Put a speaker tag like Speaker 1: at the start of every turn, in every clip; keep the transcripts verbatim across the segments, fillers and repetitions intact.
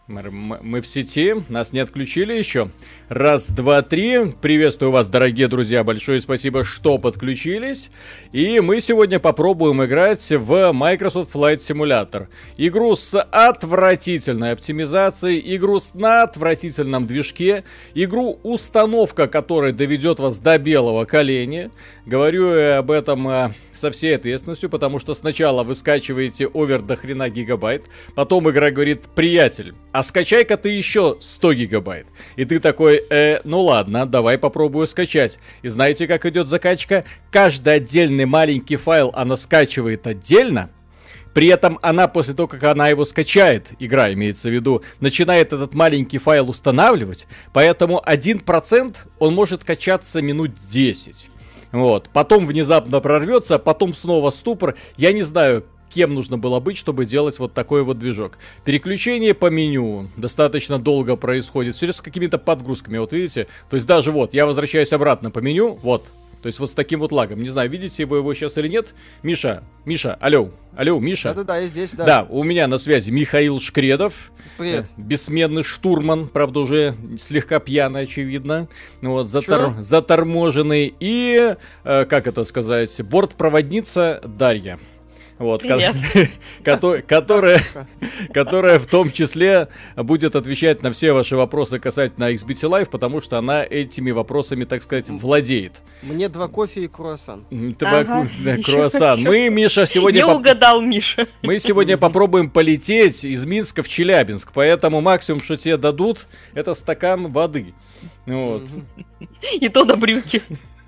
Speaker 1: Мы, мы в сети, нас не отключили еще. Раз, два, три. Приветствую вас, дорогие друзья. Большое спасибо, что подключились. И мы сегодня попробуем играть в Microsoft Flight Simulator. Игру с отвратительной оптимизацией, игру с на отвратительном движке, игру, установка которой доведет вас до белого коленя. Говорю я об этом со всей ответственностью, потому что сначала вы скачиваете овер до хрена гигабайт, потом игра говорит: приятель, а скачай-ка ты еще сто гигабайт. И ты такой, э, ну ладно, давай попробую скачать. И знаете, как идет закачка? Каждый отдельный маленький файл она скачивает отдельно. При этом она, после того, как она его скачает, игра имеется в виду, начинает этот маленький файл устанавливать. Поэтому один процент он может качаться минут десять. Вот. Потом внезапно прорвется, потом снова ступор. Я не знаю, кем нужно было быть, чтобы делать вот такой вот движок. Переключение по меню достаточно долго происходит. Все с какими-то подгрузками, вот видите? То есть даже вот, я возвращаюсь обратно по меню, вот. То есть вот с таким вот лагом. Не знаю, видите вы его сейчас или нет. Миша, Миша, алло, алло, Миша.
Speaker 2: Да-да-да, я здесь, да.
Speaker 1: Да, у меня на связи Михаил Шкредов.
Speaker 2: Привет.
Speaker 1: Бессменный штурман, правда уже слегка пьяный, очевидно. Вот, затор... заторможенный. И, э, как это сказать, бортпроводница Дарья. Вот, ко- ко- которая, которая в том числе будет отвечать на все ваши вопросы касательно икс би ти Live, потому что она этими вопросами, так сказать, владеет.
Speaker 2: Мне два кофе и круассан.
Speaker 1: Табаку, ага, да, круассан. Мы, Миша, сегодня...
Speaker 3: Не угадал, Миша.
Speaker 1: Мы сегодня попробуем полететь из Минска в Челябинск, поэтому максимум, что тебе дадут, это стакан воды. Вот.
Speaker 3: И то на брюки.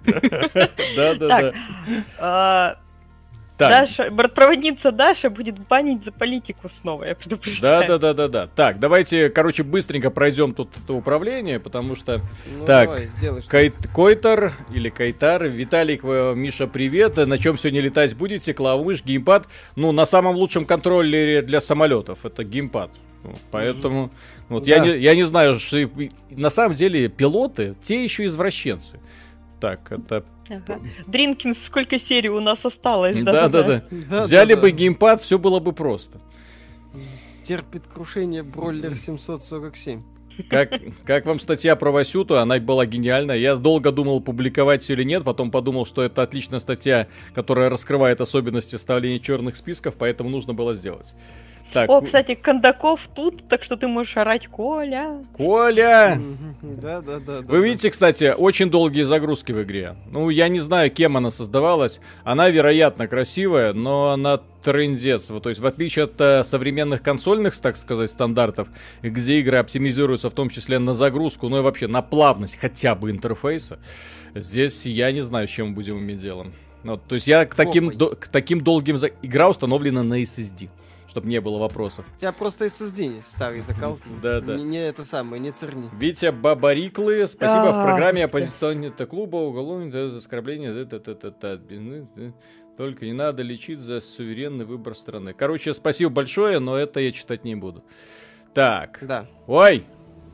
Speaker 1: Да-да-да.
Speaker 3: Так. Даша, бортпроводница Даша будет банить за политику снова, я предупреждаю.
Speaker 1: Да, да, да, да, да. Так, давайте, короче, быстренько пройдем тут это управление, потому что.
Speaker 2: Ну,
Speaker 1: так,
Speaker 2: давай, сделай,
Speaker 1: Кайт, Койтер или Кайтар, Виталик, Миша, привет. На чем сегодня летать будете? Клавомыш, геймпад. Ну, на самом лучшем контроллере для самолетов это геймпад. Поэтому, mm-hmm. вот да. я, не, я не знаю, что на самом деле пилоты, те еще извращенцы. Так, это...
Speaker 3: Ага. Дринкинс, сколько серий у нас осталось,
Speaker 1: да? Да-да-да. Взяли бы геймпад, все было бы просто.
Speaker 2: Терпит крушение Бройлер семьсот сорок семь.
Speaker 1: Как, как вам статья про Васюту? Она была гениальная. Я долго думал, публиковать ее или нет. Потом подумал, что это отличная статья, которая раскрывает особенности составления черных списков, поэтому нужно было сделать. Так.
Speaker 3: О, кстати, Кондаков тут, так что ты можешь орать: Коля.
Speaker 1: Коля!
Speaker 2: Да, да, да.
Speaker 1: Вы видите, кстати, очень долгие загрузки в игре. Ну, я не знаю, кем она создавалась. Она, вероятно, красивая, но она трындец. То есть, в отличие от э, современных консольных, так сказать, стандартов, где игры оптимизируются в том числе на загрузку, ну и вообще на плавность хотя бы интерфейса, здесь я не знаю, с чем мы будем иметь дело. Вот, то есть, я к таким, до, к таким долгим... За... Игра установлена на эс эс ди. Чтобы не было вопросов.
Speaker 2: У тебя просто эс эс ди старый закалки.
Speaker 1: Да, да.
Speaker 2: Не, не это самое, не церни.
Speaker 1: Витя Бабариклы, спасибо. В программе оппозиционного клуба уголовное за оскорбление. Только не надо лечить за суверенный выбор страны. Короче, спасибо большое, но это я читать не буду. Так.
Speaker 2: Да.
Speaker 1: Ой.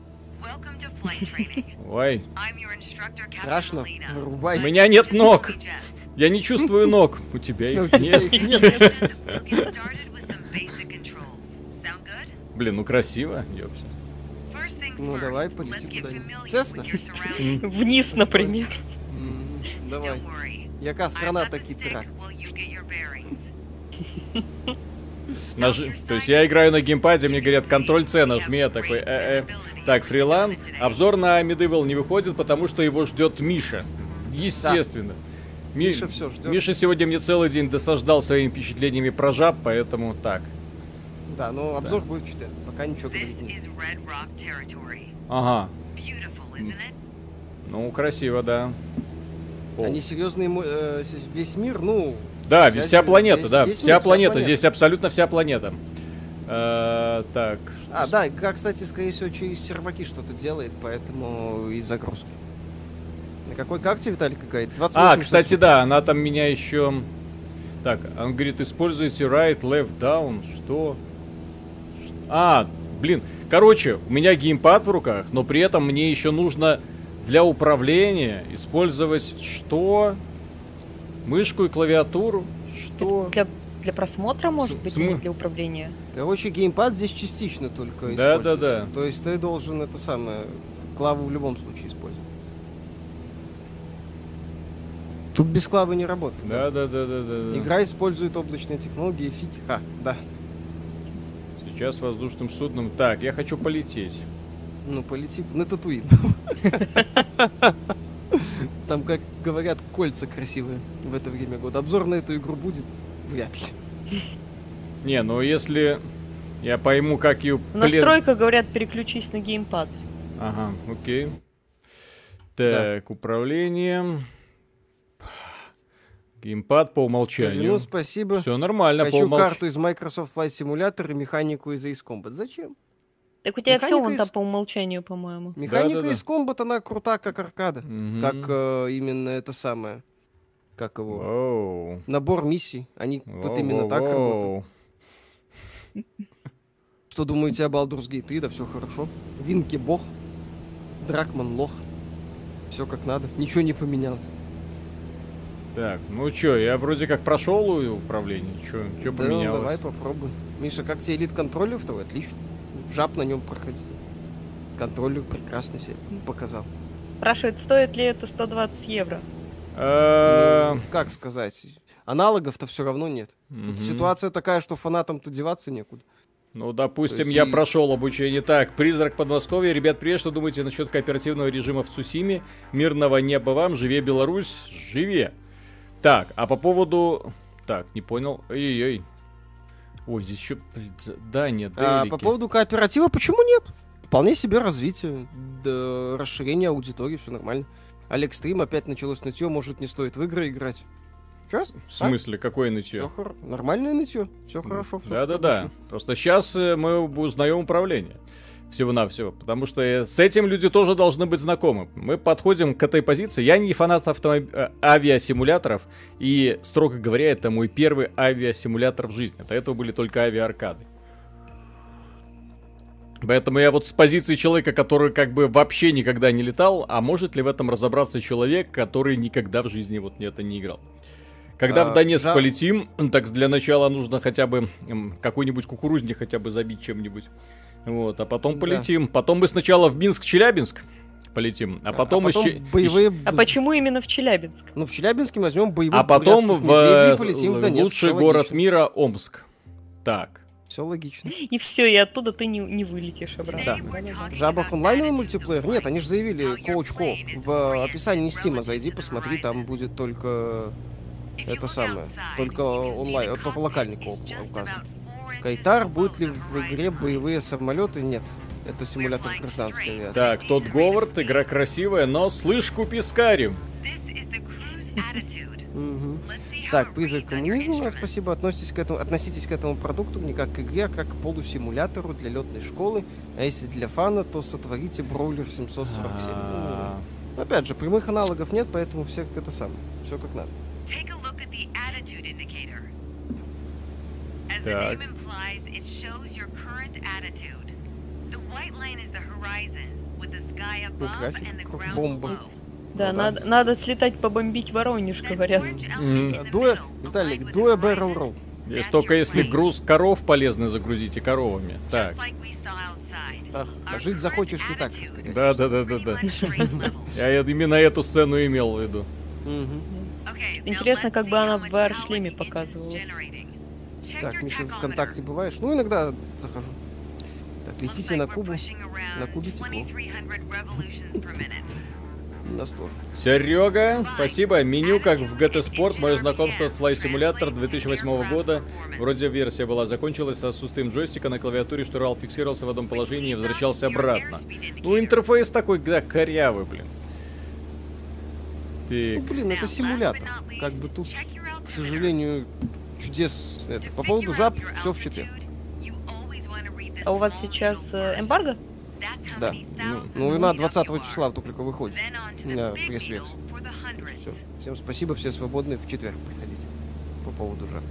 Speaker 1: Ой.
Speaker 2: Страшно. Вырубай.
Speaker 1: У меня нет ног. Я не чувствую ног. У тебя их нет. Блин, ну красиво, ёпся.
Speaker 2: Ну давай, полети куда-нибудь. Цесна?
Speaker 3: Вниз, например.
Speaker 2: Mm, давай. Яка страна таки трак.
Speaker 1: Наж... То есть я играю на геймпаде, мне говорят, контроль-C нажми, я такой, э-э. Так, фрилан. Обзор на Medieval не выходит, потому что его ждет Миша. Естественно.
Speaker 2: Да. Ми... Миша все ждет.
Speaker 1: Миша сегодня мне целый день досаждал своими впечатлениями про жаб, поэтому так.
Speaker 2: Да, но обзор да. будет читать, пока ничего говорить нет.
Speaker 1: Ага. Ну, красиво, да.
Speaker 2: О. Они серьезные, э, весь мир, ну...
Speaker 1: Да, вся, вся планета, весь, да,
Speaker 2: весь
Speaker 1: вся,
Speaker 2: мир,
Speaker 1: планета.
Speaker 2: вся планета,
Speaker 1: здесь абсолютно вся планета. Э, так.
Speaker 2: А, да, как, кстати, скорее всего, через серваки что-то делает, поэтому и загрузка. На какой карте, Виталий, какая-то?
Speaker 1: А, кстати, да, она там меня еще... Так, он говорит, используйте right, left, down, что... А, блин, короче, у меня геймпад в руках, но при этом мне еще нужно для управления использовать что? Мышку и клавиатуру? Что?
Speaker 3: Для Для просмотра, может быть,
Speaker 1: См...
Speaker 3: не для управления?
Speaker 2: Короче, геймпад здесь частично только
Speaker 1: Да,
Speaker 2: используется.
Speaker 1: да, да.
Speaker 2: То есть ты должен это самое, клаву в любом случае использовать. Тут без клавы не работает.
Speaker 1: Да, да, да, да, да, да.
Speaker 2: Игра использует облачные технологии, фиг. А, да.
Speaker 1: Сейчас воздушным судном. Так, я хочу полететь.
Speaker 2: Ну, полети на Татуин. Там, как говорят, кольца красивые в это время года. Обзор на эту игру будет? Вряд ли.
Speaker 1: Не, ну если я пойму, как ее...
Speaker 3: В настройках говорят, переключись на геймпад.
Speaker 1: Ага, окей. Так, да. Управление. Геймпад по умолчанию.
Speaker 2: Ну, спасибо.
Speaker 1: Все нормально.
Speaker 2: Хочу по умолч... карту из Microsoft Flight Simulator и механику из Ace Combat. Зачем?
Speaker 3: Так у тебя все вон из... там по умолчанию, по-моему.
Speaker 2: Механика
Speaker 1: да, да,
Speaker 2: из Combat, она крута, как аркада.
Speaker 1: Mm-hmm.
Speaker 2: Как э, именно это самое. Как его?
Speaker 1: Воу.
Speaker 2: Набор миссий. Они
Speaker 1: Воу,
Speaker 2: вот именно
Speaker 1: воу,
Speaker 2: так
Speaker 1: воу.
Speaker 2: работают. Что думаете об Baldur's Gate три? Да все хорошо. Винки бог. Дракман лох. Все как надо. Ничего не поменялось.
Speaker 1: Так, ну чё, я вроде как прошел управление. Чё, чё
Speaker 2: да,
Speaker 1: поменялось?
Speaker 2: Давай попробуй. Миша, как тебе элит-контроллер второй? Отлично. Жаб на нем проходить. Контроллер прекрасно себе показал.
Speaker 3: Спрашивает, стоит ли это сто двадцать евро?
Speaker 2: Ну, как сказать? Аналогов-то все равно нет. Тут ситуация такая, что фанатам-то деваться некуда.
Speaker 1: Ну, допустим, я и... прошел обучение. Так, Призрак Подмосковья. Ребят, привет, что думаете насчет кооперативного режима в Цусиме? Мирного неба вам. Живе Беларусь, живе. Так, а по поводу... Так, не понял. Ой-ой-ой. Ой, здесь еще... Да, нет,
Speaker 2: а, по поводу кооператива, почему нет? Вполне себе развитие, да, расширение аудитории, все нормально. Алекс Стрим опять началось нытье, может, не стоит в игры играть. Чё?
Speaker 1: В смысле, а? Какое нытье?
Speaker 2: Хор... Нормальное нытье, все хорошо.
Speaker 1: Да-да-да, просто сейчас мы узнаем управление. Всего-навсего, потому что с этим люди тоже должны быть знакомы. Мы подходим к этой позиции. Я не фанат автомоб... авиасимуляторов, и, строго говоря, это мой первый авиасимулятор в жизни. До этого были только авиааркады. Поэтому я вот с позиции человека, который как бы вообще никогда не летал, а может ли в этом разобраться человек, который никогда в жизни вот это не играл? Когда а, в Донецк жа... полетим, так для начала нужно хотя бы какой-нибудь кукурузник хотя бы забить чем-нибудь. Вот, а потом полетим. Да. Потом мы сначала в Минск-Челябинск полетим, а потом, а потом еще...
Speaker 2: боевые...
Speaker 3: А почему именно в Челябинск?
Speaker 2: Ну, в Челябинске возьмем боевых
Speaker 1: а потом в...
Speaker 2: полетим в Донецк.
Speaker 1: Лучший город мира Омск. Так.
Speaker 2: Все логично.
Speaker 3: И все, и оттуда ты не, не вылетишь обратно.
Speaker 2: Да. В Жабах онлайновый мультиплеер? Нет, они же заявили Coach Co. В описании Стима зайди, посмотри, там будет только... Это самое. Только онлайн, только локальный кооп указан. Кайтар, будет ли в игре боевые самолеты? Нет. Это симулятор гражданской авиации.
Speaker 1: Так, тот Говард, игра красивая, но слышь, купи Скарим.
Speaker 2: Угу. Так, призрак коммунизма, спасибо, относитесь к этому, относитесь к этому продукту не как к игре, а как к полусимулятору для летной школы. А если для фана, то сотворите броулер семьсот сорок семь. Ну, опять же, прямых аналогов нет, поэтому все как это самое. Все как надо.
Speaker 1: Так.
Speaker 2: График, бомба.
Speaker 3: Да, ну, надо, да. надо слетать побомбить Воронеж, говорят.
Speaker 2: Mm. Дуэ, Виталик, дуэ barrel roll.
Speaker 1: Есть только если груз коров полезно загрузите коровами. Так.
Speaker 2: Ах, а жить захочешь не так, скорее.
Speaker 1: Да, да, да, да, да. Я именно эту сцену имел в виду.
Speaker 3: Интересно, как бы она в ви ар-шлеме показывалась.
Speaker 2: Так, Миша, в ВКонтакте бываешь? Ну, иногда захожу. Так, летите на Кубу. На Кубе тепло. На сто.
Speaker 1: Серега, спасибо. Меню как в джи ти Sport. Мое знакомство с Flight Simulator две тысячи восьмого года. Вроде версия была закончилась с отсутствием джойстика на клавиатуре, что рал фиксировался в одном положении и возвращался обратно. Ну, интерфейс такой, да, корявый, блин.
Speaker 2: Ну, блин, это симулятор. Как бы тут, к сожалению, чудес. Это. По поводу жаб, все в четверг.
Speaker 3: А у вас сейчас э, эмбарго?
Speaker 2: Да. Ну, ну и на двадцатого числа только выходит. На пресс-версию. Все. Всем спасибо, все свободны. В четверг приходите. По поводу жаб.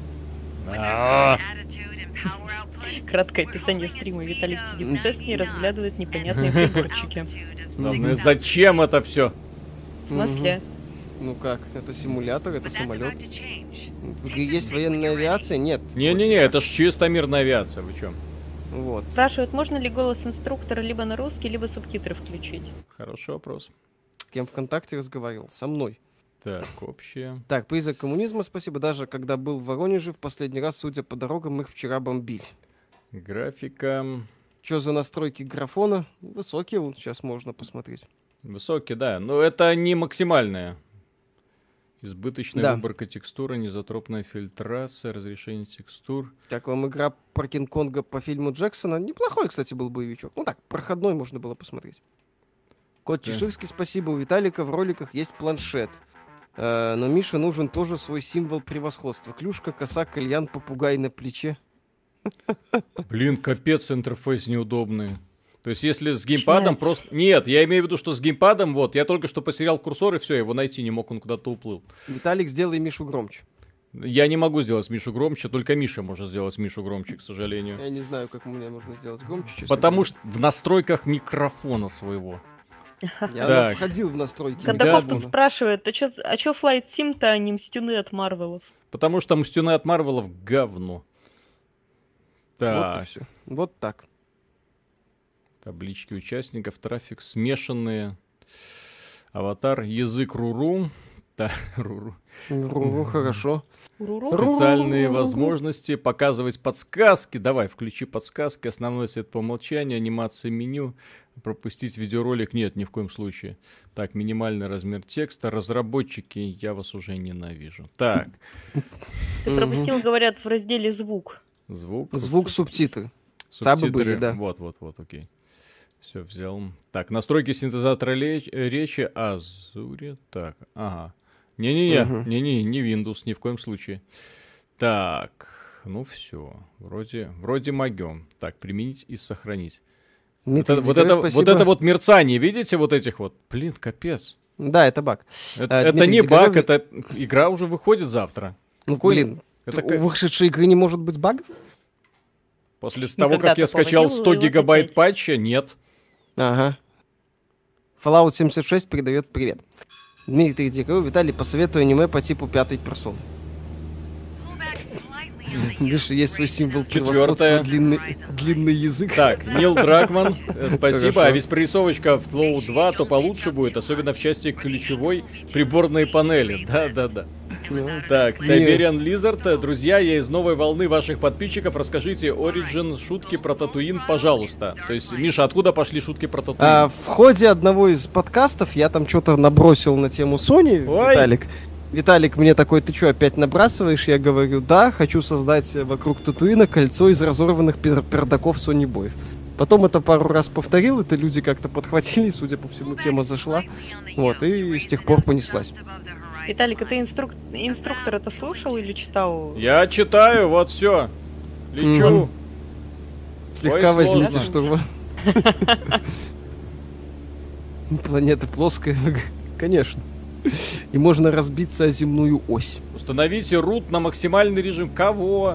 Speaker 3: Краткое описание стрима. Виталик сидит в Цесне и разглядывает непонятные приборчики.
Speaker 1: Зачем это все?
Speaker 3: В смысле?
Speaker 2: Ну как? Это симулятор, это самолет. В игре есть военная авиация? Нет.
Speaker 1: Не-не-не, это ж чисто мирная авиация, вы чё?
Speaker 2: Вот.
Speaker 3: Спрашивают, можно ли голос инструктора либо на русский, либо субтитры включить?
Speaker 1: Хороший вопрос.
Speaker 2: С кем ВКонтакте разговаривал? Со мной.
Speaker 1: Так, общее.
Speaker 2: Так, призрак коммунизма, спасибо. Даже когда был в Воронеже в последний раз, судя по дорогам, их вчера бомбили.
Speaker 1: Графика.
Speaker 2: Что за настройки графона? Высокие, вот сейчас можно посмотреть.
Speaker 1: Высокий, да. Но это не максимальная. Избыточная
Speaker 2: Да.
Speaker 1: выборка текстуры, незатропная фильтрация, разрешение текстур.
Speaker 2: Как вам игра про Кинг-Конга по фильму Джексона? Неплохой, кстати, был боевичок. Ну так, проходной можно было посмотреть. Кот
Speaker 1: Да.
Speaker 2: Чеширский, спасибо. У Виталика в роликах есть планшет. Э, но Мише нужен тоже свой символ превосходства. Клюшка, коса, кальян, попугай на плече.
Speaker 1: Блин, капец, интерфейс неудобный. То есть, если с геймпадом
Speaker 3: Начинается.
Speaker 1: просто... Нет, я имею в виду, что с геймпадом, вот, я только что потерял курсор, и все, его найти не мог, он куда-то уплыл.
Speaker 2: Виталик, сделай Мишу громче.
Speaker 1: Я не могу сделать Мишу громче, только Миша может сделать Мишу громче, к сожалению.
Speaker 2: Я не знаю, как мне можно сделать громче, честно
Speaker 1: Потому
Speaker 2: говоря.
Speaker 1: что в настройках микрофона своего.
Speaker 2: Я
Speaker 1: Так.
Speaker 2: входил в настройки.
Speaker 3: Кондаков
Speaker 1: гадно.
Speaker 3: тут спрашивает, а чё, а чё Flight Sim-то, а не мстюны от Марвелов?
Speaker 1: Потому что мстюны от Марвелов говно.
Speaker 2: Вот и
Speaker 1: Так,
Speaker 2: все. Вот так.
Speaker 1: таблички участников, трафик, смешанные. Аватар, язык Руру. Да, Руру.
Speaker 2: Ру-ру, хорошо.
Speaker 1: Специальные возможности показывать подсказки. Давай, включи подсказки. Основной цвет по умолчанию, анимация меню. Пропустить видеоролик нет, ни в коем случае. Так, минимальный размер текста. Разработчики, я вас уже ненавижу. Так,
Speaker 3: Ты пропустил, говорят, в разделе звук.
Speaker 1: звук.
Speaker 2: Звук, субтитры.
Speaker 1: Субтитры.
Speaker 2: Сабы были, да.
Speaker 1: Вот, вот, вот, окей. Все, взял. Так, настройки синтезатора леч- речи. Азуре. Так, ага. Не-не-не,
Speaker 2: Мгм.
Speaker 1: не-не, не Windows, ни в коем случае. Так, ну все. Вроде, вроде могем. Так, применить и сохранить. Вот
Speaker 2: Дмитрий
Speaker 1: это, вот,
Speaker 2: Дикарев,
Speaker 1: это, вот
Speaker 2: спасибо.
Speaker 1: это вот мерцание, видите, вот этих вот? Блин, капец.
Speaker 2: Да, это баг.
Speaker 1: Это,
Speaker 2: А,
Speaker 1: это
Speaker 2: Дмитрий
Speaker 1: не баг,
Speaker 2: Дикарев-
Speaker 1: это игра уже выходит завтра.
Speaker 2: Ну,
Speaker 1: Какой-
Speaker 2: блин,
Speaker 1: Это
Speaker 2: у
Speaker 1: как-
Speaker 2: вышедшей игры не может быть багов?
Speaker 1: после того,
Speaker 3: когда
Speaker 1: как я
Speaker 3: ты
Speaker 1: скачал
Speaker 3: поводил,
Speaker 1: сто
Speaker 3: его
Speaker 1: гигабайт
Speaker 3: качать.
Speaker 1: патча, нет.
Speaker 2: Ага. Fallout семьдесят шесть передает привет. Дмитрий Дикарев, Виталий, посоветую аниме по типу пятой персоны. Видишь, есть свой символ
Speaker 1: Четвёртое.
Speaker 2: превосходства, длинный, длинный язык.
Speaker 1: Так, Нил Дракман, э, спасибо.
Speaker 2: Хорошо.
Speaker 1: А ведь прорисовочка в Тлоу два то получше будет, особенно в части ключевой приборной панели. Да-да-да.
Speaker 2: Ну,
Speaker 1: Так,
Speaker 2: Не.
Speaker 1: Тайбериан Лизард, э, друзья, я из новой волны ваших подписчиков. Расскажите Origin шутки про Татуин, пожалуйста. То есть, Миша, откуда пошли шутки про Татуин?
Speaker 2: А, в ходе одного из подкастов я там что-то набросил на тему Sony,
Speaker 1: Ой.
Speaker 2: Виталик. Виталик мне такой, ты что, опять набрасываешь? Я говорю, да, хочу создать э, вокруг Татуина кольцо из разорванных пер- пердаков Sony Boy. Потом это пару раз повторил, это люди как-то подхватили, судя по всему, тема зашла. Вот, и с тех пор понеслась.
Speaker 3: Виталик, а ты инструк... инструктор это слушал или читал?
Speaker 1: Я читаю, вот все. Лечу.
Speaker 2: Мгм. Слегка
Speaker 1: Ой,
Speaker 2: возьмите,
Speaker 1: сложно.
Speaker 2: чтобы... Планета плоская, конечно. И можно разбиться о земную ось.
Speaker 1: Установите рут на максимальный режим. Кого?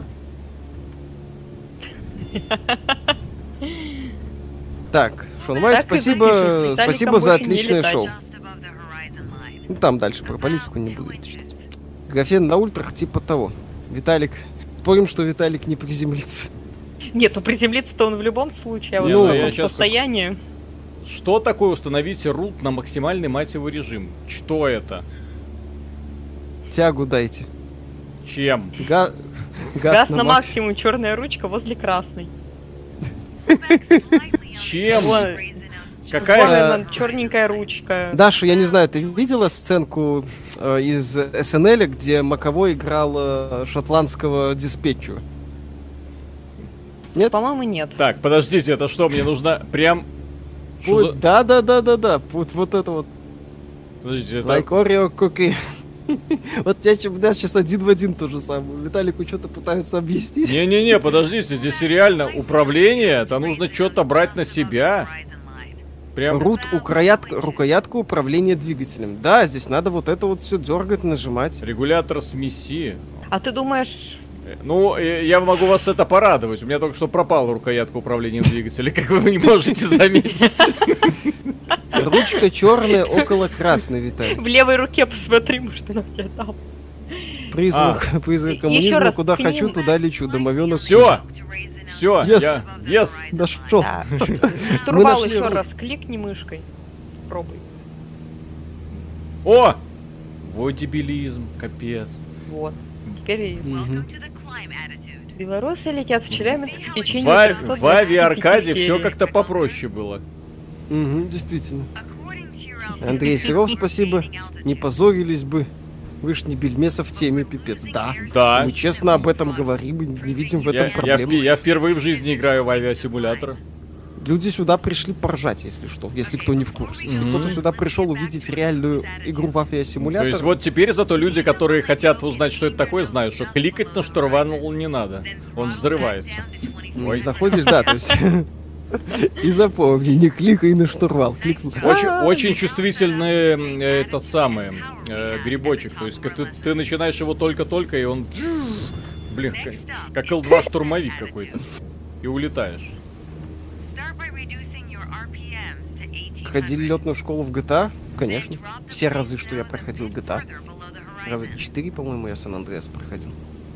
Speaker 2: Так, Шон Уайт,
Speaker 3: Так и
Speaker 2: спасибо,
Speaker 3: запишешь, с Виталиком
Speaker 2: спасибо за
Speaker 3: больше не
Speaker 2: отличное
Speaker 3: летать.
Speaker 2: шоу. Ну там дальше про политику не буду читать. Графен на ультрах типа того. Виталик, спорим, что Виталик не приземлится.
Speaker 3: Нет, ну приземлиться-то он в любом случае, а вот
Speaker 1: Не,
Speaker 3: в
Speaker 1: ну,
Speaker 3: каком
Speaker 1: я щас-
Speaker 3: состоянии.
Speaker 1: Что такое установите рут на максимальный, мать его, режим? Что это?
Speaker 2: Тягу дайте.
Speaker 1: Чем?
Speaker 2: Га-
Speaker 3: Газ на
Speaker 2: макс.
Speaker 3: максимум, черная ручка возле красной.
Speaker 1: Чем?
Speaker 3: Вон,
Speaker 1: Какая?
Speaker 3: вон черненькая ручка.
Speaker 2: Даша, я не знаю, ты видела сценку э, из эс эн эл, где Маковой играл э, шотландского диспетчера? Нет?
Speaker 3: По-моему, нет.
Speaker 1: Так, подождите, это что, мне нужно прям... Что за-
Speaker 2: Вот, да, да, да, да, да. Вот, вот это вот.
Speaker 1: Подождите, это...
Speaker 2: Like Oreo cookie. Вот я щас- у нас сейчас один в один то же самое. Виталику что-то пытаются объяснить.
Speaker 1: Не-не-не, подождите, здесь реально управление, это нужно что-то брать на себя. Прям...
Speaker 2: Рут, укроятка, рукоятка управления двигателем. Да, здесь надо вот это вот все дергать, нажимать.
Speaker 1: Регулятор смеси.
Speaker 3: А ты думаешь,
Speaker 1: Э, Ну, э, я могу вас это порадовать. У меня только что пропала рукоятка управления двигателем, как вы не можете заметить.
Speaker 2: Ручка черная около красной, Виталий.
Speaker 3: В левой руке посмотри, может, она у тебя там.
Speaker 2: Призрак, а. призрак коммунизма, раз, куда хочу, туда лечу, домовенок.
Speaker 1: Все! Все,
Speaker 2: yes.
Speaker 1: я... Yes!
Speaker 2: Да что?
Speaker 3: Да. Штурвал еще раз, кликни мышкой. Пробуй.
Speaker 1: О! Вот дебилизм, капец.
Speaker 3: Вот. Теперь...
Speaker 2: Угу.
Speaker 3: Белорусы летят в Челябинск в течение
Speaker 1: В, в авиаркаде все как-то попроще было.
Speaker 2: Угу, действительно. Андрей Серов, спасибо. Не позорились бы. Вы ж не бельмеса в теме, пипец. Да.
Speaker 1: Да.
Speaker 2: Мы честно об этом говорим, мы не видим в этом
Speaker 1: я,
Speaker 2: проблемы.
Speaker 1: Я, я впервые в жизни играю в авиасимулятор.
Speaker 2: Люди сюда пришли поржать, если что, если кто не в курсе. Если mm-hmm. кто-то сюда пришел увидеть реальную игру в авиасимулятор...
Speaker 1: То есть вот теперь зато люди, которые хотят узнать, что это такое, знают, что кликать на штурвал не надо. Он взрывается.
Speaker 2: Ой. Заходишь, да, то есть... И запомни, не кликай на штурвал.
Speaker 1: Очень, очень чувствительный э, этот самый э, грибочек. То есть ты, ты начинаешь его только-только, и он... Блин, как, как эл два штурмовик какой-то. И улетаешь.
Speaker 2: Ходили летную школу в джи ти эй? Конечно. Все разы, что я проходил джи ти эй. Раза четыре, по-моему, я Сан-Андреас проходил.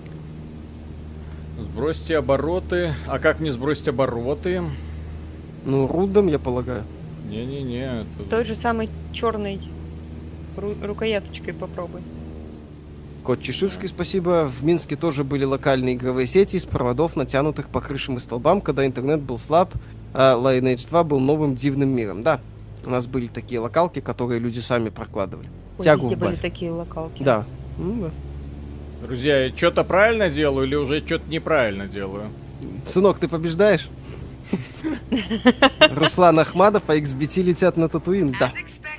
Speaker 1: Сбросьте обороты. А как мне сбросить обороты?
Speaker 2: Ну, рудом, я полагаю.
Speaker 1: Не-не-не. Это...
Speaker 3: Той же самой черной ру- рукояточкой попробуй.
Speaker 2: Кот Чеширский, спасибо. В Минске тоже были локальные игровые сети из проводов, натянутых по крышам и столбам, когда интернет был слаб, а Lineage два был новым дивным миром. Да, у нас были такие локалки, которые люди сами прокладывали.
Speaker 3: Ой,
Speaker 2: Тягу
Speaker 3: везде
Speaker 2: вбавь.
Speaker 3: были такие локалки.
Speaker 2: Да. Ну, да.
Speaker 1: Друзья, я что-то правильно делаю или уже что-то неправильно делаю?
Speaker 2: Сынок, ты побеждаешь? Руслан Ахмадов, а икс би ти летят на Татуин. Да.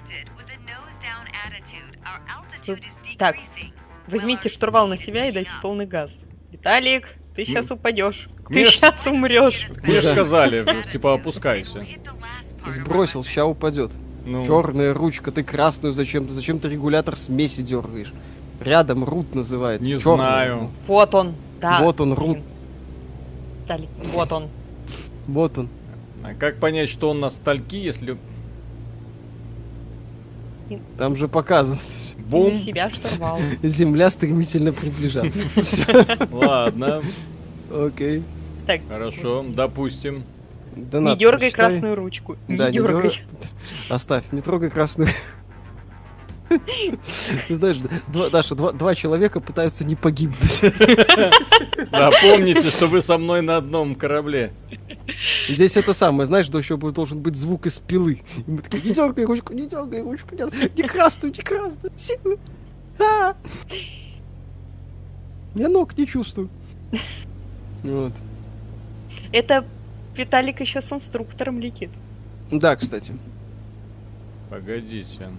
Speaker 3: Так, возьмите штурвал на себя и дайте полный газ. Виталик, ты сейчас упадешь. Ты сейчас умрешь.
Speaker 1: Мне же сказали, типа опускайся.
Speaker 2: Сбросил, ща упадет. Ну. Черная ручка, ты красную зачем-то, зачем ты регулятор смеси дергаешь? Рядом рут называется.
Speaker 1: Не
Speaker 2: Черный.
Speaker 1: знаю.
Speaker 3: Вот он, да.
Speaker 2: Вот он, рут.
Speaker 3: Виталик, вот он.
Speaker 2: Вот он.
Speaker 1: А как понять, что он на стальки, если...
Speaker 2: Там же показано.
Speaker 1: Бум.
Speaker 3: Себя штурвал.
Speaker 2: Земля стремительно приближается.
Speaker 1: Ладно.
Speaker 2: Окей.
Speaker 1: Хорошо, допустим.
Speaker 3: Не дергай красную ручку. Не дергай.
Speaker 2: Оставь, не трогай красную. Ты знаешь, два, Даша, два, два человека пытаются не погибнуть.
Speaker 1: Да, помните, что вы со мной на одном корабле.
Speaker 2: Здесь это самое, знаешь, что еще должен быть звук из пилы. И мы такие, не дергай ручку, не дергай ручку, не красную, не красную, силу. А! Я ног не чувствую. Вот.
Speaker 3: Это Виталик еще с инструктором летит.
Speaker 2: Да, кстати.
Speaker 1: Погодите.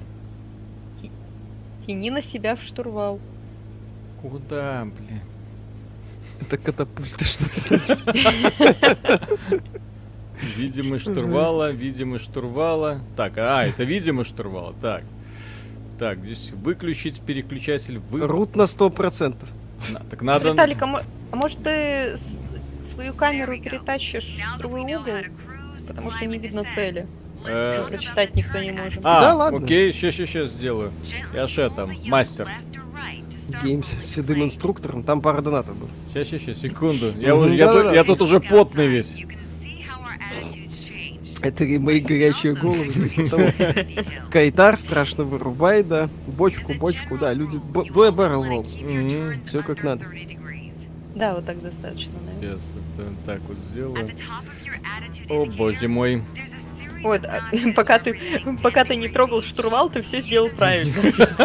Speaker 3: Тяни на себя в штурвал.
Speaker 1: Куда, блин?
Speaker 2: Это катапульта что-то.
Speaker 1: Видимо штурвала, видимо штурвала. Так, а, это видимо штурвала. Так. Так, здесь выключить переключатель. Вы...
Speaker 2: Рут на сто процентов.
Speaker 1: На, так надо...
Speaker 3: Виталик, а, мо- а может ты свою камеру перетащишь в другой угол? Потому что не видно цели.
Speaker 1: Э...
Speaker 3: Прочитать никто не может.
Speaker 1: А,
Speaker 2: да, ладно.
Speaker 1: Окей, сейчас, сейчас, сейчас сделаю. Я же там, мастер.
Speaker 2: Гейм с седым инструктором, там пара донатов было.
Speaker 1: Сейчас, сейчас, сейчас, секунду. Я, уже, я, тут, я тут уже потный весь.
Speaker 2: Это мои горячие головы. Кайтар страшно вырубай, да. Бочку, бочку, да. Люди... Дуэ баррел ролл. Все как надо.
Speaker 3: Да, вот так достаточно, наверное.
Speaker 1: Сейчас это так вот сделаю. О, боже мой.
Speaker 3: Ой, да, пока ты, пока ты не трогал штурвал, ты все сделал правильно.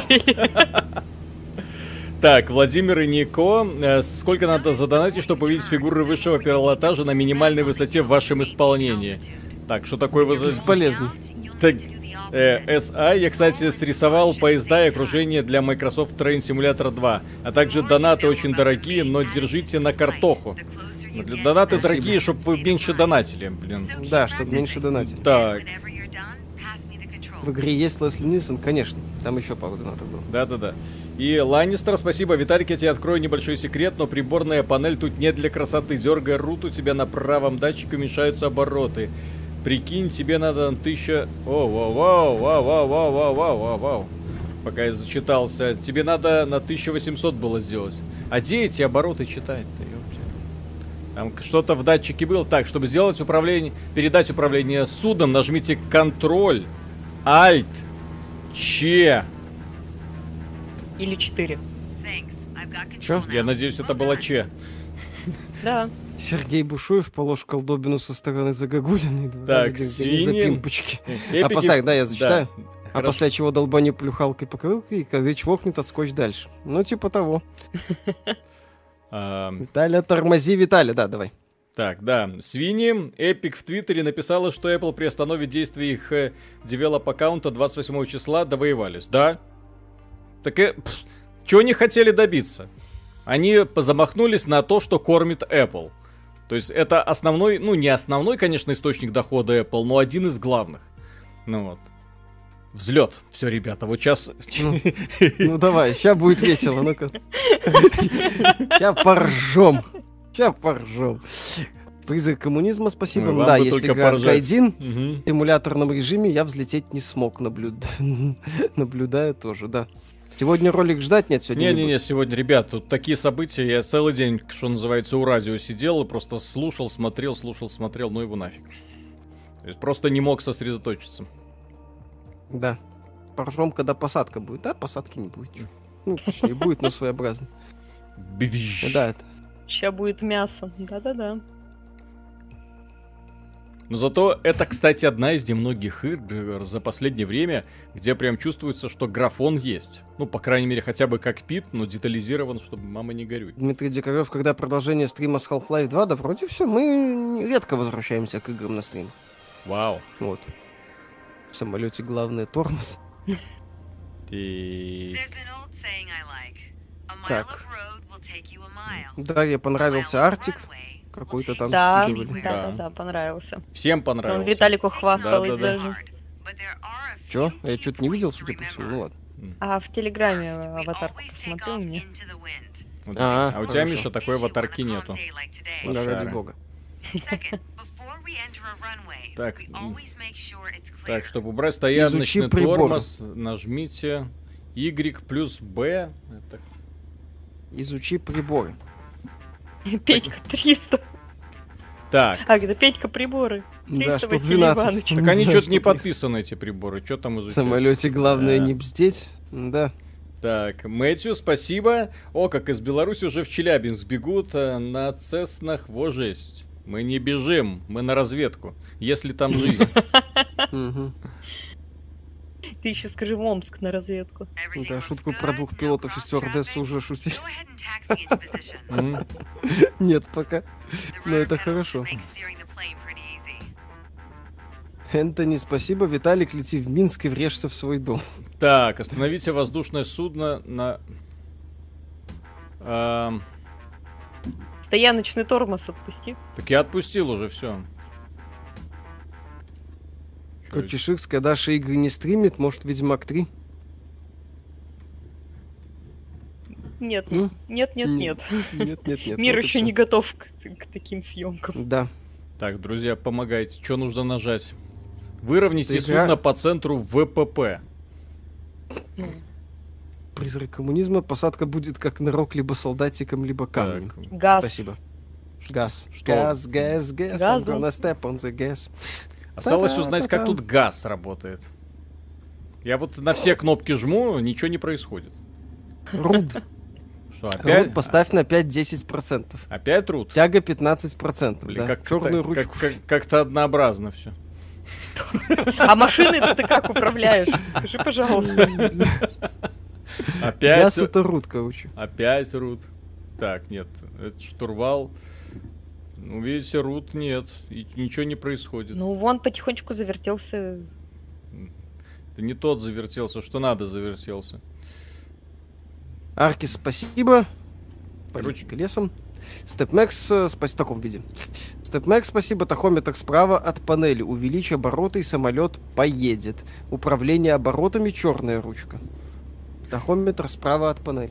Speaker 1: Так, Владимир и Нико, сколько надо задонатить, чтобы увидеть фигуры высшего пилотажа на минимальной высоте в вашем исполнении? Так, что такое высота?
Speaker 2: Бесполезно.
Speaker 1: Так, э, эс ай, я, кстати, срисовал поезда и окружение для Microsoft Train Simulator два. А также донаты очень дорогие, но держите на картоху. Донаты Спасибо. Дорогие, чтобы вы меньше донатили, блин.
Speaker 2: Да, чтобы меньше донатили.
Speaker 1: Так.
Speaker 2: В игре есть Лесли Нильсон, конечно. Там еще пару донатов было.
Speaker 1: Да-да-да. И Ланнистер, спасибо. Виталик, я тебе открою небольшой секрет, но приборная панель тут не для красоты. Дергая рут, у тебя на правом датчике уменьшаются обороты. Прикинь, тебе надо тысяча... О, вау, вау, вау, вау, вау, вау, вау, вау, вау. Пока я зачитался. Тебе надо на тысяча восемьсот было сделать. А где эти обороты читать-то, ёпте? Там что-то в датчике было. Так, чтобы сделать управление, передать управление судном, нажмите Ctrl, Alt, Ч.
Speaker 3: Или четыре.
Speaker 2: Чё?
Speaker 1: Я надеюсь, это было Ч.
Speaker 3: Да.
Speaker 2: Сергей Бушуев положь колдобину со стороны загогулиной.
Speaker 1: Так,
Speaker 2: за
Speaker 1: свиньи.
Speaker 2: пимпочки.
Speaker 1: Эпики-
Speaker 2: А поставь, да, я зачитаю.
Speaker 1: Да.
Speaker 2: А
Speaker 1: Хорошо.
Speaker 2: после чего долбани плюхалкой по крылке, и когда чвокнет, отскочь дальше. Ну, типа того.
Speaker 1: А,
Speaker 2: Виталя, тормози, Виталя, да, давай.
Speaker 1: Так, да, свиньи. Эпик в Твиттере написала, что Apple приостановит действие их э, девелоп-аккаунта двадцать восьмого числа, довоевались. Да? Так и... пф, чего они хотели добиться? Они замахнулись на то, что кормит Apple. То есть это основной, ну не основной, конечно, источник дохода Apple, но один из главных. Ну вот. Взлет. Все, ребята, вот сейчас...
Speaker 2: Ну, ну давай, сейчас будет весело, ну-ка. Сейчас поржем. Сейчас поржем. Призрак коммунизма, спасибо.
Speaker 1: Ой, вам
Speaker 2: Да,
Speaker 1: бы
Speaker 2: есть
Speaker 1: только
Speaker 2: игра
Speaker 1: поржать.
Speaker 2: Гайдин.
Speaker 1: Мгм.
Speaker 2: В симуляторном режиме я взлететь не смог, наблюд... наблюдаю тоже, да. Сегодня ролик ждать нет, сегодня не будет.
Speaker 1: Не-не-не, сегодня, ребят, тут такие события, я целый день, что называется, у радио сидел и просто слушал, смотрел, слушал, смотрел, ну его нафиг. То есть просто не мог сосредоточиться.
Speaker 2: Да. Поржем, когда посадка будет. Да, посадки не будет. Ну, точнее, будет, но своеобразно.
Speaker 1: Бибищ.
Speaker 2: Да, это...
Speaker 3: Сейчас будет мясо. Да-да-да.
Speaker 1: Но зато это, кстати, одна из немногих игр за последнее время, где прям чувствуется, что графон есть. Ну, по крайней мере, хотя бы как пит, но детализирован, чтобы мама не горюй.
Speaker 2: Дмитрий Дикарев, когда продолжение стрима с Half-Life два, да вроде все, мы редко возвращаемся к играм на стрим.
Speaker 1: Вау.
Speaker 2: Вот. В самолете главное тормоз.
Speaker 1: И...
Speaker 2: Так. Дарье понравился Артик. Какой-то там
Speaker 3: Да,
Speaker 2: скидывали.
Speaker 3: да-да-да, понравился.
Speaker 1: Всем
Speaker 3: Он
Speaker 1: понравился.
Speaker 3: Виталику хвасталась
Speaker 1: Да-да-да.
Speaker 3: даже.
Speaker 2: Чё? А я что-то не видел, судя по всему. Ну ладно.
Speaker 3: А в Телеграме аватарку посмотрел мне.
Speaker 1: Вот.
Speaker 2: А,
Speaker 1: А у тебя,
Speaker 2: хорошо.
Speaker 1: Миша, такой аватарки нету.
Speaker 2: Да, ради
Speaker 1: Лошара.
Speaker 2: бога.
Speaker 1: Так, Так, чтобы убрать стояночный
Speaker 2: Изучи прибор.
Speaker 1: тормоз, нажмите Y плюс B. Это...
Speaker 2: Изучи приборы.
Speaker 3: Петька триста.
Speaker 1: Так,
Speaker 3: А, это Петька приборы.
Speaker 2: Да, что
Speaker 3: Василий
Speaker 2: двенадцать.
Speaker 3: Иванович.
Speaker 1: так они
Speaker 2: Да,
Speaker 1: что-то не
Speaker 2: что триста.
Speaker 1: подписаны, эти приборы. Что там
Speaker 2: В
Speaker 1: изучать?
Speaker 2: самолете главное
Speaker 1: Да.
Speaker 2: не бздеть. Да.
Speaker 1: Так, Мэтью, спасибо. О, как из Беларуси уже в Челябинск бегут э, на Цеснах. Во жесть. Мы не бежим, мы на разведку. Если там жизнь.
Speaker 2: Мгм.
Speaker 3: Ты еще скажи в Омск на разведку.
Speaker 2: Да, шутку про двух пилотов и стюардессу уже шутили.
Speaker 1: М.
Speaker 2: Нет, пока. Но это хорошо. Энтони, спасибо. Виталик, лети в Минск и врежься в свой дом.
Speaker 1: Так, остановите воздушное судно на... Ам,
Speaker 3: Стояночный тормоз отпусти.
Speaker 1: Так я отпустил уже, все.
Speaker 2: Котиширская Даша игры не стримит, может, Ведьмак три?
Speaker 3: Нет,
Speaker 2: М?
Speaker 3: нет, нет,
Speaker 2: М.
Speaker 3: нет.
Speaker 2: Нет, нет, нет.
Speaker 3: Мир
Speaker 2: вот и
Speaker 3: еще
Speaker 2: всё.
Speaker 3: не готов к, к таким съемкам.
Speaker 2: Да.
Speaker 1: Так, друзья, помогайте. Что нужно нажать? Выровняйте
Speaker 2: Игра-
Speaker 1: судно по центру ВПП.
Speaker 3: Ну,
Speaker 2: Призрак коммунизма. Посадка будет как нырок либо солдатиком, либо камнем.
Speaker 1: Так,
Speaker 3: газ.
Speaker 2: Спасибо. Газ.
Speaker 1: Что?
Speaker 2: Газ, газ, газ. I'm
Speaker 3: Газом?
Speaker 2: gonna step on the gas.
Speaker 1: осталось
Speaker 2: Та-да,
Speaker 1: узнать, как
Speaker 2: та-да.
Speaker 1: тут газ работает. Я вот на все кнопки жму, ничего не происходит.
Speaker 2: Руд.
Speaker 1: Что, опять?
Speaker 2: Руд поставь на пять-десять процентов.
Speaker 1: Опять рут?
Speaker 2: Тяга пятнадцать процентов.
Speaker 1: Блин,
Speaker 2: Да.
Speaker 1: как,
Speaker 2: Черную
Speaker 1: как-
Speaker 2: ручку.
Speaker 1: как- как-то однообразно все.
Speaker 3: А машины ты как управляешь? Скажи, пожалуйста.
Speaker 1: Опять,
Speaker 2: Газ это руд, короче.
Speaker 1: опять рут. Так, нет, это штурвал. Ну, видите, рут нет, и ничего не происходит.
Speaker 3: Ну, вон потихонечку завертелся.
Speaker 1: Это не тот завертелся, что надо завертелся.
Speaker 2: Аркис, спасибо.
Speaker 1: Короче.
Speaker 2: Политика лесом. Степмекс, э, спасибо в таком виде. Степмекс, спасибо. Тахометр справа от панели. Увеличь обороты, и самолет поедет. Управление оборотами, черная ручка. Тахометр справа от панели.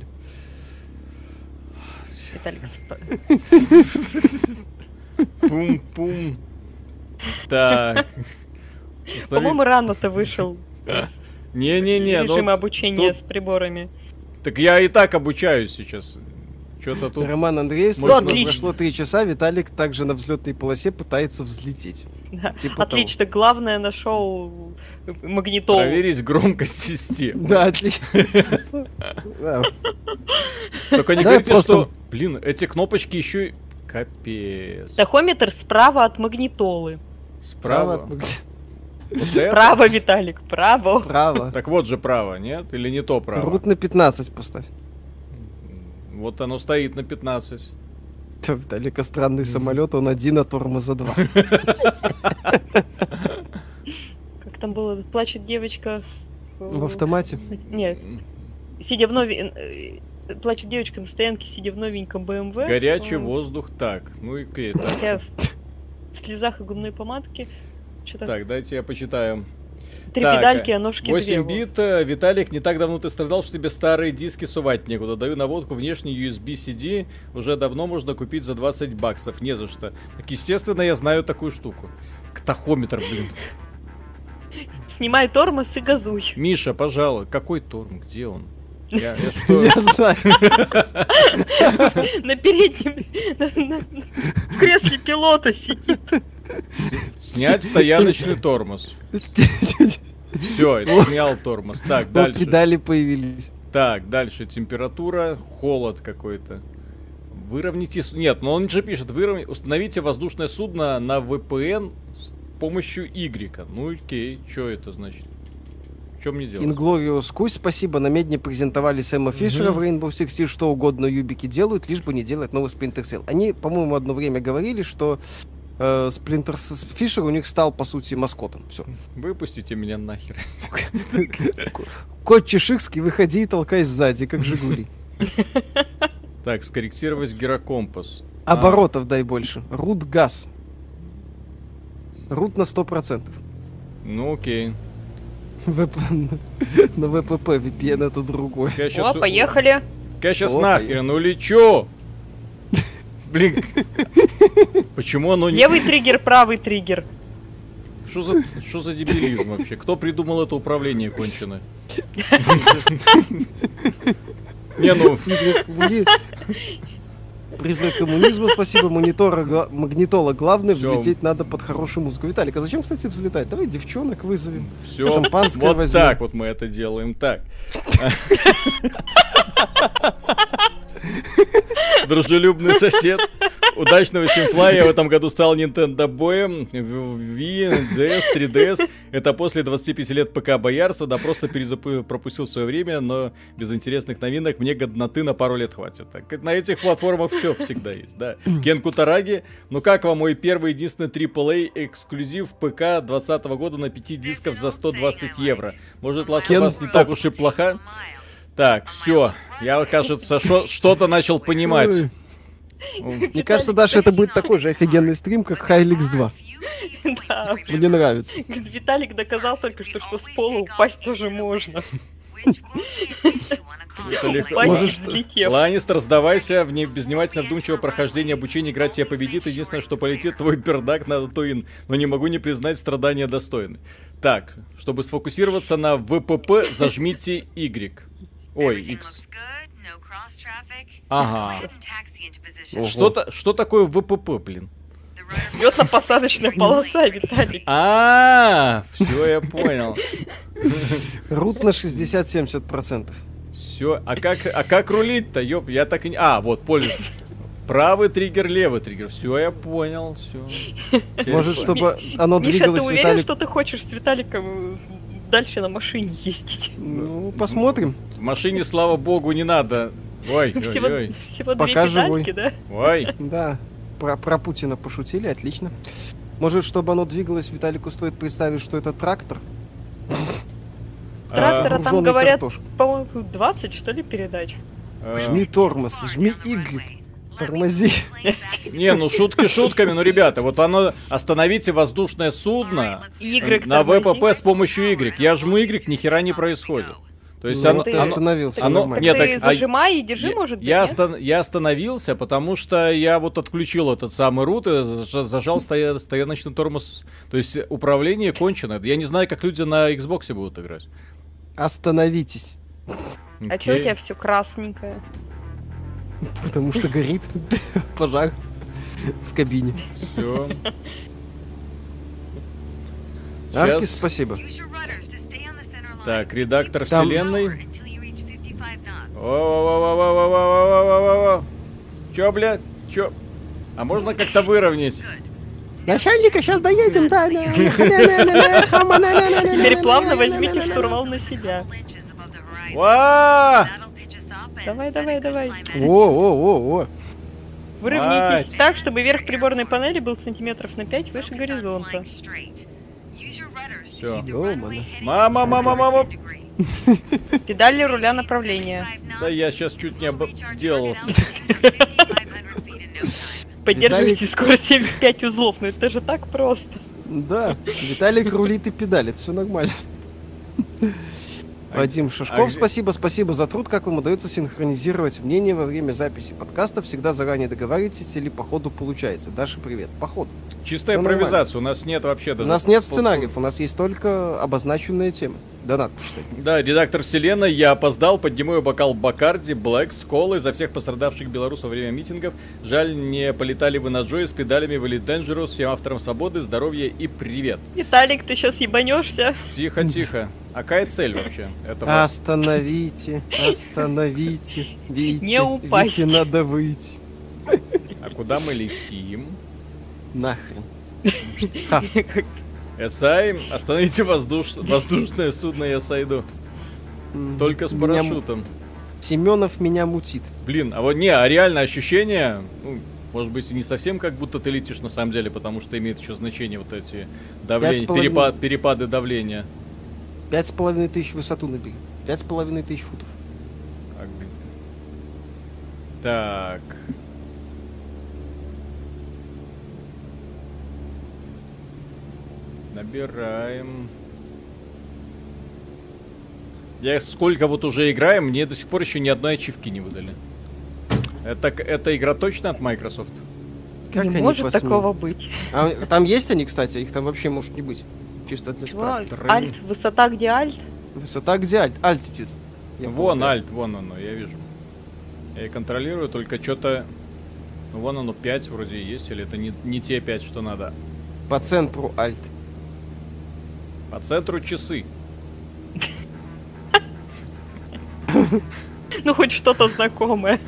Speaker 3: Виталик, сп-
Speaker 1: Пум-пум. Так.
Speaker 3: По-моему, рано-то вышел
Speaker 1: Не-не-не,
Speaker 3: режим
Speaker 1: ну,
Speaker 3: обучения
Speaker 1: тут-
Speaker 3: с приборами.
Speaker 1: так я и так обучаюсь сейчас. Что-то тут...
Speaker 2: Роман Андреев,
Speaker 1: Может,
Speaker 2: спасибо,
Speaker 3: отлично.
Speaker 2: прошло три часа, Виталик также на взлетной полосе пытается взлететь.
Speaker 3: Да.
Speaker 2: Типа
Speaker 3: Отлично, главное нашел магнитолу.
Speaker 1: Проверить громкость системы.
Speaker 2: Да, отлично. Да.
Speaker 1: Только не
Speaker 2: Да,
Speaker 1: говорите,
Speaker 2: просто-
Speaker 1: что... Блин, эти кнопочки еще и... Капец.
Speaker 3: Тахометр справа от магнитолы.
Speaker 1: Справа.
Speaker 2: от магни-
Speaker 1: Вот это?
Speaker 3: Право, Виталик, право.
Speaker 2: Право.
Speaker 1: Так вот же право, нет? Или не то право?
Speaker 2: Рут на пятнадцать поставь.
Speaker 1: Вот оно стоит на пятнадцать.
Speaker 2: Да, Виталика странный самолет, он один, а тормоза два.
Speaker 3: Как там было? Плачет девочка.
Speaker 2: В автомате.
Speaker 3: Нет, сидя в нови... э, Плачет девочка на стоянке, сидя в новеньком бэ эм вэ.
Speaker 1: Горячий
Speaker 3: М,
Speaker 1: воздух. Так, ну и окей, так.
Speaker 3: Я в слезах и губной помадке. Что-то
Speaker 1: Так, дайте я почитаю.
Speaker 3: три
Speaker 1: так,
Speaker 3: педальки, а ножки
Speaker 1: восемь
Speaker 3: две.
Speaker 1: бит, э, Виталик, не так давно ты страдал, что тебе старые диски сувать некуда. Даю наводку, внешний ю эс би-си ди уже давно можно купить за двадцать баксов. Не за что. Так, естественно, я знаю такую штуку. Тахометр, блин.
Speaker 3: Снимай тормоз и газуй.
Speaker 1: Миша, пожалуй, какой торм? Где он? Я, я что?
Speaker 2: Я знаю.
Speaker 3: На переднем... на- на- В кресле пилота сидит.
Speaker 1: Снять стояночный тормоз. Все, это снял тормоз. Так,
Speaker 2: Вот
Speaker 1: дальше.
Speaker 2: педали появились.
Speaker 1: Так, дальше температура, холод какой-то. Выровняйте... с- Нет, но он же пишет, выровня... установите воздушное судно на вэ пэ эн с помощью Y. Ну окей, что это значит? Что мне делать?
Speaker 2: Inglorious Кусь, спасибо. На медне презентовали Сэма Фишера в Rainbow Six Siege, что угодно юбики делают, лишь бы не делать новый Splinter Cell. Они, по-моему, одно время говорили, что э, Splinter S- Fisher у них стал, по сути, маскотом. Все.
Speaker 1: Выпустите меня нахер.
Speaker 2: Кот Чеширский, выходи и толкай сзади, как Жигули.
Speaker 1: Так, скорректировать гирокомпас. А,
Speaker 2: Оборотов дай больше. Рут газ. Рут на сто процентов.
Speaker 1: ну окей.
Speaker 2: ВП На вэ пэ пэ ви пи эн это другой.
Speaker 1: Я
Speaker 3: О,
Speaker 1: сейчас...
Speaker 3: поехали.
Speaker 1: Я сейчас
Speaker 2: О,
Speaker 1: нахер, ну лечу! Блин, почему оно не...
Speaker 3: Левый триггер, правый триггер.
Speaker 1: Что за, что за дебилизм вообще? Кто придумал это управление конченое? Не, ну,
Speaker 2: Призрак коммуни- Призрак коммунизма, спасибо. Монитора, гла- магнитола. Главное,
Speaker 1: Всё.
Speaker 2: взлететь надо под хорошую музыку. Виталик, а зачем, кстати, взлетать? Давай девчонок вызовем.
Speaker 1: все.
Speaker 2: Шампанское
Speaker 1: Вот
Speaker 2: возьмем.
Speaker 1: так вот мы это делаем. Так. Дружелюбный сосед. Удачного Симфлая в этом году стал Nintendo боем. Wii, ди эс, три ди эс. Это после двадцати пяти лет ПК боярства. Да просто перезапу- пропустил свое время, но без интересных новинок мне годноты на пару лет хватит. Так, на этих платформах все всегда есть, да. Кен Кутараги. Ну как вам мой первый единственный трипл эй эксклюзив ПК двадцатого года на пяти дисков за сто двадцать евро? Может, Last of
Speaker 2: Кен
Speaker 1: Us не так уж и плоха? Так, все. Я, кажется, шо- что-то начал понимать.
Speaker 2: Ой. Мне кажется, Даша, это будет такой же офигенный стрим, как Хайликс два.
Speaker 3: Да.
Speaker 2: Мне нравится.
Speaker 3: Говорит, Виталик доказал только что, что с пола упасть тоже можно.
Speaker 1: Это легко.
Speaker 3: Упасть,
Speaker 2: Может,
Speaker 3: взлетев.
Speaker 1: Ланнистер, сдавайся, в не- без внимательно вдумчивого прохождения обучения игра тебя победит. Единственное, что полетит твой пердак на Татуин. Но не могу не признать, страдания достойны. Так, чтобы сфокусироваться на вэ пэ пэ, зажмите Y. Ой, X. Ага.
Speaker 2: Ого.
Speaker 1: Что-то, что такое вэ пэ пэ, блин?
Speaker 3: Взлетно-посадочная полоса, Виталик.
Speaker 1: А, все, я понял.
Speaker 2: Рут на шестьдесят-семьдесят процентов.
Speaker 1: Все, а как, а как рулить-то, ёп, я так и не... А, вот, пользуюсь. Правый триггер, левый триггер. Все, я понял, все.
Speaker 2: Может, чтобы оно
Speaker 3: Миша, ты
Speaker 2: двигалось,
Speaker 3: уверен,
Speaker 2: Виталик?
Speaker 3: что ты хочешь с Виталиком э, дальше на машине ездить?
Speaker 2: Ну, посмотрим.
Speaker 1: В машине, слава богу, не надо. Ой, ой,
Speaker 3: Всего,
Speaker 1: ой.
Speaker 3: всего две
Speaker 2: Пока живой.
Speaker 3: педальки, да?
Speaker 1: Ой.
Speaker 2: Да, про, про Путина пошутили, отлично. Может, чтобы оно двигалось, Виталику стоит представить, что это трактор?
Speaker 3: Трактора там
Speaker 2: Гружёный
Speaker 3: говорят,
Speaker 2: картошкой.
Speaker 3: по-моему, двадцать, что ли, передач?
Speaker 1: А,
Speaker 2: Жми тормоз, жми Y. Тормози.
Speaker 1: Не, ну шутки шутками, ну, ребята, вот оно, остановите воздушное судно
Speaker 3: Y
Speaker 1: на вэ пэ
Speaker 3: тормози.
Speaker 1: пэ с помощью Y. Я жму Y, ни хера не происходит. То есть
Speaker 2: Ну,
Speaker 1: оно,
Speaker 2: ты
Speaker 1: оно-
Speaker 2: остановился.
Speaker 1: оно-
Speaker 2: нормально.
Speaker 1: нет,
Speaker 3: ты
Speaker 1: так, а
Speaker 3: зажимай и держи,
Speaker 1: я,
Speaker 3: может быть,
Speaker 1: я,
Speaker 3: нет?
Speaker 1: остан- я остановился, потому что я вот отключил этот самый рут и заж- зажал стоя- стояночный тормоз. То есть управление кончено. Я не знаю, как люди на Xbox будут играть.
Speaker 2: Остановитесь.
Speaker 3: А чё у тебя все красненькое?
Speaker 2: Потому что горит пожар в кабине.
Speaker 1: Все.
Speaker 2: Аркис, спасибо.
Speaker 1: Так, редактор
Speaker 2: Там-
Speaker 1: вселенной. Во-во-во-во-во-во-во-во-во-во. Чё, бля? Чё? А можно как-то выровнять?
Speaker 2: Начальника, сейчас доедем, да.
Speaker 3: Теперь плавно возьмите штурвал на себя.
Speaker 1: Ва!
Speaker 3: Давай, давай, давай.
Speaker 2: О, о, о, о.
Speaker 3: Выровняйтесь
Speaker 1: Мать.
Speaker 3: так, чтобы верх приборной панели был сантиметров на пять выше горизонта.
Speaker 1: Всё.
Speaker 2: Ё-моё.
Speaker 1: Мама, мама, мама.
Speaker 3: Педали руля направления.
Speaker 1: Да я сейчас чуть не обделался.
Speaker 3: Поддерживайте скорость семьдесят пять узлов, но это же так просто.
Speaker 2: Да, Виталик рулит и педалит, все нормально.
Speaker 1: А
Speaker 2: Вадим
Speaker 1: а
Speaker 2: Шишков,
Speaker 1: где-
Speaker 2: спасибо, спасибо за труд. Как вам удается синхронизировать мнение во время записи подкаста? Всегда заранее договариваетесь или по ходу получается? Даша, привет. По ходу.
Speaker 1: Чистая
Speaker 2: Всё нормально.
Speaker 1: импровизация. У нас нет вообще
Speaker 2: У
Speaker 1: даже...
Speaker 2: нас нет
Speaker 1: по-
Speaker 2: сценариев, у нас есть только обозначенные темы. Донат почитай.
Speaker 1: Да, редактор вселенной, я опоздал, поднимаю бокал Бакарди, Блэк, с колой за всех пострадавших белорусов во время митингов. Жаль, не полетали вы на Джой с педалями в Elite Dangerous. Всем авторам свободы, здоровья и привет.
Speaker 3: Виталик, ты сейчас ебанешься.
Speaker 1: Тихо, тихо. А какая цель вообще? Это
Speaker 2: А.
Speaker 1: вот-
Speaker 2: Остановите, остановите. Вите,
Speaker 3: Не упасть.
Speaker 2: Вите надо выйти.
Speaker 1: а куда мы летим?
Speaker 2: Нахрен. Ха.
Speaker 1: эс ай, остановите воздуш... воздушное судно, я сойду.
Speaker 2: М,
Speaker 1: Только с
Speaker 2: меня м-
Speaker 1: парашютом.
Speaker 2: Семенов меня мутит.
Speaker 1: Блин, а вот не, а реально ощущение, ну, может быть, и не совсем как будто ты летишь на самом деле, потому что имеет еще значение вот эти давления,
Speaker 2: Пять с половиной.
Speaker 1: перепад- перепады давления.
Speaker 2: Пять с половиной тысяч высоту набери. Пять с половиной тысяч футов.
Speaker 1: А где? Так. Набираем. Я сколько вот уже играем, мне до сих пор еще ни одной ачивки не выдали. Это, эта игра точно от Microsoft?
Speaker 2: Как
Speaker 3: Не
Speaker 2: они
Speaker 3: может
Speaker 2: посмеют?
Speaker 3: такого быть.
Speaker 2: А там есть они, кстати, их там вообще может не быть. Чисто для
Speaker 3: Чего?
Speaker 2: справки.
Speaker 3: Альт, высота где альт?
Speaker 2: Высота где альт? Альтитюд. Я
Speaker 1: Вон
Speaker 2: полагаю.
Speaker 1: альт, вон оно, я вижу. Я и контролирую, только что-то... Ну, вон оно, пять вроде есть, или это не, не те пять, что надо.
Speaker 2: По центру альт.
Speaker 1: По центру часы.
Speaker 3: Ну, хоть что-то знакомое.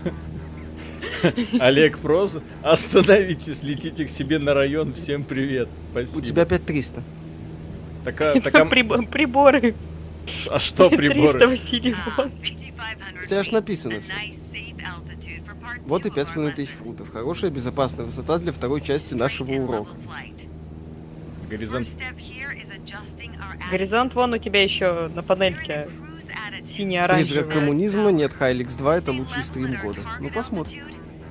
Speaker 1: Олег Прос, остановитесь, летите к себе на район, всем привет. Спасибо.
Speaker 2: У тебя опять триста.
Speaker 1: Така, така-
Speaker 3: Прибо- Приборы.
Speaker 1: А что
Speaker 3: триста
Speaker 1: приборы?
Speaker 3: Василий Иванович.
Speaker 2: У тебя аж написано всё. Вот и пять с половиной тысяч футов. Хорошая безопасная высота для второй части нашего урока.
Speaker 1: Горизонт.
Speaker 3: Горизонт вон у тебя еще на панельке.
Speaker 2: Призрак
Speaker 3: Синий-оранжевый.
Speaker 2: коммунизма, нет, Хайликс два, это лучший стрим года. Ну посмотрим.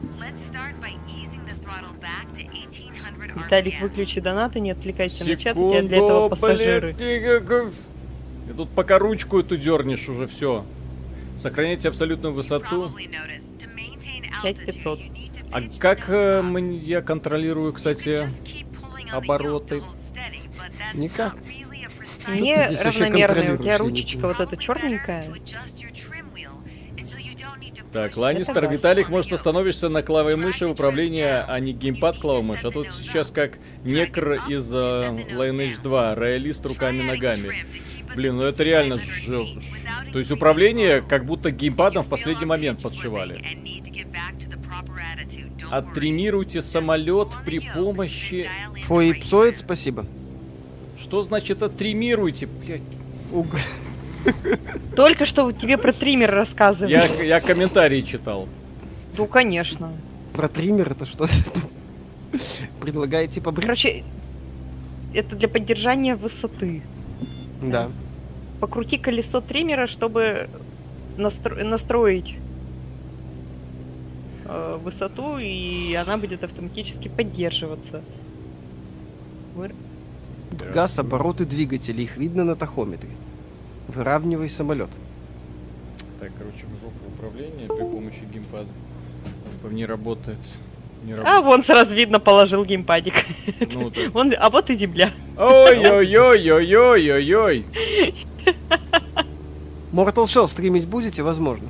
Speaker 3: Виталик, выключи донаты, не отвлекайся на чат, у тебя для этого
Speaker 1: Секунду,
Speaker 3: пассажиры.
Speaker 1: блядь, ты как- И тут пока ручку эту дернешь уже все. Сохраняйте абсолютную высоту.
Speaker 3: пять пятьсот.
Speaker 1: А как э, мы- я контролирую, кстати, обороты?
Speaker 2: Никак.
Speaker 3: Не
Speaker 2: ты здесь вообще
Speaker 3: равномерные, у
Speaker 2: контролируешь,
Speaker 3: тебя
Speaker 2: я не
Speaker 3: ручечка
Speaker 2: понимаю.
Speaker 3: вот эта черненькая.
Speaker 1: Так, Ланнистер,
Speaker 3: да.
Speaker 1: Виталик, может, остановишься на клавой мыши в управлении, а не геймпад клавой мыши. А тут сейчас как некр из uh, Lineage два, роялист руками-ногами. Блин, ну это реально ж... То есть управление как будто геймпадом в последний момент подшивали. Оттримируйте самолет при помощи...
Speaker 2: Твой псоид, спасибо.
Speaker 1: Что значит оттримируйте? Блядь,
Speaker 2: Уг-
Speaker 3: Только что тебе про триммер рассказывали.
Speaker 1: я, я комментарии читал.
Speaker 3: Ну, конечно.
Speaker 2: Про триммер это что? Предлагаете побрить?
Speaker 3: Короче, это для поддержания высоты.
Speaker 2: Да.
Speaker 3: Покрути колесо триммера, чтобы настро- настроить э, высоту, и она будет автоматически поддерживаться. Вы-
Speaker 2: Газ, обороты двигателей, их видно на тахометре. Выравнивай самолет.
Speaker 1: Так, короче, в жопу управление при помощи геймпада. Не работает. Не
Speaker 3: А
Speaker 1: работает.
Speaker 3: вон сразу видно, положил геймпадик.
Speaker 1: Ну, да.
Speaker 3: Вон, а вот и земля.
Speaker 1: Ой-ой-ой-ой-ой-ой.
Speaker 2: Mortal Shell стримить будете? Возможно.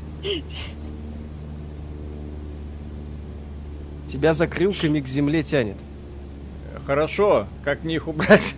Speaker 2: Тебя закрылками к земле тянет.
Speaker 1: Хорошо, как мне их убрать?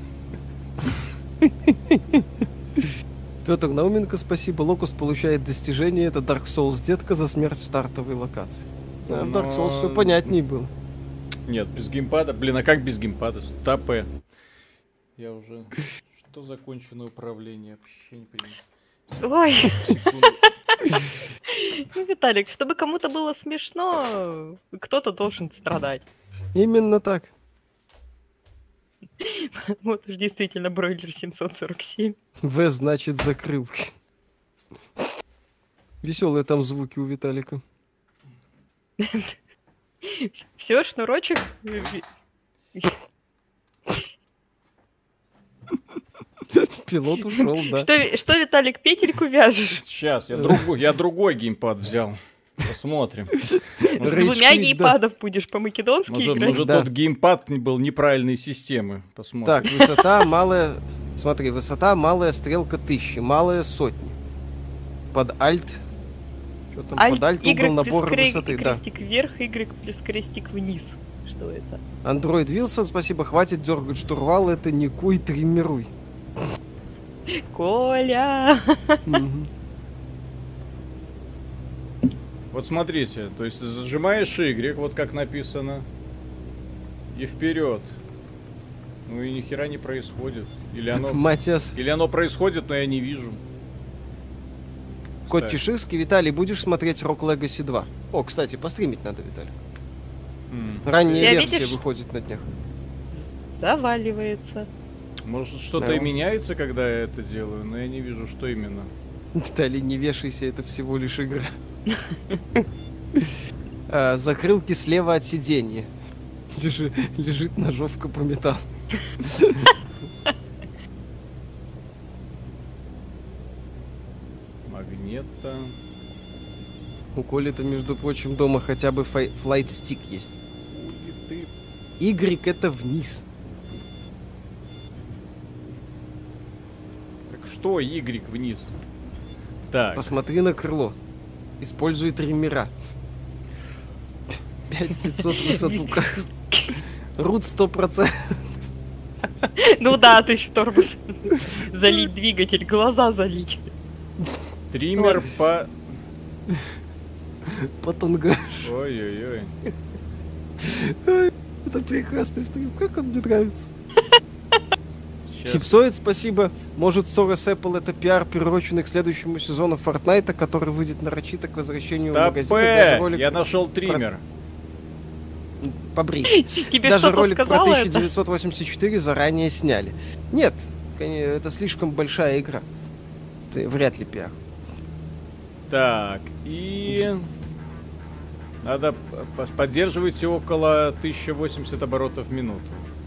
Speaker 2: Петр Науменко, спасибо. Локус получает достижение. Это Dark Souls детка за смерть в стартовой локации. Да, в Dark Souls все понятнее было.
Speaker 1: Нет, без геймпада. Блин, а как без геймпада? Стопы. Я уже... Что за конченое управление? Вообще не понимаю.
Speaker 3: Ой.
Speaker 1: Секунду.
Speaker 3: Ну, Виталик, чтобы кому-то было смешно, кто-то должен страдать.
Speaker 2: Именно так.
Speaker 3: Вот уж действительно бройлер семьсот сорок семь.
Speaker 2: В значит закрылки. Веселые там звуки у Виталика.
Speaker 3: Все, шнурочек.
Speaker 2: Пилот ушел, да.
Speaker 3: Что, что, Виталик, петельку вяжешь?
Speaker 1: Сейчас, я другой, я другой геймпад взял. Посмотрим.
Speaker 3: С двумя геймпадов будешь по-македонски
Speaker 1: Может,
Speaker 3: играть?
Speaker 1: может
Speaker 2: Да.
Speaker 1: тот геймпад был неправильной системы. Посмотрим.
Speaker 2: Так, высота малая... Смотри, высота малая стрелка тысячи, малая сотни. Под альт... Что там?
Speaker 3: Альт,
Speaker 2: Под альт
Speaker 3: Y
Speaker 2: угол
Speaker 3: плюс
Speaker 2: набора
Speaker 3: кре-
Speaker 2: высоты, да.
Speaker 3: крестик вверх, Y плюс крестик вниз. Что это?
Speaker 2: Android Wilson, спасибо, хватит дергать штурвал, это не куй, тренируй.
Speaker 3: Коля!
Speaker 2: Мгм.
Speaker 1: Вот смотрите, то есть зажимаешь Y, вот как написано, и вперед. Ну и ни хера не происходит. Или оно,
Speaker 2: Матиас.
Speaker 1: или оно происходит, но я не вижу.
Speaker 2: Кот
Speaker 1: Кстати.
Speaker 2: Чеширский, Виталий, будешь смотреть Rock Legacy два? О, кстати, постримить надо, Виталий.
Speaker 1: М.
Speaker 2: Ранняя
Speaker 3: Я,
Speaker 2: версия
Speaker 3: видишь-
Speaker 2: выходит на днях.
Speaker 3: Заваливается.
Speaker 1: Может что-то
Speaker 2: Да.
Speaker 1: и меняется, когда я это делаю, но я не вижу, что именно.
Speaker 2: Виталий, не вешайся, это всего лишь игра. А, Закрылки слева от сиденья. Лежи- Лежит ножовка по металлу.
Speaker 1: Магнета.
Speaker 2: У Коли-то, между прочим, дома хотя бы фай- Flight Stick есть.
Speaker 1: Хули ты.
Speaker 2: Y это вниз.
Speaker 1: Так что Y вниз? Так.
Speaker 2: Посмотри на крыло. Используй триммера. пять пятьсот высоту. Рут сто процентов.
Speaker 3: Ну да, ты еще тормоз. Залить двигатель, глаза залить.
Speaker 1: Триммер по...
Speaker 2: Потонга.
Speaker 1: Ой-ой-ой.
Speaker 2: Это прекрасный стрим. Как он мне нравится.
Speaker 1: Сейчас.
Speaker 2: Хипсоид, спасибо. Может, ссора с Apple это пиар, приуроченный к следующему сезону Fortnite, который выйдет нарочито к возвращению в магазин. Даже
Speaker 1: Стопэ!
Speaker 2: ролик
Speaker 1: Я нашел триммер.
Speaker 2: побрить.
Speaker 3: Тебе
Speaker 2: Даже
Speaker 3: что-то
Speaker 2: ролик про
Speaker 3: сказала
Speaker 2: тысяча
Speaker 3: это?
Speaker 2: девятьсот восемьдесят четыре заранее сняли. Нет, коне- это слишком большая игра. Ты вряд ли пиар.
Speaker 1: Так, и... Надо п- п- поддерживать около тысяча восемьдесят оборотов в минуту.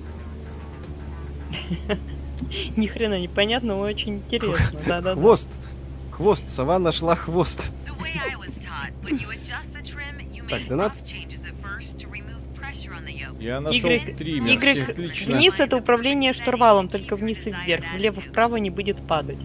Speaker 3: Ни хрена непонятно, но очень интересно. Да-да-да.
Speaker 2: Хвост. Хвост. Сова нашла хвост.
Speaker 4: Так,
Speaker 2: донат.
Speaker 1: Я нашел
Speaker 3: Y,
Speaker 1: триммер.
Speaker 3: Y
Speaker 1: Отлично.
Speaker 3: вниз это управление штурвалом, только вниз и вверх. Влево-вправо не будет падать.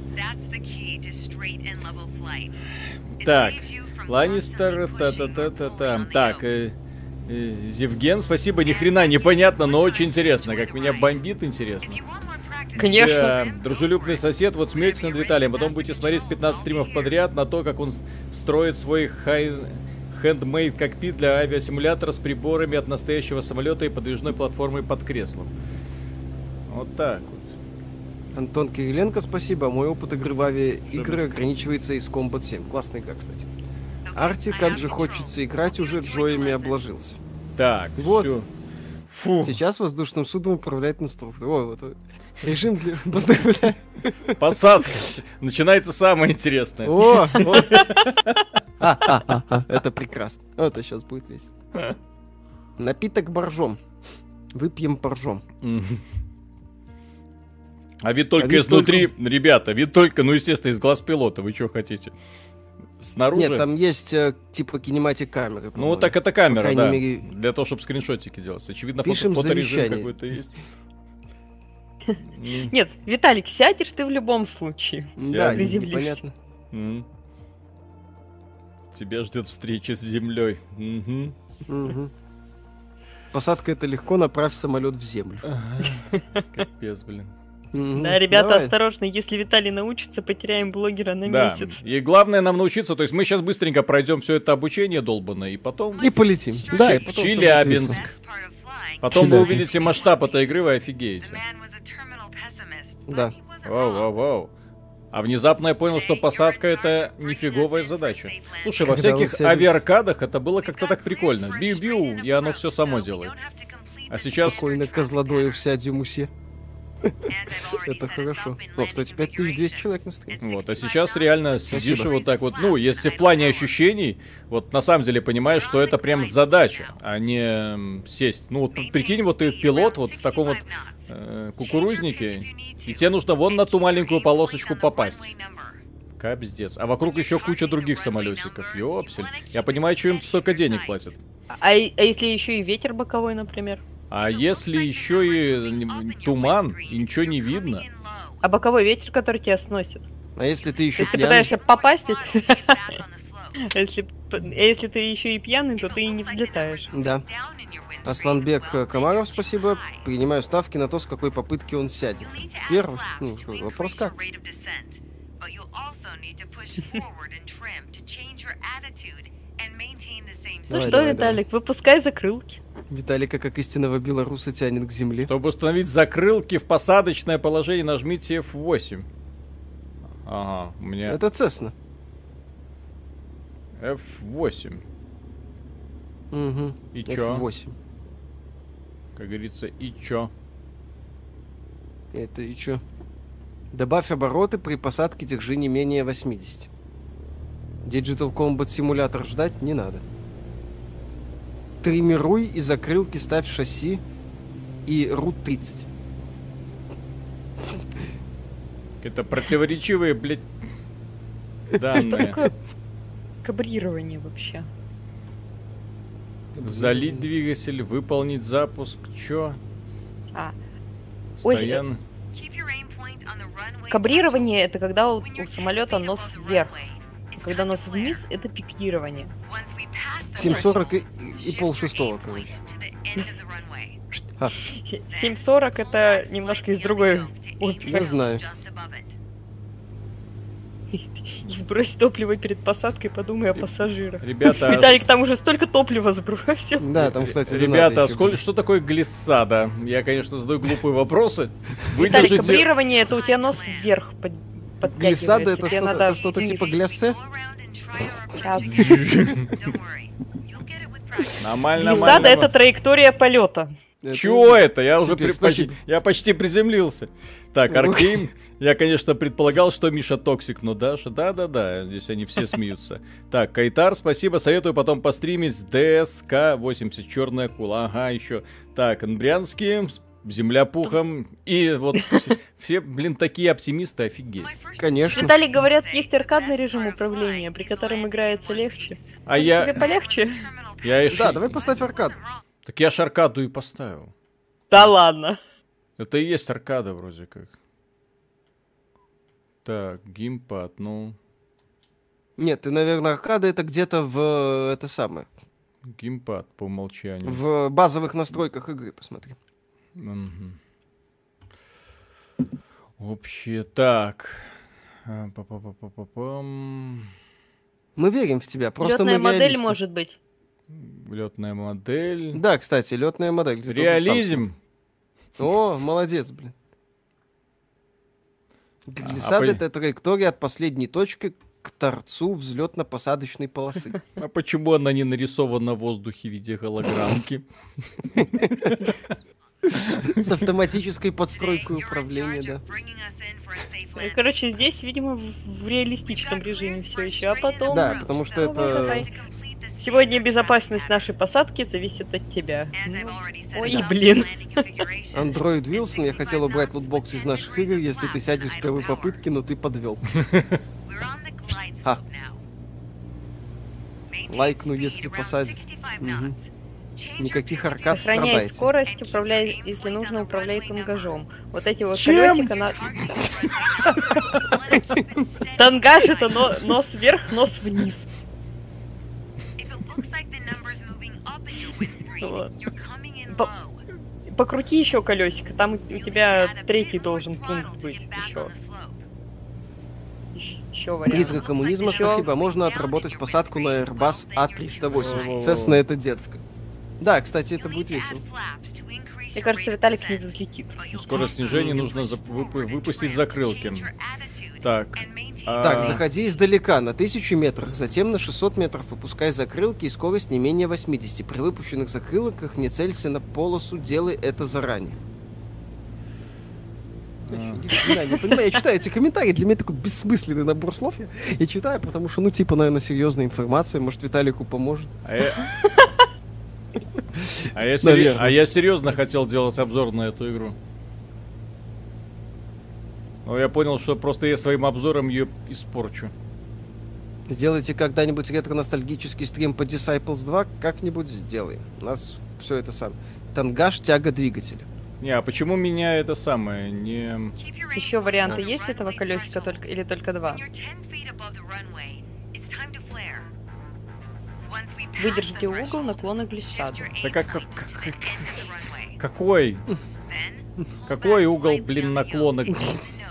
Speaker 1: Так, Ланнистер, та-та-та-та-та. Так, э, э, Зевген, спасибо, ни хрена непонятно, но очень интересно. Как меня бомбит, интересно.
Speaker 3: Конечно.
Speaker 1: Да, дружелюбный сосед, вот смеетесь над Виталием, потом будете смотреть пятнадцать стримов подряд на то, как он строит свой хай... хендмейд кокпит для авиасимулятора с приборами от настоящего самолета и подвижной платформой под креслом. Вот так вот.
Speaker 2: Антон Кириленко, спасибо. Мой опыт игры в авиа
Speaker 1: Что
Speaker 2: игры ограничивается из Combat семь. Классная игра, кстати. Арти, как же хочется играть, уже Джоями обложился.
Speaker 1: Так,
Speaker 2: Вот.
Speaker 1: всё. Фу,
Speaker 2: Сейчас воздушным судом управляет инструктор. Ой, вот. Режим для... Поздравляю.
Speaker 1: посадка. Начинается самое интересное.
Speaker 2: О, о. А-а-а, это прекрасно. Вот это сейчас будет весело. Напиток боржом. Выпьем боржом.
Speaker 1: Мгм. А вид только
Speaker 2: А вид
Speaker 1: изнутри, ребята, вид только, ну естественно, из глаз пилота, вы что хотите? снаружи?
Speaker 2: Нет, там есть э, типа кинематик камеры.
Speaker 1: Ну,
Speaker 2: по-моему.
Speaker 1: так это камера,
Speaker 2: По
Speaker 1: да.
Speaker 2: крайней мере,
Speaker 1: Для того, чтобы скриншотики делать. Очевидно, фото-
Speaker 2: пишем
Speaker 1: фоторежим
Speaker 2: завещание.
Speaker 1: какой-то есть. М,
Speaker 3: Нет, Виталик, сядешь ты в любом случае.
Speaker 2: Да,
Speaker 3: Приземлишься.
Speaker 2: непонятно.
Speaker 1: м. Тебя ждет встреча с землей. Мгм.
Speaker 2: Мгм. Посадка это легко, направь самолет в землю.
Speaker 1: Ага. Капец, блин.
Speaker 2: Мгм.
Speaker 3: Да, ребята,
Speaker 2: Давай.
Speaker 3: осторожно, если Виталий научится, потеряем блогера на
Speaker 1: Да,
Speaker 3: месяц.
Speaker 1: и главное нам научиться, то есть мы сейчас быстренько пройдем все это обучение долбанное, и потом
Speaker 2: И полетим.
Speaker 1: в
Speaker 2: Да, и
Speaker 1: Ч- в
Speaker 2: потом
Speaker 1: Челябинск.
Speaker 2: всё
Speaker 1: Потом вы
Speaker 2: Челябинск.
Speaker 1: увидите масштаб этой игры, вы офигеете.
Speaker 2: Да.
Speaker 1: Вау, вау, вау. А внезапно я понял, что посадка это нифиговая задача. Слушай, во
Speaker 2: Когда вы
Speaker 1: всяких
Speaker 2: сядете-
Speaker 1: авиаркадах это было как-то так прикольно. Бью-бью, и оно все само делает. А сейчас...
Speaker 2: Спокойно, Козлодоев, сядь в мусе. Это хорошо. О, кстати, пять тысяч двести человек на стриме.
Speaker 1: Вот, а сейчас реально сидишь и
Speaker 2: Спасибо.
Speaker 1: вот так вот, ну, если в плане ощущений, вот на самом деле понимаешь, что это прям задача, а не м, сесть. Ну, вот прикинь, вот ты пилот вот в таком вот э, кукурузнике, и тебе нужно вон на ту маленькую полосочку попасть. Капздец. А вокруг еще куча других самолетиков. Ёпсель. Я понимаю, что им столько денег платят.
Speaker 3: А, и- а если еще и ветер боковой, например?
Speaker 1: А если еще и м, туман, и ничего не видно?
Speaker 3: А боковой ветер, который тебя сносит?
Speaker 2: А если ты
Speaker 3: То
Speaker 2: еще
Speaker 3: есть ты
Speaker 2: пьяный?
Speaker 3: пытаешься попасть, и ты- а если, п- а если ты еще и пьяный, то ты и не взлетаешь.
Speaker 2: Да. Асланбек э, Комаров, спасибо. Принимаю ставки на то, с какой попытки он сядет. Первый. Ну, какой вопрос как?
Speaker 3: Ну
Speaker 2: Давай,
Speaker 3: что,
Speaker 2: давай,
Speaker 3: Виталик, выпускай закрылки.
Speaker 2: Виталика, как истинного белоруса, тянет к земле.
Speaker 1: Чтобы установить закрылки в посадочное положение, нажмите эф восемь. Ага, у меня
Speaker 2: Это Цесна.
Speaker 1: эф восемь.
Speaker 2: Угу.
Speaker 1: И чё?
Speaker 2: эф восемь.
Speaker 1: Как говорится, и чё?
Speaker 2: Это и чё? Добавь обороты, при посадке держи не менее восемьдесят. Digital Combat Simulator ждать не надо. Тримируй и закрылки ставь шасси и рут тридцать.
Speaker 1: Это противоречивые, блядь,
Speaker 3: Что
Speaker 1: данные.
Speaker 3: такое кабрирование вообще?
Speaker 1: Залить двигатель, выполнить запуск, чё?
Speaker 3: А, Ой,
Speaker 1: Стоян...
Speaker 3: кабрирование это когда у, у самолета нос вверх. Когда нос вниз, это пикирование.
Speaker 2: семь сорок и, и пол шестого, короче. А,
Speaker 3: семь сорок это немножко из другой оперы.
Speaker 2: я знаю.
Speaker 3: Сбрось топливо перед посадкой, подумай о пассажирах.
Speaker 1: Ребята,
Speaker 3: Виталик там уже столько топлива сбросил.
Speaker 2: Да, там, кстати,
Speaker 1: ребята,
Speaker 2: Рената ещё
Speaker 1: сколь,
Speaker 2: будет.
Speaker 1: что такое глиссада? Я, конечно, задаю глупые вопросы. Вы
Speaker 3: Виталик,
Speaker 1: держите...
Speaker 3: кабрирование это у тебя нос вверх под, подтягивается.
Speaker 2: Глиссада это
Speaker 3: тебе
Speaker 2: что-то,
Speaker 3: надо
Speaker 2: это что-то
Speaker 3: вниз.
Speaker 2: типа гляссе?
Speaker 3: Сейчас.
Speaker 1: Нормально,
Speaker 3: Глиссада
Speaker 1: нормально.
Speaker 3: это траектория полета.
Speaker 2: Это-
Speaker 1: Чего это? Я уже
Speaker 2: Супер,
Speaker 1: при-
Speaker 2: спасибо.
Speaker 1: почти, я почти приземлился. Так,
Speaker 2: Ну,
Speaker 1: Аркейм, я, конечно, предполагал, что Миша токсик, но Даша, да-да-да, здесь они все смеются. Так, Кайтар, спасибо, советую потом постримить ди эс ка восемьдесят, черная акула, ага, еще. Так, Анбрянский, земля пухом, и вот все, все, блин, такие оптимисты, офигеть.
Speaker 2: Конечно.
Speaker 3: Виталик, говорят, есть аркадный режим управления, при котором играется легче.
Speaker 1: А
Speaker 3: Может,
Speaker 1: я,
Speaker 3: тебе полегче?
Speaker 1: я и
Speaker 2: Да,
Speaker 1: ш-
Speaker 2: давай поставь аркаду.
Speaker 1: Так я ж аркаду и поставил.
Speaker 3: Да ладно.
Speaker 1: Это и есть аркада вроде как. Так, геймпад, ну...
Speaker 2: Нет, ты, наверное, аркада это где-то в это самое.
Speaker 1: Геймпад по умолчанию.
Speaker 2: В базовых настройках игры, посмотри.
Speaker 1: Мгм. Общее, так. А, па-па-па-па-па-пам.
Speaker 2: Мы верим в тебя, просто
Speaker 3: Летная
Speaker 2: мы
Speaker 3: модель
Speaker 2: реалисты.
Speaker 3: может быть.
Speaker 1: Летная модель.
Speaker 2: Да, кстати, летная модель. где-то
Speaker 1: Реализм.
Speaker 2: там. О, молодец, блин. Глиссада
Speaker 1: А, по-
Speaker 2: это траектория от последней точки к торцу взлетно-посадочной полосы.
Speaker 1: А почему она не нарисована в воздухе в виде голограммки?
Speaker 2: С автоматической подстройкой управления, да.
Speaker 3: Ну, Короче, здесь, видимо, в, в реалистичном режиме все еще, а потом...
Speaker 2: Да, потому что это...
Speaker 3: Давай. Сегодня безопасность нашей посадки зависит от тебя. Ну, Ой,
Speaker 2: Да.
Speaker 3: блин.
Speaker 2: Android Wilson, я хотел убрать лутбокс из наших игр, если ты сядешь с первой попытки, но ты подвел. Ха. Лайкну, если посадят. Угу. Никаких аркад,
Speaker 3: Сохраняет
Speaker 2: страдайте.
Speaker 3: скорость, управляет, если нужно, управляет тангажом. Вот эти вот
Speaker 1: Чем?
Speaker 3: колесика на... Тангаж это но- нос вверх, нос вниз. Вот. По- Покрути еще колесико, там у у тебя третий должен пункт быть еще. Еще вариант.
Speaker 2: Призрак коммунизма,
Speaker 3: Ещё.
Speaker 2: спасибо. Можно отработать посадку на Airbus А триста восемьдесят. Цесна это детская. Да, кстати, это будет весело.
Speaker 3: Мне кажется, Виталик не взлетит.
Speaker 1: Скорость снижения нужно зап- выпу- выпустить закрылки. Так. а,
Speaker 2: Так, заходи издалека на тысячу метров, затем на шестьсот метров выпускай закрылки и скорость не менее восьмидесяти. При выпущенных закрылках не целься на полосу, делай это заранее. Я
Speaker 1: А.
Speaker 2: чё, ни хрена не понимаю. Я читаю эти комментарии, для меня такой бессмысленный набор слов. Я, я читаю, потому что, ну, типа, наверное, серьезная информация. Может, Виталику поможет.
Speaker 1: А я... А я, сери-
Speaker 2: Наверное.
Speaker 1: а я серьезно хотел делать обзор на эту игру. Но я понял, что просто я своим обзором ее испорчу.
Speaker 2: Сделайте когда-нибудь ретро-ностальгический стрим по Disciples два, как-нибудь сделаем. У нас все это сам. Тангаж, тяга двигателя.
Speaker 1: Не, а почему меня это самое не...
Speaker 3: Еще варианты есть этого колесика только или только два? Выдержите угол наклона к глиссаду.
Speaker 1: Да как, как- как- какой? Какой угол, блин, наклона? к-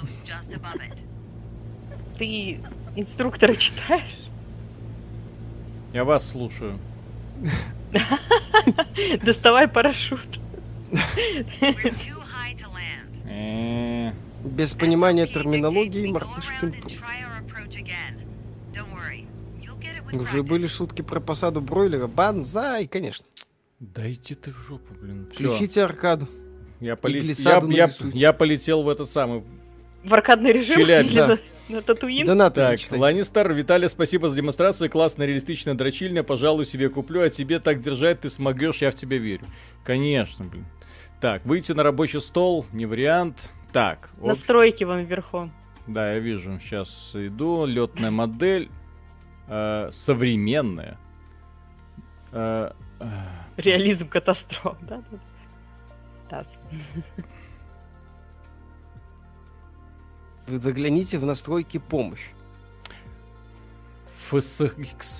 Speaker 3: Ты инструктора читаешь?
Speaker 1: Я вас слушаю.
Speaker 3: Доставай парашют.
Speaker 1: Э,
Speaker 2: Без понимания терминологии мартышкин труд. Уже были шутки про посаду бройлера. Банзай, конечно.
Speaker 1: Дайте ты в жопу, блин. Всё.
Speaker 2: Включите аркаду.
Speaker 1: Я, поле-
Speaker 2: и глиссаду
Speaker 1: я, я,
Speaker 2: нарисуйте.
Speaker 1: я полетел в этот самый...
Speaker 3: В аркадный режим
Speaker 1: Челябинск,
Speaker 3: или
Speaker 2: да.
Speaker 3: на, на Татуин?
Speaker 2: Донаты
Speaker 1: Так,
Speaker 2: зачитай.
Speaker 1: Ланнистер, Виталий, спасибо за демонстрацию. Классно, реалистично, дрочильня. Пожалуй, себе куплю. А тебе так держать ты смогешь, я в тебя верю. Конечно, блин. Так, выйти на рабочий стол, не вариант. Так, вот,
Speaker 3: Настройки вон вверху.
Speaker 1: да, я вижу. Сейчас иду. Летная модель. э, современная. Э, э,
Speaker 3: Реализм катастроф, да? Да.
Speaker 2: Вы загляните в настройки помощь.
Speaker 1: эф эс икс.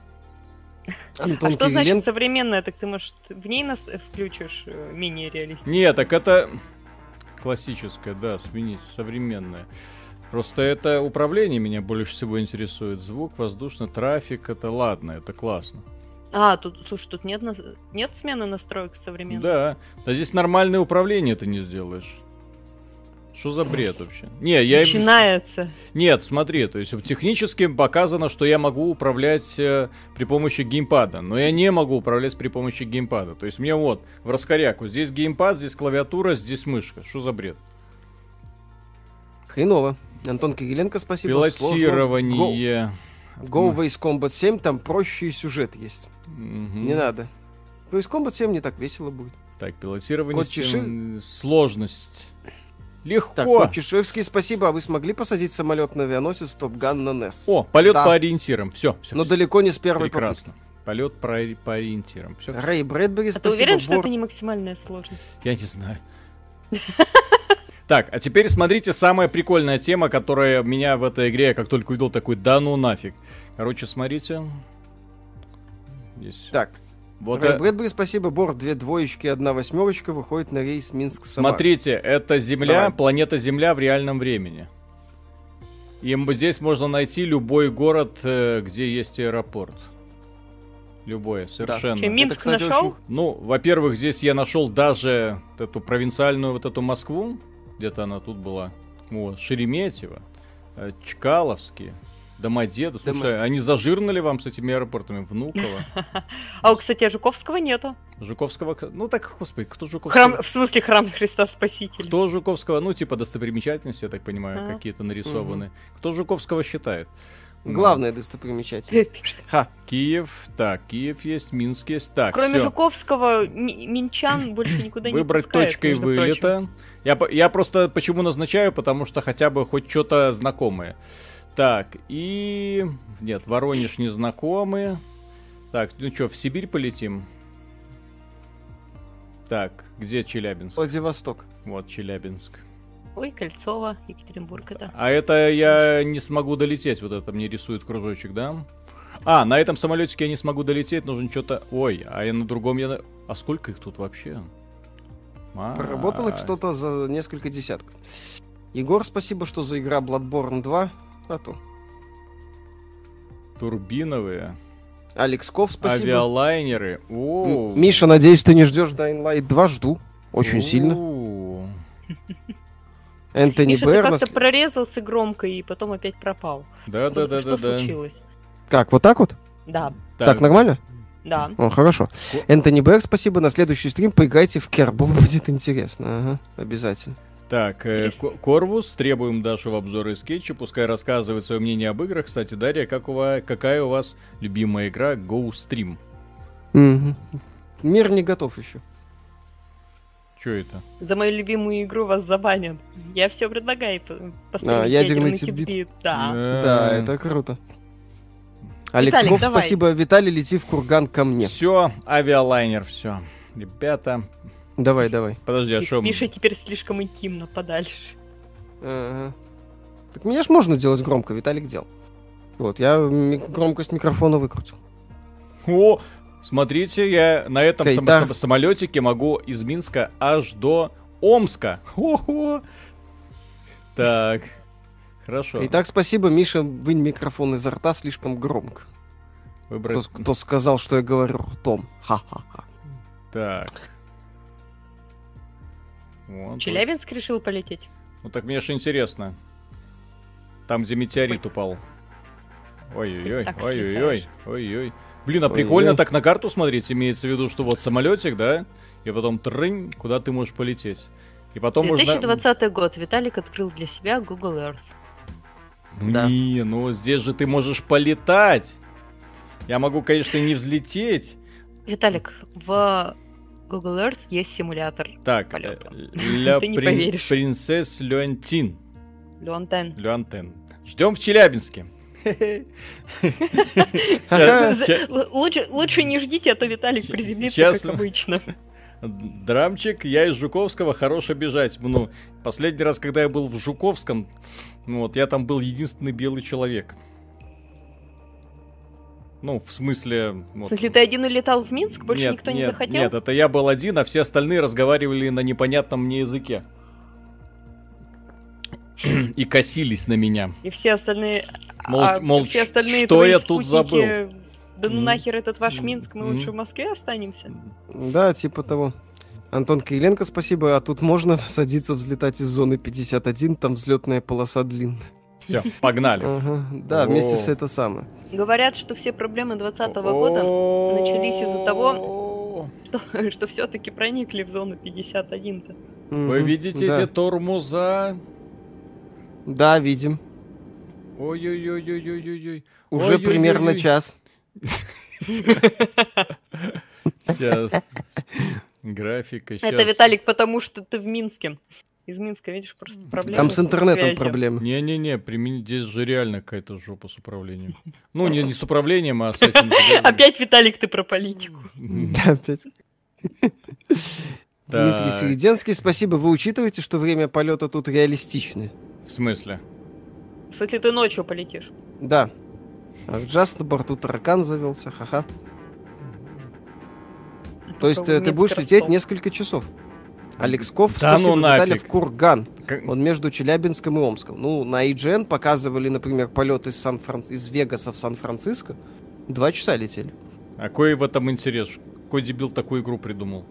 Speaker 2: Антон
Speaker 3: А что значит
Speaker 2: Кириленко.
Speaker 3: современная? Так ты, может, в ней нас включишь э, менее реалистично?
Speaker 1: Нет, так это классическая, да, сменить, современная. Просто это управление меня больше всего интересует. Звук, воздушный трафик, это ладно, это классно.
Speaker 3: А, тут, слушай, тут нет, нас- нет смены настроек современных?
Speaker 1: Да, да здесь нормальное управление ты не сделаешь. Что за бред вообще? Не, я...
Speaker 3: Начинается.
Speaker 1: Нет, смотри, то есть технически показано, что я могу управлять э, при помощи геймпада, но я не могу управлять при помощи геймпада. То есть мне вот, в раскоряку, здесь геймпад, здесь клавиатура, здесь мышка. Что за бред?
Speaker 2: Хреново. Антон Кириленко, спасибо.
Speaker 1: Пилотирование.
Speaker 2: Сложно. Go в Ace Combat семь, там проще и сюжет есть.
Speaker 1: Мгм.
Speaker 2: Не надо. В Ace Combat семь не так весело будет.
Speaker 1: Так, пилотирование,
Speaker 2: Кот
Speaker 1: систем- сложность. Легко.
Speaker 2: Так, Кот Чешевский, спасибо. А вы смогли посадить самолет на авианосец в Топ Ган на Нес?
Speaker 1: О, полет
Speaker 2: Да.
Speaker 1: по ориентирам. Все, все.
Speaker 2: Но далеко не с первой
Speaker 1: Прекрасно. Полет про- по ориентирам. Все.
Speaker 2: попытки. Рэй Брэдбери,
Speaker 3: А ты
Speaker 2: спасибо.
Speaker 3: уверен, что
Speaker 2: Бор-
Speaker 3: это не максимальная сложность?
Speaker 1: Я не знаю. Так, а теперь смотрите, самая прикольная тема, которая меня в этой игре, я как только увидел, такой, да ну нафиг. Короче, смотрите. Здесь.
Speaker 2: Так,
Speaker 1: Вот,
Speaker 2: Рэй
Speaker 1: э,
Speaker 2: Брэдбери, спасибо. Борт, две двоечки, одна восьмерочка выходит на рейс Минск-Самара.
Speaker 1: смотрите, это Земля,
Speaker 2: Давай.
Speaker 1: планета Земля в реальном времени. И м- здесь можно найти любой город, э, где есть аэропорт. Любое, совершенно.
Speaker 3: Че, Минск
Speaker 2: кстати,
Speaker 3: нашел?
Speaker 2: очень-
Speaker 1: Ну, во-первых, здесь я нашел даже вот эту провинциальную вот эту Москву, где-то она тут была, вот, Шереметьево, э, Чкаловский, Домодедово. Слушай, они зажирнали вам с этими аэропортами? Внуково,
Speaker 3: А, вот, кстати, а Жуковского нету.
Speaker 1: Жуковского, ну так, господи, кто Жуковского?
Speaker 3: Храм, в смысле, храм Христа Спасителя.
Speaker 1: Кто Жуковского, ну типа достопримечательности, я так понимаю,
Speaker 3: А.
Speaker 1: какие-то нарисованы. Кто Жуковского считает? Ну,
Speaker 2: Главная достопримечательность. Ха.
Speaker 1: Киев, так, Киев есть, Минск есть, так,
Speaker 3: Кроме
Speaker 1: всё.
Speaker 3: Жуковского, ми- минчан больше никуда не
Speaker 1: Выбрать
Speaker 3: пускают,
Speaker 1: точкой
Speaker 3: между прочим.
Speaker 1: вылета. Я, по- я просто почему назначаю, потому что хотя бы хоть что-то знакомое. Так, и... Нет, Воронеж незнакомые. Так, ну что, в Сибирь полетим? Так, где Челябинск?
Speaker 2: Владивосток.
Speaker 1: Вот Челябинск.
Speaker 3: Ой, Кольцово, Екатеринбург это.
Speaker 1: А это я не смогу долететь, вот это мне рисует кружочек, да? А, на этом самолетике я не смогу долететь, нужно что-то... Ой, а я на другом я... А сколько их тут вообще? А-а-а.
Speaker 2: Проработал их что-то за несколько десятков. Егор, спасибо, что за игра Bloodborne два. А то.
Speaker 1: Турбиновые.
Speaker 2: Алекс Ков, спасибо.
Speaker 1: Авиалайнеры. О.
Speaker 2: М- Миша, надеюсь, ты не ждешь Dying Light два, жду. Очень
Speaker 1: О.
Speaker 2: сильно. Энтони
Speaker 3: Миша, ты
Speaker 2: Бэр.
Speaker 3: как-то
Speaker 2: нас-
Speaker 3: прорезался громко и потом опять пропал.
Speaker 1: Да,
Speaker 3: Что-
Speaker 1: да, да,
Speaker 3: Что
Speaker 1: да, да.
Speaker 3: случилось?
Speaker 2: Как, вот так вот?
Speaker 3: Да,
Speaker 2: Так, нормально?
Speaker 3: да.
Speaker 2: О, хорошо. Энтони Бэр, спасибо. На следующий стрим поиграйте в Кербл, будет интересно. Ага, обязательно.
Speaker 1: Так, э,
Speaker 3: Есть.
Speaker 1: Ко- Корвус, требуем Дашу в обзоры и скетчи, пускай рассказывает свое мнение об играх. Кстати, Дарья, как у вас, какая у вас любимая игра GoStream?
Speaker 2: Мгм. Мир не готов еще.
Speaker 1: Че это?
Speaker 3: За мою любимую игру вас забанят. Я все предлагаю п- поставить
Speaker 2: А, ядерный
Speaker 3: ядерный
Speaker 2: титбит.
Speaker 3: титбит. Да.
Speaker 2: Да, это круто. Алекс
Speaker 3: Виталик,
Speaker 2: Ков,
Speaker 3: давай.
Speaker 2: спасибо. Виталий, лети в курган ко мне.
Speaker 1: Все, авиалайнер, все. Ребята,
Speaker 2: Давай, давай.
Speaker 1: подожди, а
Speaker 3: Миш-
Speaker 1: что?
Speaker 3: Миша теперь слишком интимно, подальше.
Speaker 2: Ага. Так меня ж можно делать громко, Виталик делал. Вот, я ми- громкость микрофона выкрутил.
Speaker 1: О, смотрите, я на этом сам-
Speaker 2: Кайдар.
Speaker 1: сам- самолетике могу из Минска аж до Омска. Хо-хо. Так, хорошо.
Speaker 2: Итак, спасибо, Миша, вынь микрофон изо рта слишком громко.
Speaker 1: Выбрать.
Speaker 2: Кто, кто сказал, что я говорю ртом? Ха-ха-ха.
Speaker 1: Так. Вот,
Speaker 3: Челябинск решил полететь?
Speaker 1: Ну так мне же интересно. Там, где метеорит упал. Ой-ой-ой,
Speaker 3: Так
Speaker 1: ой-ой-ой,
Speaker 3: слетаешь.
Speaker 1: ой-ой. Блин, а
Speaker 2: Ой-ой.
Speaker 1: прикольно так на карту смотреть, имеется в виду, что вот самолетик, да, и потом трынь, куда ты можешь полететь. И потом
Speaker 3: две тысячи
Speaker 1: можно...
Speaker 3: двадцатый год. Виталик открыл для себя Google Earth.
Speaker 1: Ну
Speaker 2: Да.
Speaker 1: не, ну здесь же ты можешь полетать. Я могу, конечно, не взлететь.
Speaker 3: Виталик, в Google Earth есть симулятор
Speaker 1: Так,
Speaker 3: полета.
Speaker 1: э, ля
Speaker 3: Ты не
Speaker 1: прин-
Speaker 3: поверишь.
Speaker 1: принцесс Люантин.
Speaker 3: Люантен.
Speaker 1: Люантен. Ждем в Челябинске.
Speaker 2: Ха-ха.
Speaker 1: Ща- ща-
Speaker 3: Л- Лучше, лучше не ждите, а то Виталик
Speaker 1: Щ-
Speaker 3: приземлится,
Speaker 1: щас-
Speaker 3: как обычно.
Speaker 1: Драмчик, я из Жуковского, хорош обижать. Ну, последний раз, когда я был в Жуковском, ну вот, я там был единственный белый человек. Ну, в смысле...
Speaker 3: В
Speaker 1: вот.
Speaker 3: смысле, ты один улетал в Минск, больше
Speaker 1: Нет,
Speaker 3: никто не
Speaker 1: нет,
Speaker 3: захотел?
Speaker 1: Нет, это я был один, а все остальные разговаривали на непонятном мне языке. И косились на меня.
Speaker 3: И все остальные...
Speaker 1: Мол-
Speaker 3: а
Speaker 1: мол,
Speaker 3: все остальные
Speaker 1: что
Speaker 3: твои
Speaker 1: я тут
Speaker 3: спутники, Да ну
Speaker 1: Мгм.
Speaker 3: нахер этот ваш Минск, мы
Speaker 1: Мгм.
Speaker 3: лучше в Москве останемся.
Speaker 2: Да, типа того. Антон Кириленко, спасибо. А тут можно садиться, взлетать из зоны пятьдесят один, там взлетная полоса длинная.
Speaker 1: Все, погнали.
Speaker 2: Ага. Да, вместе с
Speaker 1: О.
Speaker 2: это самое.
Speaker 3: Говорят, что все проблемы двадцатого года, начались из-за
Speaker 1: того...
Speaker 3: что, что все-таки проникли в зону пятьдесят один-то.
Speaker 1: Вы
Speaker 2: Мгм.
Speaker 1: видите
Speaker 2: Да.
Speaker 1: эти тормоза?
Speaker 2: Да, видим.
Speaker 1: Ой-ой-ой-ой-ой-ой.
Speaker 2: Уже
Speaker 1: Ой-ой-ой-ой.
Speaker 2: примерно час.
Speaker 1: Сейчас. Графика, сейчас.
Speaker 3: Это, Виталик, потому что ты в Минске. Из Минска, видишь, просто проблемы.
Speaker 2: Там с интернетом
Speaker 3: связью.
Speaker 2: проблемы.
Speaker 1: Не-не-не, примени- здесь же реально какая-то жопа с управлением. Ну, не, не с управлением, а с этим...
Speaker 3: Опять, Виталик, ты про политику.
Speaker 2: Да, опять. Дмитрий
Speaker 1: Так.
Speaker 2: Середенский, спасибо. Вы учитываете, что время полета тут реалистичное?
Speaker 1: В смысле?
Speaker 3: В смысле, ты ночью полетишь.
Speaker 2: Да. А в джаз на борту таракан завелся, ха-ха. То есть
Speaker 3: Только
Speaker 2: э, ты
Speaker 3: в
Speaker 2: будешь
Speaker 3: Минск,
Speaker 2: лететь
Speaker 3: Ростов.
Speaker 2: несколько часов. Алекс Ков,
Speaker 1: Да
Speaker 2: спасибо,
Speaker 1: ну
Speaker 2: Виталий,
Speaker 1: нафиг.
Speaker 2: в Курган.
Speaker 1: Как-
Speaker 2: Он между Челябинском и Омском. Ну, на ай джи эн показывали, например, полет из, Сан-Фран... из Вегаса в Сан-Франциско. Два часа летели.
Speaker 1: А какой в этом интерес? Какой дебил такую игру придумал?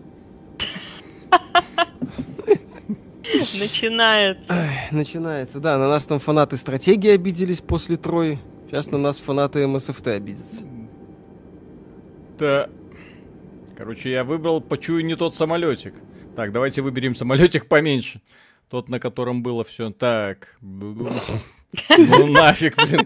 Speaker 3: Начинается.
Speaker 2: Эх, начинается. Да, на нас там фанаты стратегии обиделись после Трои. Сейчас на нас фанаты эм эс эф ти обидятся.
Speaker 1: Да. Короче, я выбрал, почую, не тот самолетик. Так, давайте выберем самолетик поменьше. Тот, на котором было все. Так. Ну нафиг, блин.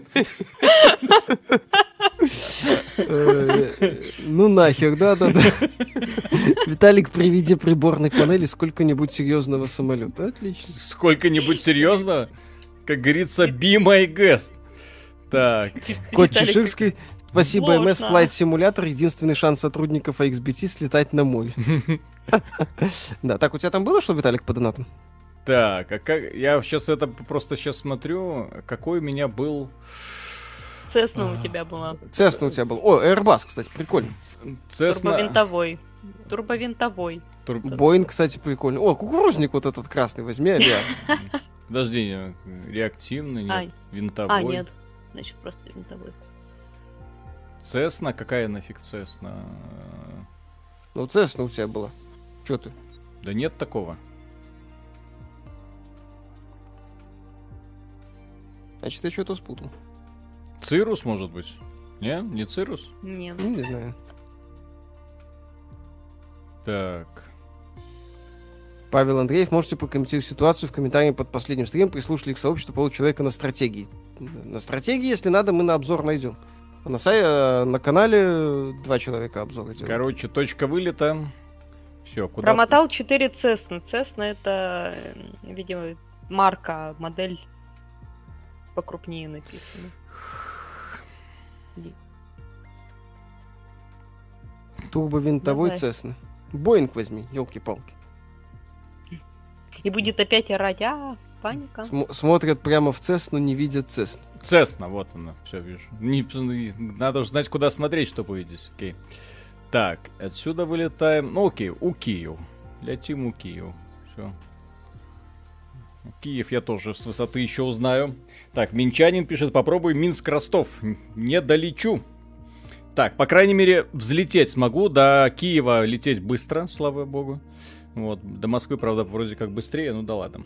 Speaker 2: Э, Ну нахер, да-да-да. Виталик, при виде приборной панели сколько-нибудь серьезного самолета. Отлично.
Speaker 1: Сколько-нибудь серьезно? Как говорится, be my guest. Так.
Speaker 2: Кот
Speaker 3: Виталик,
Speaker 2: Чеширский. Спасибо, эм эс
Speaker 3: Можно.
Speaker 2: Flight Simulator. Единственный шанс сотрудников икс би ти слетать на море. Да, так, у тебя там было что, Виталик, по донатам?
Speaker 1: Так, а как... Я сейчас это просто сейчас смотрю, какой у меня был...
Speaker 3: Цесна у тебя была.
Speaker 2: Цесна у тебя был. О, Airbus, кстати, прикольно.
Speaker 1: Цесна...
Speaker 3: Турбовинтовой. Турбовинтовой.
Speaker 1: Тур-
Speaker 2: Боинг, кстати, прикольный. О, кукурузник вот этот красный возьми, Авиа.
Speaker 1: Подожди, э, реактивный, нет,
Speaker 3: Ай.
Speaker 1: винтовой.
Speaker 3: А, нет. Значит, просто винтовой.
Speaker 1: Цесна? Какая нафиг Цесна?
Speaker 2: Ну, Цесна у тебя была. Чё ты?
Speaker 1: Да нет такого.
Speaker 2: Значит, я что-то спутал.
Speaker 1: Цирус, может быть? Не? Не Цирус?
Speaker 3: Нет.
Speaker 2: Ну, не знаю.
Speaker 1: Так.
Speaker 2: Павел Андреев, можете прокомментировать ситуацию в комментарии под последним стримом, прислушали к сообществу получеловека на стратегии. На стратегии, если надо, мы на обзор найдем. А на, сай... на канале два человека обзоры делают.
Speaker 1: Короче, точка вылета. Все, куда...
Speaker 3: Промотал четыре Цесны. Цесна это, э, видимо, марка, модель покрупнее написана.
Speaker 2: Турбовинтовой
Speaker 3: Давай.
Speaker 2: Цесна. Боинг возьми, елки-палки.
Speaker 3: И будет опять орать, а, паника.
Speaker 2: См- смотрят прямо в Цесну, не видят Цесну.
Speaker 1: Цесна, вот она, все вижу. Не, надо же знать, куда смотреть, чтобы увидеть. Окей. Так, отсюда вылетаем. Ну, окей, у Киев. Летим у Киев. Все. Киев я тоже с высоты еще узнаю. Так, Минчанин пишет, попробуй Минск-Ростов. Не долечу. Так, по крайней мере, взлететь смогу. До Киева лететь быстро, слава богу. Вот, до Москвы, правда, вроде как быстрее, ну да ладно.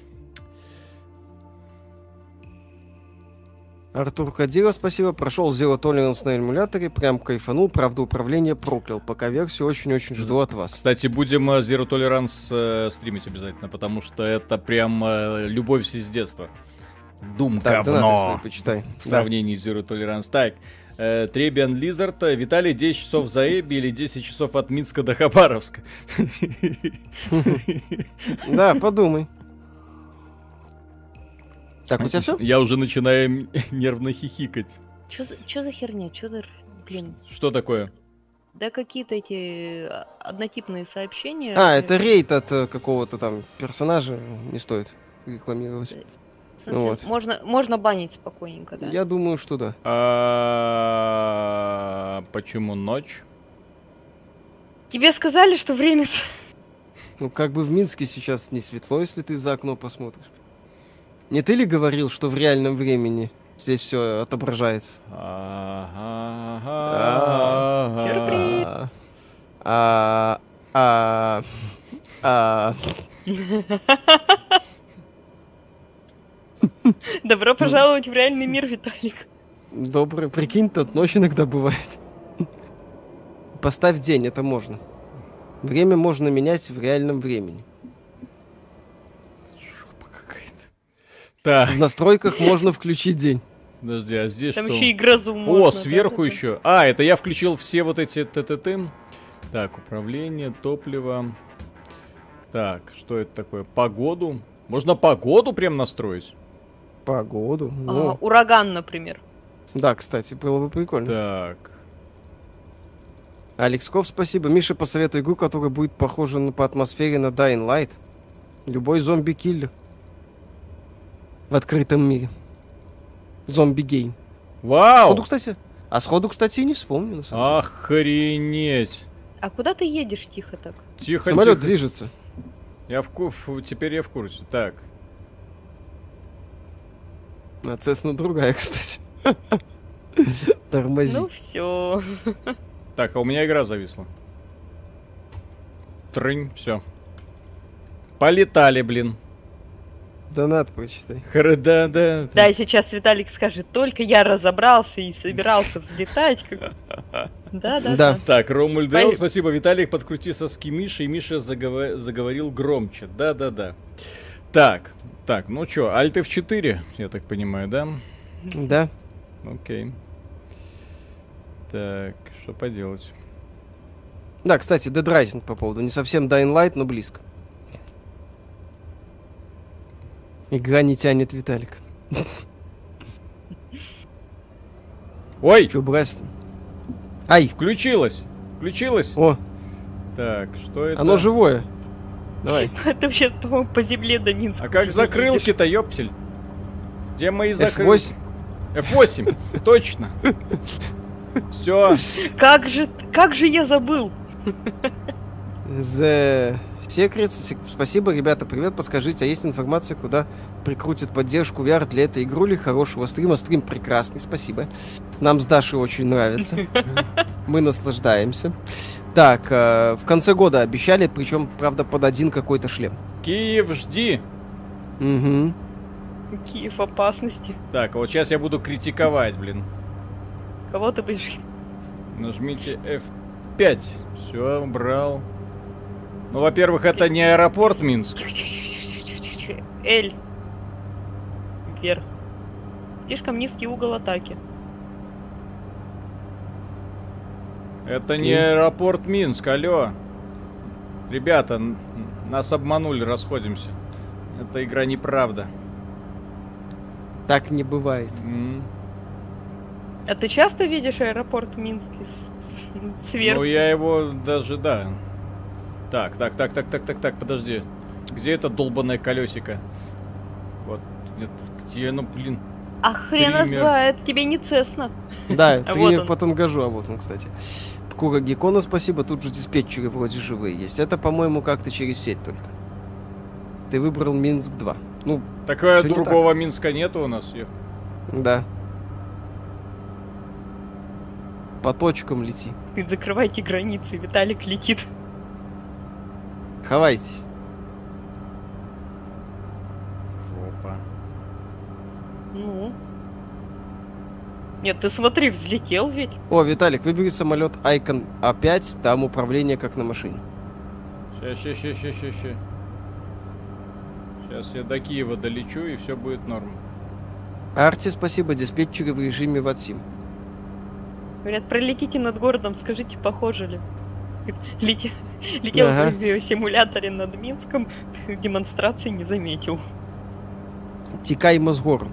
Speaker 2: Артур Кадиров, спасибо. Прошел Zero Tolerance на эмуляторе, прям кайфанул, правда, управление проклял. Пока версию очень-очень жду от вас.
Speaker 1: Кстати, будем э, Zero Tolerance э, стримить обязательно, потому что это прям э, любовь с детства. Doom
Speaker 2: Так, донаты
Speaker 1: говно
Speaker 2: свои почитай.
Speaker 1: в сравнении с Zero Tolerance. Так, э, Требиан Лизард, э, Виталий, десять часов за Эбби или десять часов от Минска до Хабаровска?
Speaker 2: Да, подумай. Так, у тебя все?
Speaker 1: Я уже начинаю м- нервно хихикать.
Speaker 3: Чё за, чё за херня? Чё за... Блин.
Speaker 1: Что такое?
Speaker 3: Да какие-то эти а, однотипные сообщения.
Speaker 2: А,
Speaker 3: э,
Speaker 2: это рейд от э, какого-то там персонажа, не стоит рекламировать.
Speaker 3: в смысле,
Speaker 2: вот.
Speaker 3: можно, можно банить спокойненько, да?
Speaker 2: Я думаю, что да.
Speaker 1: А, Почему ночь?
Speaker 3: Тебе сказали, что время... с-
Speaker 2: Ну, как бы в Минске сейчас не светло, если ты за окно посмотришь. Не ты ли говорил, что в реальном времени здесь все отображается?
Speaker 3: Сюрприз.
Speaker 2: А, а, а.
Speaker 3: Добро пожаловать в реальный мир, Виталик.
Speaker 2: Добрый, прикинь, тут ночь иногда бывает. Поставь день, это можно. Время можно менять в реальном времени.
Speaker 1: Жопа какая-то. Так,
Speaker 2: В настройках можно включить день.
Speaker 1: подожди, а здесь
Speaker 3: Там
Speaker 1: что?
Speaker 3: еще и грозу
Speaker 1: О,
Speaker 3: можно.
Speaker 1: сверху
Speaker 3: да,
Speaker 1: еще. А, это я включил все вот эти ТТТ. Так, управление, топливо. Так, что это такое? Погоду. Можно погоду прям настроить?
Speaker 2: Погоду.
Speaker 3: да.
Speaker 2: Ну,
Speaker 3: А, ураган, например.
Speaker 2: да, кстати, было бы прикольно.
Speaker 1: Так.
Speaker 2: Алекс Ков, спасибо. Миша, посоветуй игру, которая будет похожа на- по атмосфере на Dying Light. Любой зомби-киллер. В открытом мире. Зомби-гейм.
Speaker 1: Вау!
Speaker 2: Сходу, кстати. А сходу, кстати, и не вспомню, на самом деле.
Speaker 1: Охренеть.
Speaker 3: А куда ты едешь тихо так?
Speaker 1: Тихо,
Speaker 2: Самолет
Speaker 1: тихо.
Speaker 2: движется.
Speaker 1: Я в ку... фу, теперь я в курсе. Так.
Speaker 2: А Цесна другая, кстати. Тормози.
Speaker 3: Ну все.
Speaker 1: Так, а у меня игра зависла. Трынь, все. Полетали, блин.
Speaker 2: Донат прочитай.
Speaker 1: Хрда, да.
Speaker 3: Да, и сейчас Виталик скажет, только я разобрался и собирался взлетать. как- Да, да,
Speaker 2: Да.
Speaker 3: да.
Speaker 1: Так, Ромуль Дэл,
Speaker 3: Пой-
Speaker 1: спасибо. Виталик, подкрути соски Миши, и Миша загова- заговорил громче. Да-да-да. Так, так, ну чё, Alt эф четыре, я так понимаю, да?
Speaker 2: Да.
Speaker 1: Окей. Так, что поделать?
Speaker 2: Да, кстати, Dead Rising по поводу. Не совсем Dying Light, но близко. Игра не тянет Виталик.
Speaker 1: Ой!
Speaker 2: Чё, Брест? Ай!
Speaker 1: Включилось! Включилось?
Speaker 2: О,
Speaker 1: Так, что это?
Speaker 2: оно живое. Давай.
Speaker 3: Ты сейчас, по-моему, по земле до Минска.
Speaker 1: А как
Speaker 3: уже
Speaker 1: закрылки-то, ёпсель? Где мои
Speaker 2: эф
Speaker 1: закрылки?
Speaker 2: восемь.
Speaker 1: эф восемь, точно. Все.
Speaker 3: едешь. Как же, как же я забыл?
Speaker 2: The Secrets. Сек- Спасибо, ребята, привет. Подскажите, а есть информация, куда прикрутят поддержку ви ар для этой игрули? Хорошего стрима. Стрим прекрасный, спасибо. Нам с Дашей очень нравится. Мы наслаждаемся. Так, э, в конце года обещали, причем, правда, под один какой-то шлем.
Speaker 1: Киев, жди.
Speaker 2: Угу.
Speaker 3: Киев опасности.
Speaker 1: Так, а вот сейчас я буду критиковать, блин.
Speaker 3: Кого ты будешь?
Speaker 1: Нажмите эф пять. Все, брал. Ну, во-первых, это не аэропорт Минск.
Speaker 3: Эль. Вверх. Слишком низкий угол атаки.
Speaker 1: Это
Speaker 2: Окей.
Speaker 1: не аэропорт Минск, алло. Ребята, н- нас обманули, расходимся. Эта игра неправда.
Speaker 2: Так не бывает.
Speaker 1: М.
Speaker 3: А ты часто видишь аэропорт Минский с- с- сверху?
Speaker 1: Ну, я его даже, да. Так, так, так, так, так, так, так, подожди. Где это долбанное колесико? Вот, нет, где, ну, блин.
Speaker 3: А хрена с
Speaker 1: Триммер.
Speaker 3: два, это тебе не Цесна.
Speaker 2: Да,
Speaker 3: А
Speaker 2: ты
Speaker 3: вот
Speaker 2: мне
Speaker 3: он.
Speaker 2: по тангажу, а вот он, кстати. Кура Гекона, спасибо. Тут же диспетчеры вроде живые есть. Это, по-моему, как-то через сеть только. Ты выбрал Минск два. Ну,
Speaker 1: Так э,
Speaker 2: Всё не
Speaker 1: другого Минска нету у нас. Ё-
Speaker 2: да. По точкам лети.
Speaker 3: Закрывайте границы, Виталик летит.
Speaker 2: Хавайтесь.
Speaker 1: Жопа.
Speaker 3: Ну. Нет, ты смотри, взлетел ведь.
Speaker 2: О, Виталик, выбери самолет Icon а пять, там управление как на машине.
Speaker 1: Ща, ща, ща, ща, ща, ща. Сейчас я до Киева долечу, и все будет норм.
Speaker 2: Арти, спасибо, диспетчеры в режиме Ватсим.
Speaker 3: Говорят, пролетите над городом, скажите, похоже ли. Лете- Летел
Speaker 2: Ага.
Speaker 3: в симуляторе над Минском, демонстрации не заметил.
Speaker 2: Текай Мосгороду.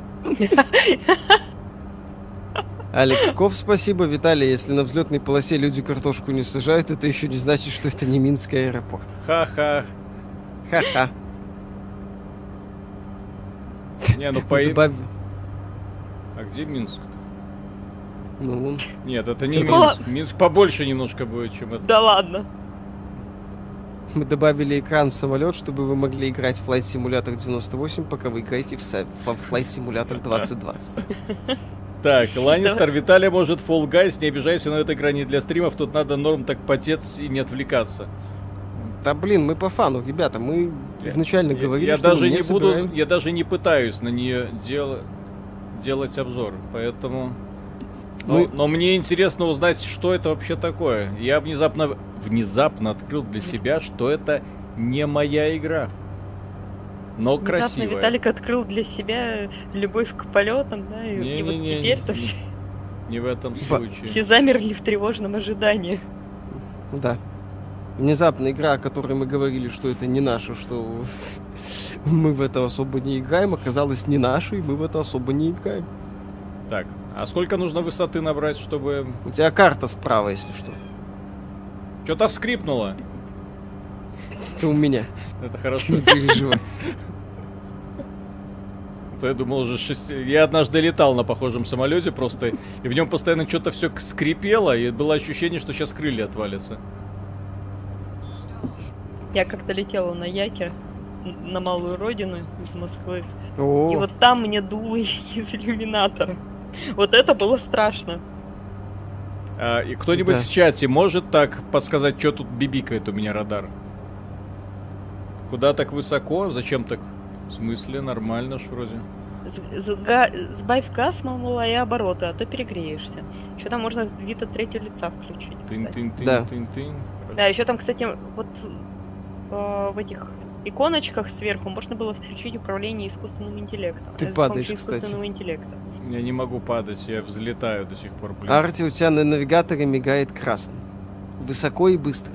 Speaker 2: Алекс Ков, спасибо. Виталий, если на взлетной полосе люди картошку не сажают, это еще не значит, что это не Минский аэропорт.
Speaker 1: Ха-ха.
Speaker 2: Ха-ха.
Speaker 1: Не, ну по...
Speaker 2: Добав-
Speaker 1: А где Минск-то?
Speaker 2: Ну, вон.
Speaker 1: Нет, это не
Speaker 3: Чего?
Speaker 1: Минск. Минск побольше немножко будет, чем это.
Speaker 3: Да ладно.
Speaker 2: Мы добавили экран в самолет, чтобы вы могли играть в Flight Simulator девяносто восемь, пока вы играете в, са- в Flight Simulator двадцать двадцать.
Speaker 1: Так, Ланнистер, Виталий может Fall Guys, не обижайся, но эта игра не для стримов, тут надо норм так потец и не отвлекаться.
Speaker 2: Да блин, мы по фану, ребята, мы изначально
Speaker 1: Я-
Speaker 2: говорили,
Speaker 1: я
Speaker 2: что
Speaker 1: даже
Speaker 2: мы
Speaker 1: не
Speaker 2: не
Speaker 1: буду,
Speaker 2: собираем.
Speaker 1: я даже не пытаюсь на нее дел... делать обзор, поэтому... Но,
Speaker 2: Мы-
Speaker 1: но мне интересно узнать, что это вообще такое. Я внезапно, внезапно открыл для себя, что это не моя игра. Но
Speaker 3: Внезапно
Speaker 1: красивая.
Speaker 3: Виталик открыл для себя любовь к полетам, да, и, и вот
Speaker 1: Не-не-не,
Speaker 3: теперь-то
Speaker 1: не-
Speaker 3: все,
Speaker 1: Не в этом
Speaker 2: Ба-
Speaker 1: случае.
Speaker 3: все замерли в тревожном ожидании.
Speaker 2: Да. Внезапно игра, о которой мы говорили, что это не наша, что мы в это особо не играем, оказалась не нашей, и мы в это особо не играем.
Speaker 1: Так, а сколько нужно высоты набрать, чтобы...
Speaker 2: У тебя карта справа, если что.
Speaker 1: Что-то скрипнуло.
Speaker 2: Это у меня.
Speaker 1: Это хорошо.
Speaker 2: Не переживай.
Speaker 1: То я думал уже шесть... Я однажды летал на похожем самолете просто, и в нем постоянно что-то все скрипело, и было ощущение, что сейчас крылья отвалятся.
Speaker 3: Я как-то летела на Яке н- на малую родину из Москвы.
Speaker 2: О,
Speaker 3: И вот там мне дуло из иллюминатора. Вот это было страшно.
Speaker 1: А, и кто-нибудь
Speaker 2: Да.
Speaker 1: в чате может так подсказать, что тут бибикает у меня радар? Куда так высоко? Зачем так? В смысле, нормально ж вроде.
Speaker 3: С- сга- Сбавь газ, мамула, и обороты, а то перегреешься. Еще там можно вид от третьего лица включить. кстати.
Speaker 1: Тын-тын-тын,
Speaker 2: Да.
Speaker 1: тын-тын.
Speaker 3: Да, еще там, кстати, вот э, в этих иконочках сверху можно было включить управление искусственным интеллектом.
Speaker 2: Ты
Speaker 3: Это с
Speaker 2: падаешь,
Speaker 3: помощью
Speaker 2: кстати.
Speaker 3: искусственного интеллекта.
Speaker 1: Я не могу падать, я взлетаю до сих пор, блин.
Speaker 2: Арти, у тебя на навигаторе мигает красным. Высоко и быстро.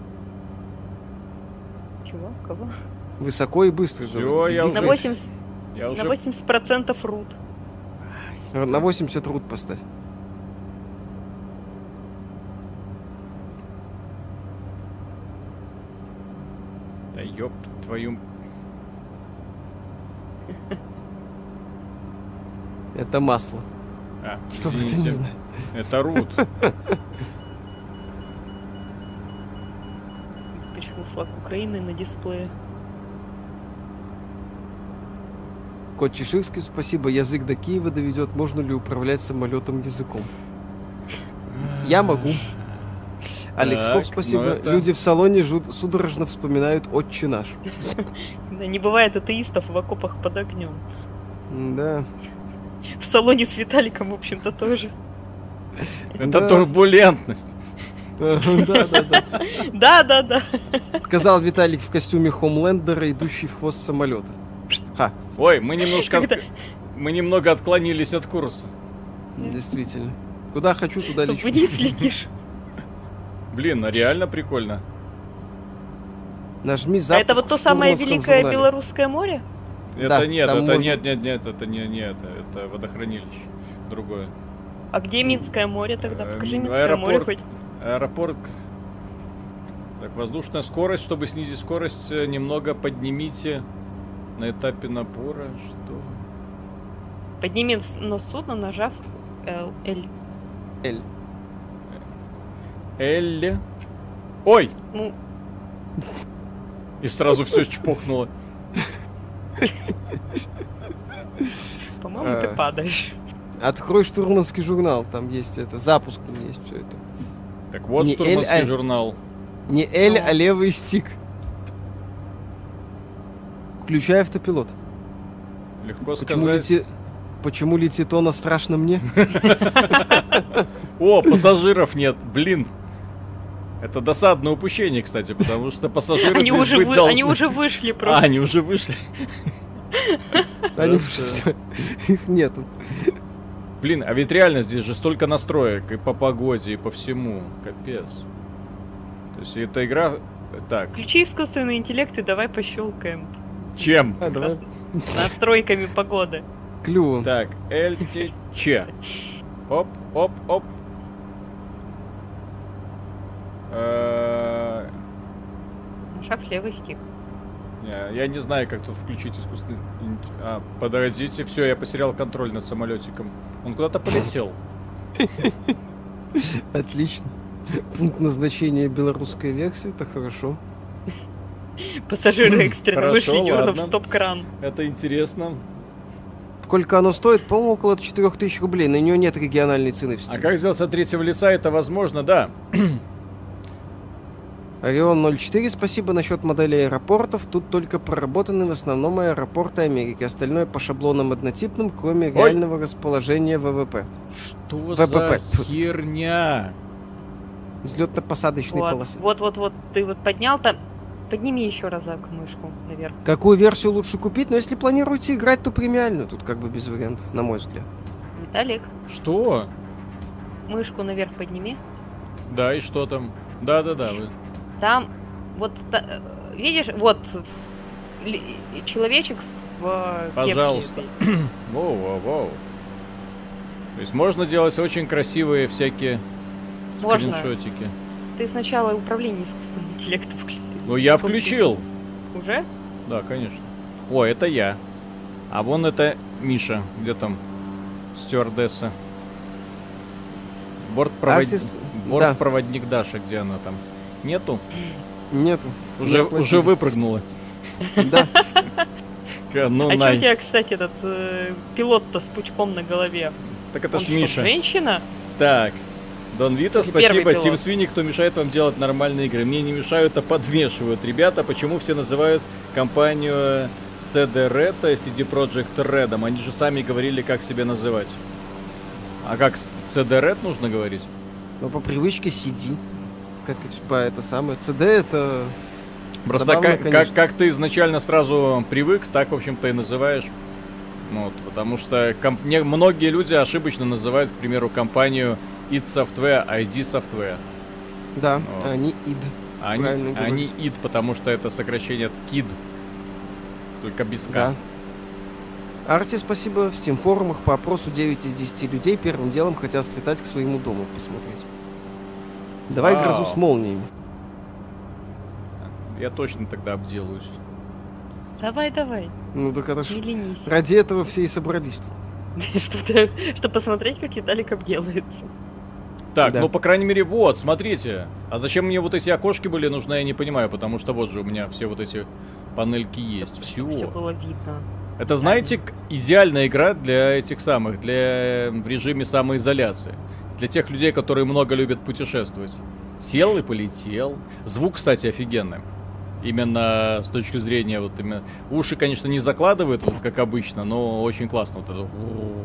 Speaker 3: Чего? Кого?
Speaker 2: Высоко и быстро.
Speaker 1: Всё,
Speaker 2: говорю.
Speaker 1: я
Speaker 2: Беги.
Speaker 3: На
Speaker 1: уже-
Speaker 3: восемьдесят,
Speaker 1: Я
Speaker 3: на
Speaker 1: уже...
Speaker 3: восемьдесят процентов рут.
Speaker 2: На восемьдесят рут поставь.
Speaker 1: Ёп твою...
Speaker 2: Это масло.
Speaker 1: А,
Speaker 2: Что бы ты не
Speaker 1: извините.
Speaker 2: знаю.
Speaker 1: Это Рут.
Speaker 3: Почему флаг Украины на дисплее?
Speaker 2: Кот Чеширский, спасибо. Язык до Киева доведет. Можно ли управлять самолетом языком? Я могу. Алексков,
Speaker 1: Так,
Speaker 2: спасибо.
Speaker 1: ну это-
Speaker 2: Люди в салоне жу- судорожно вспоминают «Отче наш».
Speaker 3: Да, не бывает атеистов в окопах под огнем.
Speaker 2: Да.
Speaker 3: В салоне с Виталиком, в общем-то, тоже.
Speaker 1: Это
Speaker 2: Да.
Speaker 1: турбулентность.
Speaker 2: Да, да, да.
Speaker 3: Да, да, да.
Speaker 2: Сказал Виталик в костюме Хомлендера, идущий в хвост самолета. Ха,
Speaker 1: Ой, мы немножко... от-
Speaker 3: Когда-
Speaker 1: Мы немного отклонились от курса.
Speaker 2: действительно. Куда хочу, туда
Speaker 3: Чтоб
Speaker 2: лечу.
Speaker 3: вниз летишь.
Speaker 1: Блин, а реально прикольно.
Speaker 2: Нажми
Speaker 3: А
Speaker 2: запуск
Speaker 3: это вот то
Speaker 2: в
Speaker 3: самое
Speaker 2: штурманском
Speaker 3: Великое
Speaker 2: журнале.
Speaker 3: Белорусское море?
Speaker 1: Это
Speaker 2: Да,
Speaker 1: нет,
Speaker 2: там
Speaker 1: это
Speaker 2: можно-
Speaker 1: нет, нет, нет, это не, не это, это водохранилище. Другое.
Speaker 3: А где Минское море тогда?
Speaker 1: Э,
Speaker 3: Покажи
Speaker 1: ну,
Speaker 3: Минское море
Speaker 1: аэропорт.
Speaker 3: хоть.
Speaker 1: Аэропорт. Так, воздушная скорость. Чтобы снизить скорость, э, немного поднимите на этапе напора. Что?
Speaker 3: Подними с- на судно, нажав L. L.
Speaker 2: Эль.
Speaker 1: Элли. Ой!
Speaker 3: Ну,
Speaker 1: И сразу все чпокнуло.
Speaker 3: по-моему, ты
Speaker 2: А.
Speaker 3: падаешь.
Speaker 2: Открой штурманский журнал, там есть это, запуск есть все это.
Speaker 1: Так вот,
Speaker 2: Не
Speaker 1: штурманский
Speaker 2: Эль, а-
Speaker 1: журнал.
Speaker 2: Не Эль,
Speaker 3: Ну.
Speaker 2: а левый стик. Включай автопилот.
Speaker 1: Легко
Speaker 2: Почему,
Speaker 1: сказать.
Speaker 2: лети... Почему летит он, а страшно мне?
Speaker 1: О, пассажиров нет, блин. Это досадное упущение, кстати, потому что пассажиры
Speaker 3: Они
Speaker 1: здесь
Speaker 3: уже,
Speaker 1: быть
Speaker 3: вы-
Speaker 1: должны.
Speaker 3: они уже вышли
Speaker 1: А,
Speaker 3: просто.
Speaker 1: они уже вышли.
Speaker 2: Они
Speaker 1: Просто-
Speaker 2: всё, их нету.
Speaker 1: Блин, а ведь реально здесь же столько настроек и по погоде, и по всему. Капец. То есть эта игра... Так,
Speaker 3: Включи искусственный интеллект и давай пощелкаем
Speaker 1: чем?
Speaker 2: А, давай.
Speaker 3: настройками погоды.
Speaker 2: Клювом.
Speaker 1: Так, Л Т Ч. Оп, оп, оп. Э,
Speaker 3: Нажав левый стик.
Speaker 1: не, Я не знаю, как тут включить искусственный... инт- А, подождите, все, я потерял контроль над самолетиком. Он куда-то полетел.
Speaker 2: Отлично. Пункт назначения белорусской версии, это хорошо.
Speaker 3: Пассажиры экстренно
Speaker 1: Хорошо,
Speaker 3: вышли, дернув
Speaker 1: ладно.
Speaker 3: стоп-кран.
Speaker 1: Это интересно.
Speaker 2: Сколько оно стоит? По-моему, около четырех тысяч рублей. На нее нет региональной цены в
Speaker 1: А
Speaker 2: Steam.
Speaker 1: как сделать от третьего лица? Это возможно, да.
Speaker 2: Орион ноль четыре, спасибо насчет модели аэропортов. Тут только проработаны в основном аэропорты Америки. Остальное по шаблонам однотипным, кроме
Speaker 1: Ой.
Speaker 2: реального расположения вэ вэ пэ.
Speaker 1: Что
Speaker 2: ВПП.
Speaker 1: за херня?
Speaker 2: Взлетно-посадочной
Speaker 3: Вот,
Speaker 2: полосы.
Speaker 3: вот, вот, вот, ты вот поднял там. Подними еще разок мышку наверх.
Speaker 2: Какую версию лучше купить? Но если планируете играть, то премиальную. Тут как бы без вариантов, на мой взгляд.
Speaker 3: Виталик,
Speaker 1: Что?
Speaker 3: мышку наверх подними.
Speaker 1: Да, и что там? Да-да-да. вы-
Speaker 3: Там, вот, та- э, видишь, вот ли- человечек в э, кепке.
Speaker 1: Пожалуйста. Воу-воу-воу. То есть можно делать очень красивые всякие
Speaker 3: Можно.
Speaker 1: скриншотики.
Speaker 3: Ты сначала управление искусственным интеллектом включил.
Speaker 1: Ну я включил.
Speaker 3: Уже?
Speaker 1: Да, конечно. О, это я. А вон это Миша. Где там? Стюардесса. Бортпроводник.
Speaker 2: Аксис-
Speaker 1: Бортпроводник Даша, где она там? Нету?
Speaker 2: Нету.
Speaker 1: Уже,
Speaker 2: Не оплатили.
Speaker 1: уже выпрыгнула.
Speaker 2: Да.
Speaker 1: Ка- Ну,
Speaker 3: а что у
Speaker 1: най.
Speaker 3: тебя, кстати, этот э, пилот-то с пучком на голове?
Speaker 1: Так это
Speaker 3: Он
Speaker 1: ж
Speaker 3: что,
Speaker 1: Миша.
Speaker 3: женщина?
Speaker 1: Так. Дон Вита,
Speaker 3: Это первый
Speaker 1: спасибо.
Speaker 3: пилот.
Speaker 1: Тим Свини, кто мешает вам делать нормальные игры. Мне не мешают, а подвешивают. Ребята, почему все называют компанию си ди Red, си ди Projekt Red? Они же сами говорили, как себя называть. А как си ди Red нужно говорить?
Speaker 2: Но по привычке сиди. Как и по это самое. си ди это...
Speaker 1: Просто
Speaker 2: Забавно,
Speaker 1: как, как,
Speaker 2: конечно.
Speaker 1: как ты изначально сразу привык, так, в общем-то, и называешь. Вот, потому что комп- не- многие люди ошибочно называют, к примеру, компанию id Software, ай ди Software.
Speaker 2: Да,
Speaker 1: Вот.
Speaker 2: они ид.
Speaker 1: А Они,
Speaker 2: Правильно
Speaker 1: они
Speaker 2: говоришь.
Speaker 1: id, потому что это сокращение от kid. Только без К.
Speaker 2: Да. Арти, спасибо. В Steam форумах по опросу девять из десяти людей первым делом хотят слетать к своему дому посмотреть. Давай
Speaker 1: Вау.
Speaker 2: грозу с молниями.
Speaker 1: Я точно тогда обделаюсь.
Speaker 3: Давай, давай.
Speaker 2: Ну так это
Speaker 3: Не
Speaker 2: ж...
Speaker 3: ленись.
Speaker 2: Ради этого все и собрались тут.
Speaker 3: Чтобы чтобы посмотреть, как Виталик обделается.
Speaker 1: Так,
Speaker 2: Да.
Speaker 1: ну, по крайней мере, вот, смотрите. А зачем мне вот эти окошки были нужны, я не понимаю, потому что вот же у меня все вот эти панельки есть.
Speaker 3: Все
Speaker 1: Все.
Speaker 3: было видно.
Speaker 1: Это, знаете, к- идеальная игра для этих самых, для в режиме самоизоляции. Для тех людей, которые много любят путешествовать. Сел и полетел. Звук, кстати, офигенный. Именно с точки зрения вот именно... Уши, конечно, не закладывают, вот как обычно, но очень классно вот это.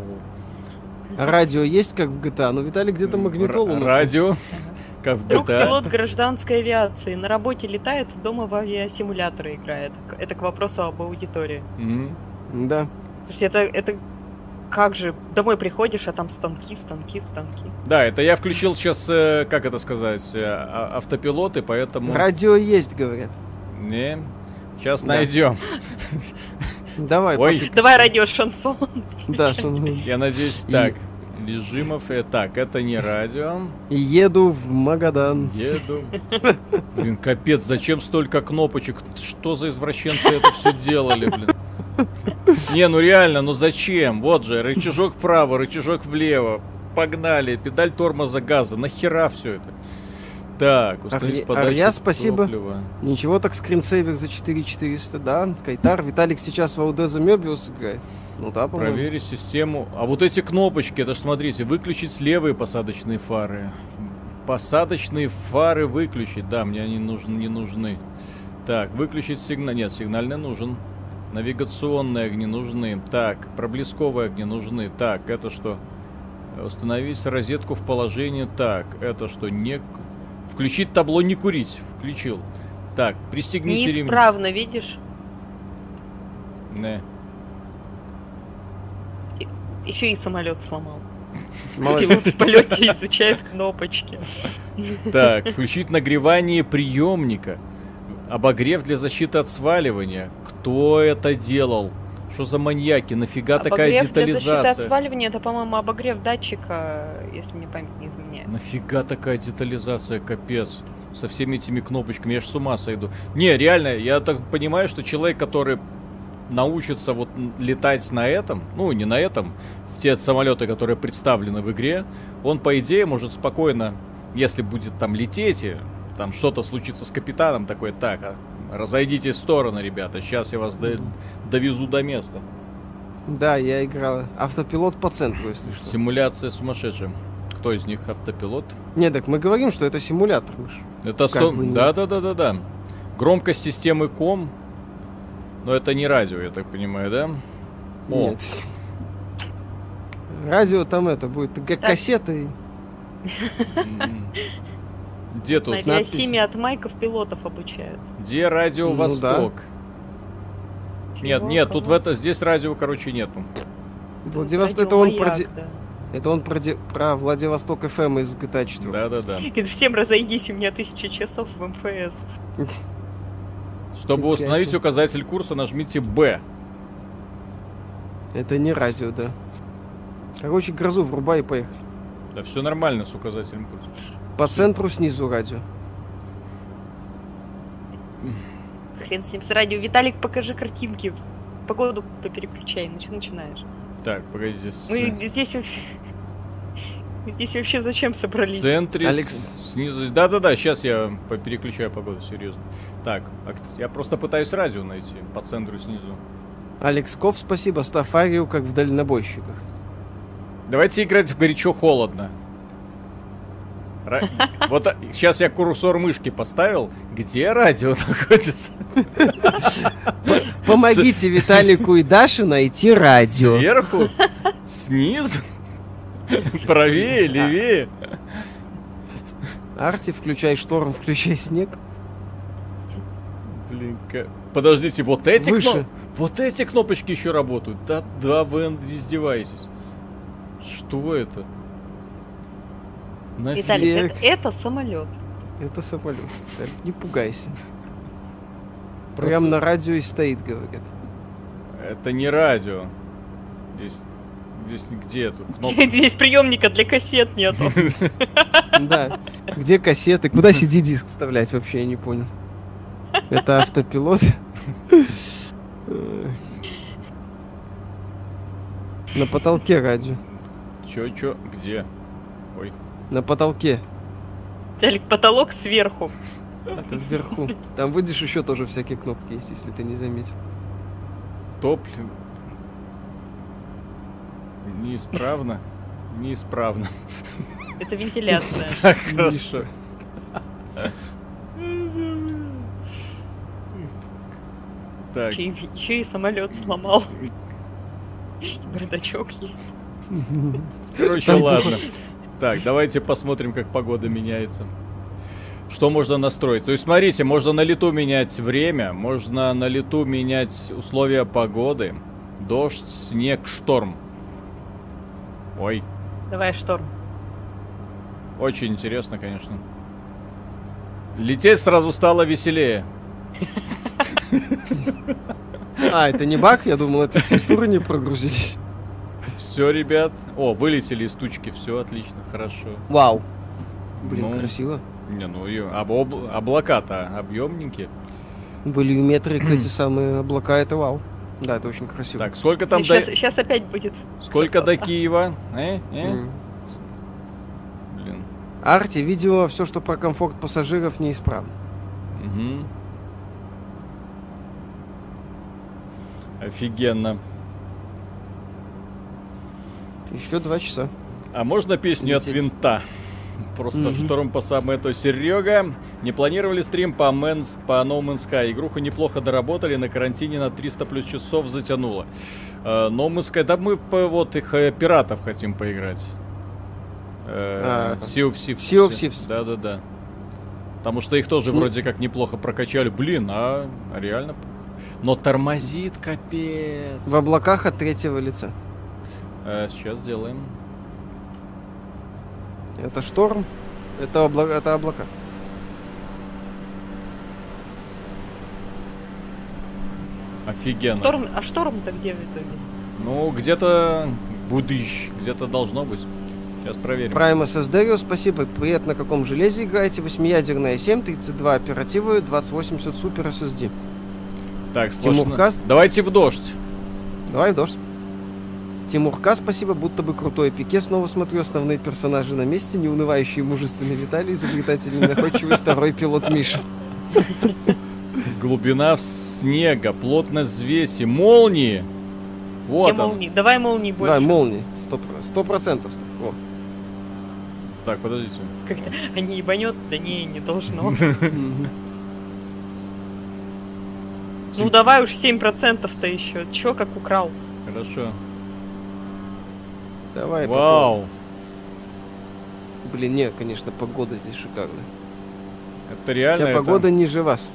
Speaker 2: А радио есть, как в джи ти эй? Ну, Виталий где-то магнитолу.
Speaker 1: Р-
Speaker 2: нашел.
Speaker 1: Радио, как в
Speaker 3: Друг
Speaker 1: джи ти эй.
Speaker 3: пилот гражданской авиации. На работе летает, дома в авиасимуляторы играет. Это к вопросу об аудитории.
Speaker 1: Мгм.
Speaker 2: Да.
Speaker 3: Слушайте, это, это как же? Домой приходишь, а там станки, станки, станки.
Speaker 1: Да, это я включил сейчас, э, как это сказать, э, а- автопилот, и поэтому...
Speaker 2: Радио есть, говорят.
Speaker 1: Не, сейчас
Speaker 2: Да.
Speaker 1: найдем.
Speaker 2: Давай,
Speaker 1: Ой.
Speaker 2: потык.
Speaker 3: Давай радио шансон.
Speaker 2: Да, что...
Speaker 1: Я надеюсь,
Speaker 2: И-
Speaker 1: так, режимов, э, так, это не радио.
Speaker 2: И еду в Магадан.
Speaker 1: Еду. Блин, капец, зачем столько кнопочек? Что за извращенцы это все делали, блин? Не, ну реально, ну зачем? Вот же, рычажок вправо, рычажок влево. Погнали, педаль тормоза газа. Нахера все это? Так, установить
Speaker 2: Арья-
Speaker 1: подачу
Speaker 2: Арья, спасибо.
Speaker 1: топлива.
Speaker 2: Ничего так, скринсейвер за четыре четыреста, да. Кайтар, Виталик сейчас в Аудеза Мебиус играет. Ну да, по-моему.
Speaker 1: Проверить систему. А вот эти кнопочки, это ж смотрите, выключить левые посадочные фары. Посадочные фары выключить. Да, мне они нужны, не нужны. Так, выключить сигнал. Нет, сигнальный нужен. Навигационные огни нужны. Так, проблесковые огни нужны. Так, это что? Установить розетку в положение. Так, это что? Не... Включить табло не курить. Включил. Так, пристегните ремень.
Speaker 3: Неисправно, видишь?
Speaker 1: Не.
Speaker 3: Еще и самолет сломал.
Speaker 2: Молодец.
Speaker 3: Пилот в полете изучает кнопочки.
Speaker 1: Так, включить нагревание приемника. Обогрев для защиты от сваливания. Кто это делал? Что за маньяки? Нафига такая
Speaker 3: Обогрев для защиты от
Speaker 1: детализация?
Speaker 3: сваливания, это, по-моему, обогрев датчика, если мне память не изменяет.
Speaker 1: Нафига такая детализация? Капец. Со всеми этими кнопочками. Я ж с ума сойду. Не, реально, я так понимаю, что человек, который научится вот летать на этом, ну, не на этом, те самолеты, которые представлены в игре, он, по идее, может спокойно, если будет там лететь, и там что-то случится с капитаном, такой, так, а, разойдитесь в стороны, ребята, сейчас я вас до- довезу до места.
Speaker 2: Да, я играл. Автопилот по центру, если что.
Speaker 1: Симуляция сумасшедшая. Кто из них автопилот?
Speaker 2: Не, так мы говорим, что это симулятор, Миш.
Speaker 1: Это
Speaker 2: Как
Speaker 1: сто...
Speaker 2: бы нет.
Speaker 1: Да, да, да, да, да. Громкость системы ком. Но это не радио, я так понимаю, да? О,
Speaker 2: Нет. Радио там это будет как
Speaker 3: Так.
Speaker 2: кассета. и-
Speaker 1: м. Где
Speaker 3: На
Speaker 1: тут?
Speaker 2: надпись.
Speaker 3: Диасиме от майков пилотов обучают.
Speaker 1: Где радио
Speaker 2: Ну
Speaker 1: Восток? Нет,
Speaker 3: Чего,
Speaker 1: нет, тут в
Speaker 3: кого?
Speaker 1: это, здесь радио, короче, нету.
Speaker 2: Владивосток,
Speaker 3: Радио
Speaker 2: это он
Speaker 3: «Маяк»,
Speaker 2: про, Ди-
Speaker 3: да.
Speaker 2: это он про, Ди- про Владивосток эф эм из джи ти эй четыре.
Speaker 1: Да-да-да.
Speaker 3: И всем разойдись, у меня тысяча часов в эм эф эс.
Speaker 1: Чтобы
Speaker 2: Фига
Speaker 1: установить
Speaker 2: себе.
Speaker 1: указатель курса, нажмите Б.
Speaker 2: Это не радио, да. Короче, грозу врубай и поехали.
Speaker 1: Да все нормально с указателем курса.
Speaker 2: По центру снизу радио.
Speaker 3: Хрен с ним с радио. Виталик, покажи картинки. Погоду попереключай, ну что начинаешь?
Speaker 1: Так, погодите. С...
Speaker 3: Мы здесь вообще... Мы здесь вообще зачем
Speaker 1: В
Speaker 3: собрались?
Speaker 1: центре,
Speaker 2: Алекс.
Speaker 1: с- снизу. Да-да-да, сейчас я переключаю погоду, серьезно. Так, а я просто пытаюсь радио найти по центру снизу.
Speaker 2: Алекс Ков, спасибо. Стафарию, как в дальнобойщиках.
Speaker 1: Давайте играть в горячо-холодно. Ра- Вот сейчас я курсор мышки поставил. Где радио находится?
Speaker 2: Помогите Виталику и Даше найти радио.
Speaker 1: Сверху? Снизу? Правее, левее?
Speaker 2: Арти, включай шторм, включай снег.
Speaker 1: Блин, ка- подождите, вот эти
Speaker 2: Выше.
Speaker 1: кно- Вот эти кнопочки еще работают. Да, да, вы издеваетесь. Что это? Нафиг?
Speaker 3: Виталик, это, это самолет.
Speaker 2: Это самолет. Виталик, не пугайся.
Speaker 1: Проц-
Speaker 2: Прям на радио и стоит, говорят.
Speaker 1: Это не радио. Здесь, здесь где тут кнопка?
Speaker 3: Здесь приемника для кассет нету.
Speaker 2: Да. Где кассеты? Куда си ди-диск вставлять вообще, я не понял. Это автопилот. На потолке радио.
Speaker 1: Чё, чё, где? Ой.
Speaker 2: На потолке.
Speaker 3: Виталик, потолок сверху.
Speaker 2: Это вверху. Там, видишь, еще тоже всякие кнопки есть, если ты не заметил.
Speaker 1: Топливо. Неисправно. Неисправно.
Speaker 3: Это вентиляция.
Speaker 1: Хорошо. Так.
Speaker 3: Еще и самолет сломал. Бардачок есть.
Speaker 1: Короче, ладно. Так, давайте посмотрим, как погода меняется. Что можно настроить? То есть, смотрите, можно на лету менять время, можно на лету менять условия погоды. Дождь, снег, шторм. Ой.
Speaker 3: Давай шторм.
Speaker 1: Очень интересно, конечно. Лететь сразу стало веселее.
Speaker 2: А, это не баг? Я думал, это текстуры не прогрузились.
Speaker 1: Все, ребят. О, вылетели из тучки. Все отлично, хорошо.
Speaker 2: Вау. Блин,
Speaker 1: Ну,
Speaker 2: красиво.
Speaker 1: Не, ну и об- об- облака-то объемненькие.
Speaker 2: Волюметрик, эти самые облака, это вау. Да, это очень красиво.
Speaker 1: Так, сколько там
Speaker 3: сейчас,
Speaker 1: до...
Speaker 3: сейчас опять будет.
Speaker 1: Сколько до
Speaker 3: красота.
Speaker 1: Киева? Э? Э?
Speaker 2: М.
Speaker 1: Блин.
Speaker 2: Арти, видео, все, что про комфорт пассажиров, неисправно.
Speaker 1: Угу. Офигенно.
Speaker 2: Еще два часа.
Speaker 1: А можно песню от
Speaker 2: Лететь.
Speaker 1: винта? Просто
Speaker 2: Мгм.
Speaker 1: шторм по самое то. Серега, не планировали стрим по, Mans, по No Man's Sky. Игруху неплохо доработали, на карантине на триста плюс часов затянуло. Uh, No Man's Sky, да мы по, вот их э, пиратов хотим поиграть. Uh,
Speaker 2: А,
Speaker 1: Sea of Thieves.
Speaker 2: Sea of Thieves.
Speaker 1: Да-да-да. Потому что их тоже
Speaker 2: Сни-
Speaker 1: вроде как неплохо прокачали. Блин, а реально... Но тормозит, капец.
Speaker 2: В облаках от третьего лица.
Speaker 1: Э, сейчас сделаем.
Speaker 2: Это шторм, это, обла- это облака.
Speaker 1: Офигенно.
Speaker 3: Шторм, а шторм-то где в итоге?
Speaker 1: Ну, где-то будущ, где-то должно быть. Сейчас проверим.
Speaker 2: Prime эс эс ди, спасибо. Привет, на каком железе играете? восьмиядерная ай семь, тридцать два оперативы, двадцать восемьдесят Super эс эс ди.
Speaker 1: Так,
Speaker 2: Тимур
Speaker 1: сложно.
Speaker 2: Каст.
Speaker 1: Давайте в дождь.
Speaker 2: Давай в дождь. Тимурка, спасибо, будто бы крутой пике. Снова смотрю, основные персонажи на месте. Неунывающий мужественный Виталий, изобретательный, находчивый второй пилот Миша.
Speaker 1: Глубина снега, плотность взвеси, молнии. Вот
Speaker 3: Где
Speaker 1: он.
Speaker 3: молнии? Давай молнии больше.
Speaker 2: Давай, молнии. Сто, сто процентов. О.
Speaker 1: Так, подождите.
Speaker 3: Как-то, а не ебанет? Да не, не должно. Ну давай уж семь процентов-то еще. Чё, как украл?
Speaker 1: Хорошо.
Speaker 2: Давай,
Speaker 1: Вау.
Speaker 2: попробуем. Блин, нет, конечно, погода здесь шикарная.
Speaker 1: Это реально.
Speaker 2: Вся
Speaker 1: это-
Speaker 2: погода ниже вас.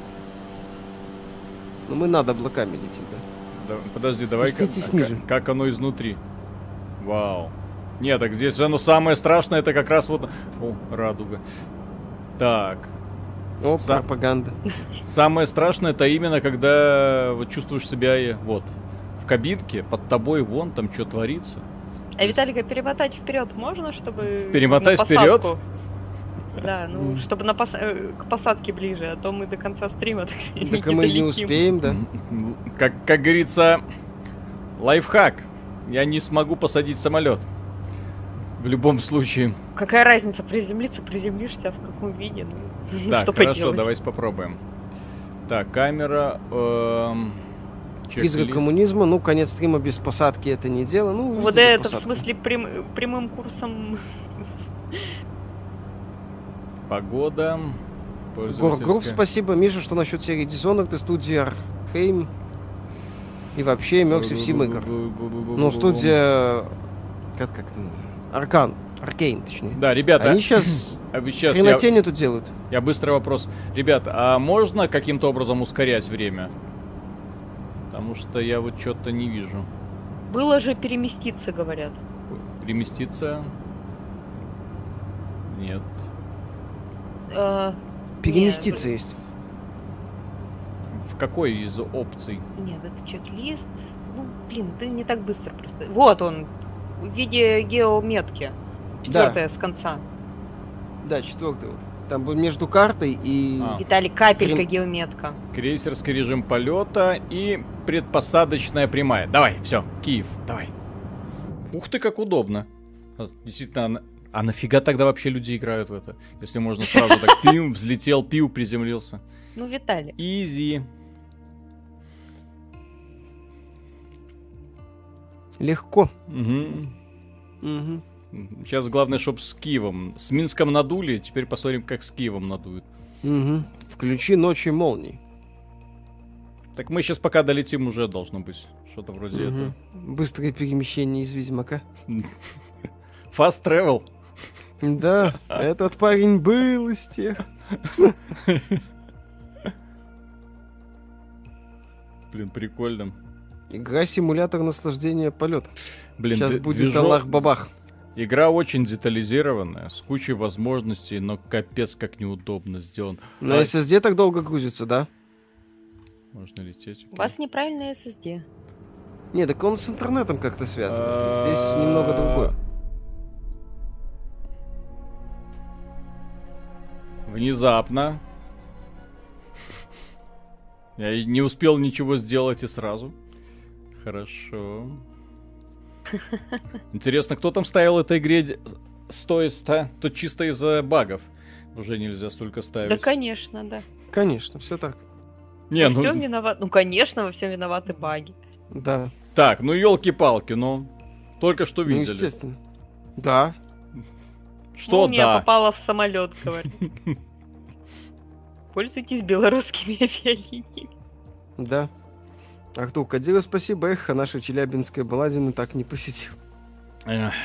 Speaker 2: Но мы над облаками летим, да?
Speaker 1: Да, подожди, давай.
Speaker 2: Спуститесь
Speaker 1: как,
Speaker 2: ниже.
Speaker 1: как оно изнутри. Вау. Нет, так здесь же оно самое страшное, это как раз вот... О, радуга. Так.
Speaker 2: О,
Speaker 1: За-
Speaker 2: пропаганда.
Speaker 1: Самое страшное это именно когда вот чувствуешь себя э, вот в кабинке, под тобой вон там что творится.
Speaker 3: А Виталика перемотать вперед можно, чтобы...
Speaker 1: Перемотать
Speaker 3: на
Speaker 1: вперед?
Speaker 3: посадку? Да, ну, чтобы на пос- э, к посадке ближе, а то мы до конца стрима так и
Speaker 2: Так и мы не
Speaker 3: долетим.
Speaker 2: успеем, да?
Speaker 1: М, Как, как говорится, лайфхак. Я не смогу посадить самолет. В любом случае.
Speaker 3: Какая разница, приземлиться, приземлишься, а в каком виде? Ну,
Speaker 1: Так,
Speaker 3: что
Speaker 1: хорошо,
Speaker 3: поделать?
Speaker 1: давайте попробуем. Так, камера. эм,
Speaker 2: Призрак
Speaker 1: чек-лист.
Speaker 2: коммунизма, ну, конец стрима без посадки это не дело. Ну,
Speaker 3: Вот
Speaker 2: увидели
Speaker 3: это, в
Speaker 2: посадку.
Speaker 3: смысле, прям- прямым курсом...
Speaker 1: Погода.
Speaker 2: Гор
Speaker 1: Пользовательская.
Speaker 2: Грув, спасибо. Миша, что насчет серии Dishonored, ты студии Архейм и вообще Immersive Sim игр. Ну, студия... Как, как там? Аркан. Аркейн, точнее.
Speaker 1: Да, ребята,
Speaker 2: Они сейчас
Speaker 1: а вы сейчас я,
Speaker 2: хренотень тут делают.
Speaker 1: я быстрый вопрос. Ребят, а можно каким-то образом ускорять время? Потому что я вот что-то не вижу.
Speaker 3: Было же переместиться, говорят.
Speaker 1: Переместиться? Нет.
Speaker 3: Э,
Speaker 2: Переместиться
Speaker 3: нет,
Speaker 2: есть.
Speaker 1: В какой из опций?
Speaker 3: Нет, это чек-лист. Ну, блин, ты не так быстро просто. Вот он, в виде геометки. Четвертая с конца.
Speaker 2: Да, четвертый вот. Там будет между картой и...
Speaker 1: А.
Speaker 3: Виталий, капелька
Speaker 2: Крем-
Speaker 3: геометка.
Speaker 1: Крейсерский режим полета и предпосадочная прямая. Давай, все, Киев, давай. Ух ты, как удобно. А, Действительно, а на- а нафига тогда вообще люди играют в это? Если можно сразу так пим, взлетел, пиу, приземлился.
Speaker 3: Ну, Виталий.
Speaker 1: Изи.
Speaker 2: Легко.
Speaker 1: Угу.
Speaker 2: Угу.
Speaker 1: Сейчас главное, чтобы с Киевом. С Минском надули, теперь посмотрим, как с Киевом надуют.
Speaker 2: Угу. Включи ночи молний.
Speaker 1: Так мы сейчас пока долетим, уже должно быть. Что-то вроде
Speaker 2: Мгм. Быстрое перемещение из Ведьмака.
Speaker 1: это. Fast travel.
Speaker 2: Да, этот парень был из тех.
Speaker 1: Блин, прикольно.
Speaker 2: Игра симулятор наслаждения полета.
Speaker 1: Блин,
Speaker 2: Сейчас
Speaker 1: д-
Speaker 2: будет
Speaker 1: движок-
Speaker 2: Аллах-бабах.
Speaker 1: Игра очень детализированная, с кучей возможностей, но капец как неудобно сделан.
Speaker 2: На
Speaker 1: А,
Speaker 2: эс эс ди так долго грузится, да?
Speaker 1: Можно лететь.
Speaker 3: У вас неправильный эс эс ди.
Speaker 2: Не, так он с интернетом как-то связан.
Speaker 1: А,
Speaker 2: Здесь немного другое.
Speaker 1: Внезапно. Я и не успел ничего сделать и сразу. Хорошо. Интересно, кто там ставил этой игре д- сто из ста? Тут чисто из-за багов. Уже нельзя столько
Speaker 3: Да,
Speaker 1: ставить.
Speaker 3: конечно, да.
Speaker 2: Конечно, все так.
Speaker 1: Не,
Speaker 3: Во всем
Speaker 1: ну...
Speaker 3: виноват. Ну, конечно, во всем виноваты баги.
Speaker 2: Да.
Speaker 1: Так, ну елки-палки, ну... Только что
Speaker 2: Ну,
Speaker 1: видели.
Speaker 2: естественно. Да.
Speaker 1: Что
Speaker 3: Молния
Speaker 1: да?
Speaker 3: попала в самолет, говорит. Пользуйтесь белорусскими авиалиниями.
Speaker 2: Да. Артур Кадиров, спасибо. Эх, а наша челябинская балладина так не посетил.
Speaker 1: Эх.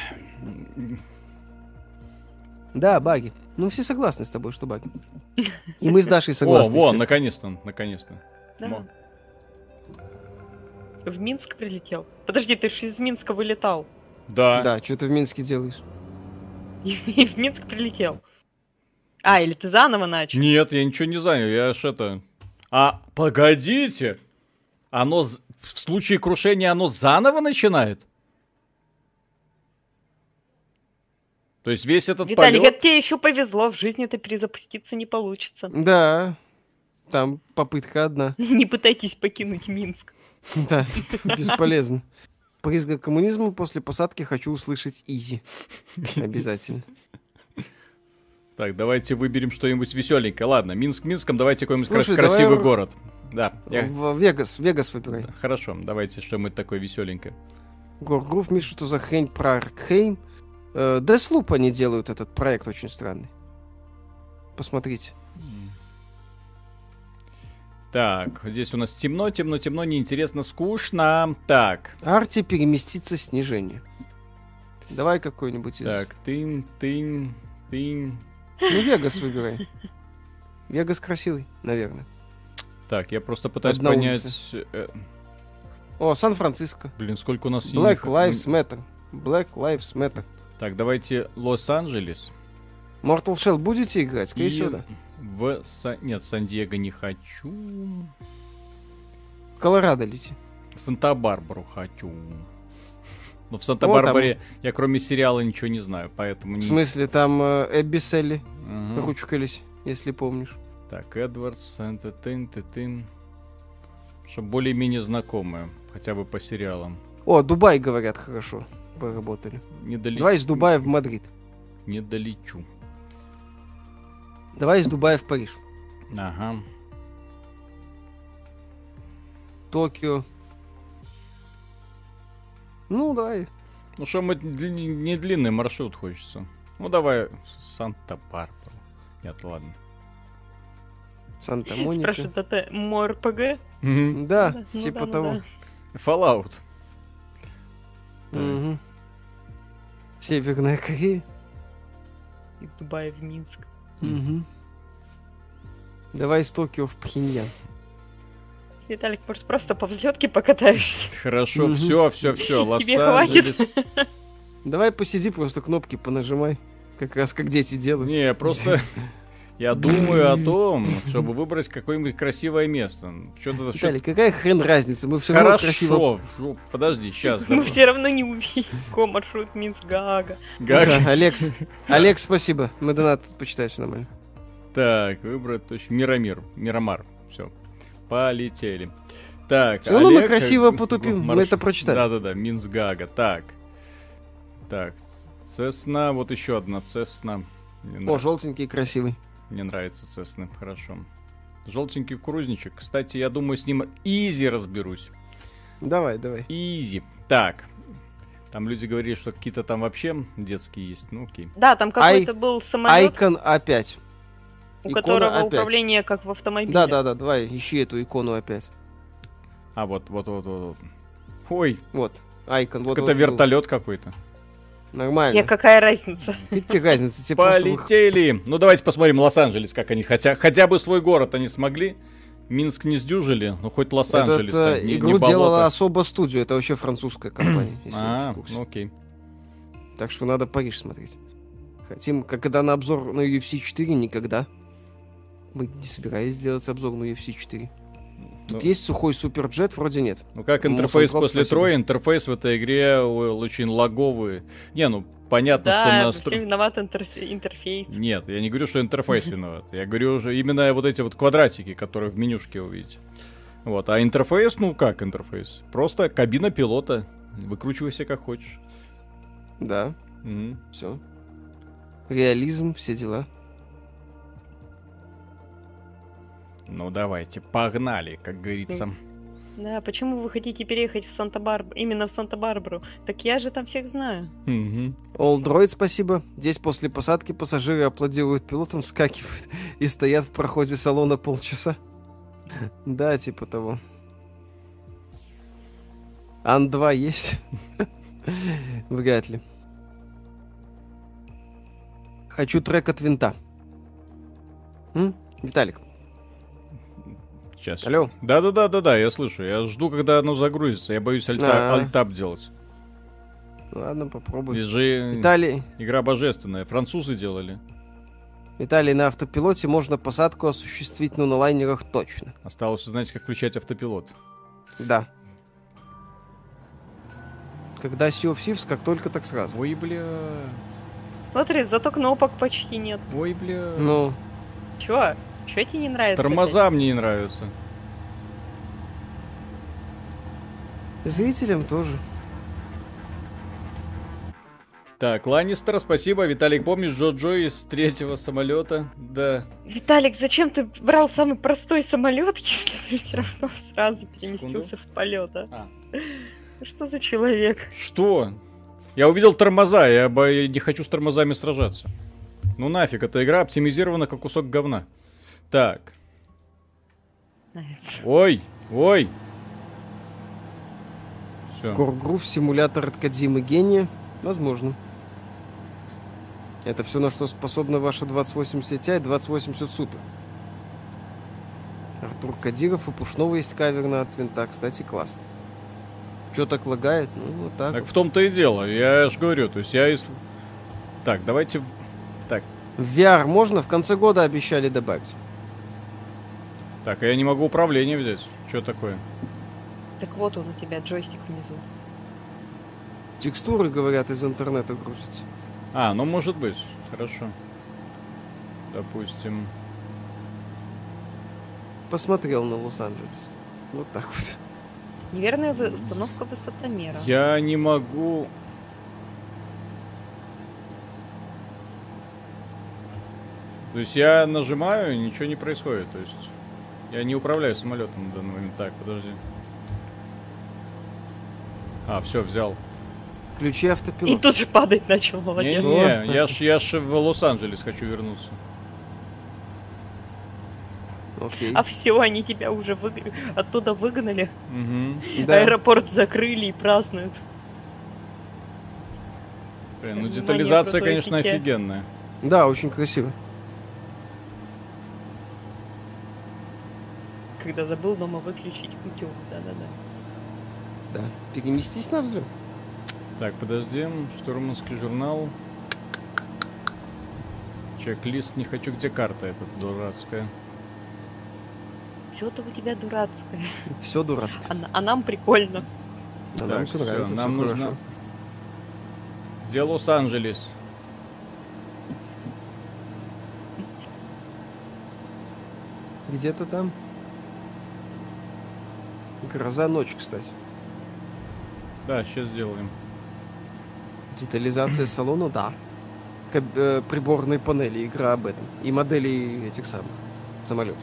Speaker 2: Да, баги. Ну, все согласны с тобой, что баги. И мы с Дашей
Speaker 1: О,
Speaker 2: согласны.
Speaker 1: вон,
Speaker 2: естественно.
Speaker 1: наконец-то, наконец-то.
Speaker 3: Да.
Speaker 1: Мо-
Speaker 3: В Минск прилетел. Подожди, ты же из Минска вылетал.
Speaker 1: Да.
Speaker 2: Да, что ты в Минске делаешь?
Speaker 3: И в Минск прилетел. А, или ты заново начал?
Speaker 1: Нет, я ничего не занял, я ж это... А, погодите! Оно, з- в случае крушения, оно заново начинает? То есть весь этот
Speaker 3: Виталий,
Speaker 1: полет...
Speaker 3: это тебе еще повезло, в жизни-то перезапуститься не получится.
Speaker 2: Да. Там попытка одна.
Speaker 3: Не пытайтесь покинуть Минск.
Speaker 2: Да, бесполезно. Призрак коммунизма после посадки хочу услышать Изи. Обязательно.
Speaker 1: Так, давайте выберем что-нибудь веселенькое. Ладно, Минск Минском, давайте какой-нибудь
Speaker 2: Слушай,
Speaker 1: крас- красивый
Speaker 2: давай-
Speaker 1: город. Да, я-
Speaker 2: В Вегас, Вегас выбирай.
Speaker 1: хорошо, давайте что-нибудь такое веселенькое.
Speaker 2: Горгрув, Миша, что за хрень про Аркхейм? Э, Deathloop они делают этот проект очень странный. Посмотрите.
Speaker 1: Так, здесь у нас темно, темно, темно, неинтересно, скучно. Так,
Speaker 2: Арти переместится снижение. Давай какой-нибудь из...
Speaker 1: так, тын, тын, тын.
Speaker 2: Ну, Вегас выбирай. Вегас красивый, наверное.
Speaker 1: Так, я просто пытаюсь
Speaker 2: Одна
Speaker 1: понять... э,
Speaker 2: О, Сан-Франциско.
Speaker 1: блин, сколько у нас...
Speaker 2: Black
Speaker 1: синих-
Speaker 2: Lives Matter. Black Lives Matter.
Speaker 1: Так, давайте Лос-Анджелес.
Speaker 2: Mortal Shell будете играть? Скорее
Speaker 1: И
Speaker 2: всего, да.
Speaker 1: в... Са- Нет, Сан-Диего не хочу.
Speaker 2: В Колорадо лети.
Speaker 1: Санта-Барбару хочу. Но в Санта-Барбаре я кроме сериала ничего не знаю, поэтому...
Speaker 2: В
Speaker 1: не-
Speaker 2: смысле, там э, Эбби Селли
Speaker 1: Мгм.
Speaker 2: ручкались, если помнишь.
Speaker 1: Так, Эдвардс, Санта-Тын, Тын. Чтобы более-менее знакомые, хотя бы по сериалам.
Speaker 2: О, Дубай, говорят, хорошо поработали.
Speaker 1: Не долечу.
Speaker 2: Давай из Дубая в Мадрид.
Speaker 1: Не долечу.
Speaker 2: Давай из Дубая в Париж.
Speaker 1: Ага.
Speaker 2: Токио. Ну, давай.
Speaker 1: Ну что, мы дли- не длинный маршрут хочется. Ну давай Санта-Барбару. Нет, ладно.
Speaker 2: Санта-Моника.
Speaker 3: Спрашивают, это МОРПГ?
Speaker 1: Мгм.
Speaker 2: Да,
Speaker 3: Ну
Speaker 2: типа
Speaker 3: да, ну
Speaker 2: того.
Speaker 3: да.
Speaker 1: Fallout. Так.
Speaker 2: Мгм. Северная Корея.
Speaker 3: Из Дубая в Минск.
Speaker 2: Мгм. Давай из Токио в Пхеньян.
Speaker 3: Виталик, может, просто по взлетке покатаешься?
Speaker 1: Хорошо,
Speaker 2: Мгм.
Speaker 1: все, все, все.
Speaker 3: Тебе хватит?
Speaker 1: Лос-Анджелес.
Speaker 2: Давай посиди, просто кнопки понажимай. Как раз как дети делают.
Speaker 1: Не, просто я думаю о том, чтобы выбрать какое-нибудь красивое место. Что-то...
Speaker 2: Виталий, какая хрен разница? Мы все равно красиво...
Speaker 1: Хорошо. Жу- Подожди, сейчас.
Speaker 3: Мы все равно не увидим маршрут Минск-Гага.
Speaker 2: Да, Алекс, Алекс, спасибо. Мы донат почитаешь нормально.
Speaker 1: Так, выбрать точно. Миромир. Миромар. Все. Полетели. Так,
Speaker 2: Все равно мы
Speaker 1: Олег,
Speaker 2: красиво
Speaker 1: как-
Speaker 2: потупим,
Speaker 1: марш-
Speaker 2: мы это прочитали.
Speaker 1: Да-да-да, Минсгага. Так. Так. Цесна, вот еще одна Цесна. Мне,
Speaker 2: О,
Speaker 1: нрав-
Speaker 2: желтенький и красивый.
Speaker 1: Мне нравится Цесна, хорошо. Желтенький кукурузничек. Кстати, я думаю, с ним изи разберусь.
Speaker 2: Давай, давай.
Speaker 1: Изи. Так. Там люди говорили, что какие-то там вообще детские есть. Ну, окей.
Speaker 3: Да, там какой-то был самолет,
Speaker 2: Айкон опять.
Speaker 3: у
Speaker 2: икона
Speaker 3: которого
Speaker 2: опять.
Speaker 3: управление как в автомобиле.
Speaker 2: Да-да-да, давай, ищи эту икону опять.
Speaker 1: А, вот, вот, вот, вот. вот. Ой,
Speaker 2: Вот, айкон. Вот,
Speaker 1: это
Speaker 2: вот,
Speaker 1: вертолет какой-то.
Speaker 2: Нормально.
Speaker 3: Тебе какая разница?
Speaker 2: Какая тебе разница? Тебе просто вы-
Speaker 1: Полетели. Ну, давайте посмотрим Лос-Анджелес, как они хотя, хотя бы свой город они смогли. Минск не сдюжили, ну хоть Лос-Анджелес.
Speaker 2: Этот,
Speaker 1: так,
Speaker 2: э,
Speaker 1: не- не
Speaker 2: игру
Speaker 1: болото.
Speaker 2: делала особо студию, это вообще французская компания, если
Speaker 1: А,
Speaker 2: вы в курсе.
Speaker 1: ну окей.
Speaker 2: Так что надо Париж смотреть. Хотим, как когда на обзор на ю эф си четыре, никогда. Мы не собирались делать обзор на ю эф си четыре. Тут
Speaker 1: Ну.
Speaker 2: есть сухой суперджет, вроде нет.
Speaker 1: Ну как
Speaker 2: Ну,
Speaker 1: интерфейс
Speaker 2: Мусантроп,
Speaker 1: после
Speaker 2: спасибо.
Speaker 1: Троя, интерфейс в этой игре ой, очень лаговый. Не, ну понятно, что
Speaker 3: Да,
Speaker 1: настро...
Speaker 3: всем виноват интерс- интерфейс.
Speaker 1: Нет, я не говорю, что интерфейс виноват. Я говорю уже именно вот эти вот квадратики, которые в менюшке увидите. Вот, а интерфейс, ну как интерфейс? Просто кабина пилота. Выкручивайся как хочешь.
Speaker 2: Да,
Speaker 1: Мгм.
Speaker 2: все. Реализм, все дела.
Speaker 1: Ну давайте, погнали, как говорится.
Speaker 3: Да, почему вы хотите переехать в Санта-Барбару? Именно в Санта-Барбару? Так я же там всех знаю.
Speaker 1: Мгм.
Speaker 2: All Droid, спасибо. Здесь после посадки пассажиры аплодируют пилотам, вскакивают и стоят в проходе салона полчаса. Да, типа того. Ан два есть? Вряд ли. Хочу трек от винта. М? Виталик,
Speaker 1: Сейчас.
Speaker 2: алло.
Speaker 1: Да-да-да-да-да, я слышу. Я жду, когда оно загрузится. Я боюсь альта-
Speaker 2: А.
Speaker 1: альтап делать.
Speaker 2: Ладно, попробуй.
Speaker 1: Здесь же
Speaker 2: Виталий,
Speaker 1: игра божественная. Французы делали.
Speaker 2: Виталий, на автопилоте можно посадку осуществить, но на лайнерах точно.
Speaker 1: Осталось узнать, как включать автопилот.
Speaker 2: Да. Когда Sea of Thieves, как только, так сразу.
Speaker 1: Ой, бля.
Speaker 3: Смотри, зато кнопок почти нет.
Speaker 1: Ой, бля.
Speaker 2: Ну,
Speaker 3: Чё? Чё тебе не нравится?
Speaker 1: Тормоза мне не нравятся.
Speaker 2: зрителям тоже.
Speaker 1: Так, Ланнистер, спасибо. Виталик, помнишь Джо-Джо из третьего самолета? Да.
Speaker 3: опять? Виталик, зачем ты брал самый простой самолет, если ты все равно сразу переместился в полет, а?
Speaker 1: А.
Speaker 3: Ну Что за человек?
Speaker 1: Что? Я увидел тормоза, я бо- я не хочу с тормозами сражаться. Ну нафиг, эта игра оптимизирована как кусок говна. Так. Ой, ой. Все.
Speaker 2: Коргрув, симулятор от Кодзимы гения. Возможно. Это все, на что способна ваша двадцать восемьдесят Ti и двадцать восемьдесят Super. Артур Кадиров, у Пушного есть кавер на от винта. Кстати, классно. Че так лагает? Ну, вот так.
Speaker 1: Так
Speaker 2: вот.
Speaker 1: в том-то и дело, я же говорю, то есть я из... Так, давайте... Так,
Speaker 2: В ви ар можно? В конце года обещали добавить.
Speaker 1: так, а я не могу управление взять. Что такое?
Speaker 3: Так вот он у тебя, джойстик внизу.
Speaker 2: Текстуры, говорят, из интернета грузятся.
Speaker 1: А, ну может быть, хорошо. Допустим.
Speaker 2: Посмотрел на Лос-Анджелес. Вот так вот.
Speaker 3: Неверная вы- установка высотомера.
Speaker 1: Я не могу... То есть я нажимаю, и ничего не происходит. То есть я не управляю самолетом на данный момент. Так, подожди. А, все, взял.
Speaker 2: Включи
Speaker 3: И
Speaker 2: автопилот.
Speaker 3: тут же падать начал, молодец.
Speaker 1: Не-не, я ж, я ж в Лос-Анджелес хочу вернуться.
Speaker 2: Окей.
Speaker 3: А все, они тебя уже вы- оттуда выгнали.
Speaker 1: Угу.
Speaker 2: Да.
Speaker 3: Аэропорт закрыли и празднуют.
Speaker 1: Блин, ну
Speaker 3: Внимание,
Speaker 1: детализация,
Speaker 3: крутой
Speaker 1: конечно,
Speaker 3: пике.
Speaker 1: офигенная.
Speaker 2: Да, очень красиво.
Speaker 3: Когда забыл дома выключить утюг. Да-да-да.
Speaker 2: Да. Переместись на взлет.
Speaker 1: Так, подожди. Штурманский журнал. Чек-лист не хочу. Где карта эта дурацкая?
Speaker 3: Все-то у тебя дурацкое.
Speaker 2: Все дурацко.
Speaker 3: А, на- а нам прикольно.
Speaker 2: А
Speaker 1: Так,
Speaker 2: нам всё
Speaker 1: всё,
Speaker 2: нравится,
Speaker 1: нам
Speaker 2: всё
Speaker 1: нужно...
Speaker 2: хорошо.
Speaker 1: Где Лос-Анджелес?
Speaker 2: Где-то там. Гроза ночь, кстати.
Speaker 1: Да, сейчас сделаем.
Speaker 2: Детализация салона, да. Каб- э, приборной панели, игра об этом. И модели этих самых самолетов.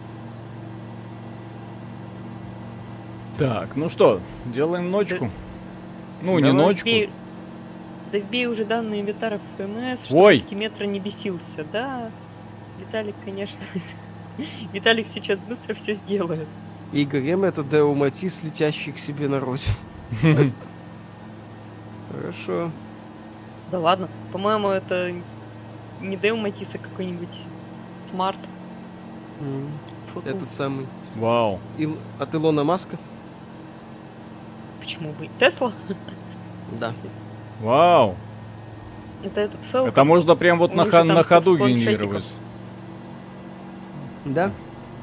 Speaker 1: Так, ну что, делаем ночку. Ну, не
Speaker 2: Давай.
Speaker 1: ночку.
Speaker 3: Вбей- Да вбей уже данные Витара в ФМС,
Speaker 1: Ой.
Speaker 3: чтобы Метро не бесился. Да, Виталик, конечно. Виталик сейчас быстро все сделает.
Speaker 2: Игорь М это Део Матис, летящий к себе на родину. Хорошо.
Speaker 3: Да ладно, по-моему, это не Део Матис, а какой-нибудь Смарт.
Speaker 2: М, Этот самый.
Speaker 1: Вау.
Speaker 2: Ил- От Илона Маска?
Speaker 3: Почему бы? Тесла?
Speaker 2: Да.
Speaker 1: Вау.
Speaker 3: Это этот Falcon.
Speaker 1: Это можно прям вот
Speaker 3: Он
Speaker 1: на,
Speaker 3: уже
Speaker 1: ха-
Speaker 3: там
Speaker 1: на
Speaker 3: с
Speaker 1: ходу
Speaker 3: планшетиком.
Speaker 1: генерировать.
Speaker 2: Да?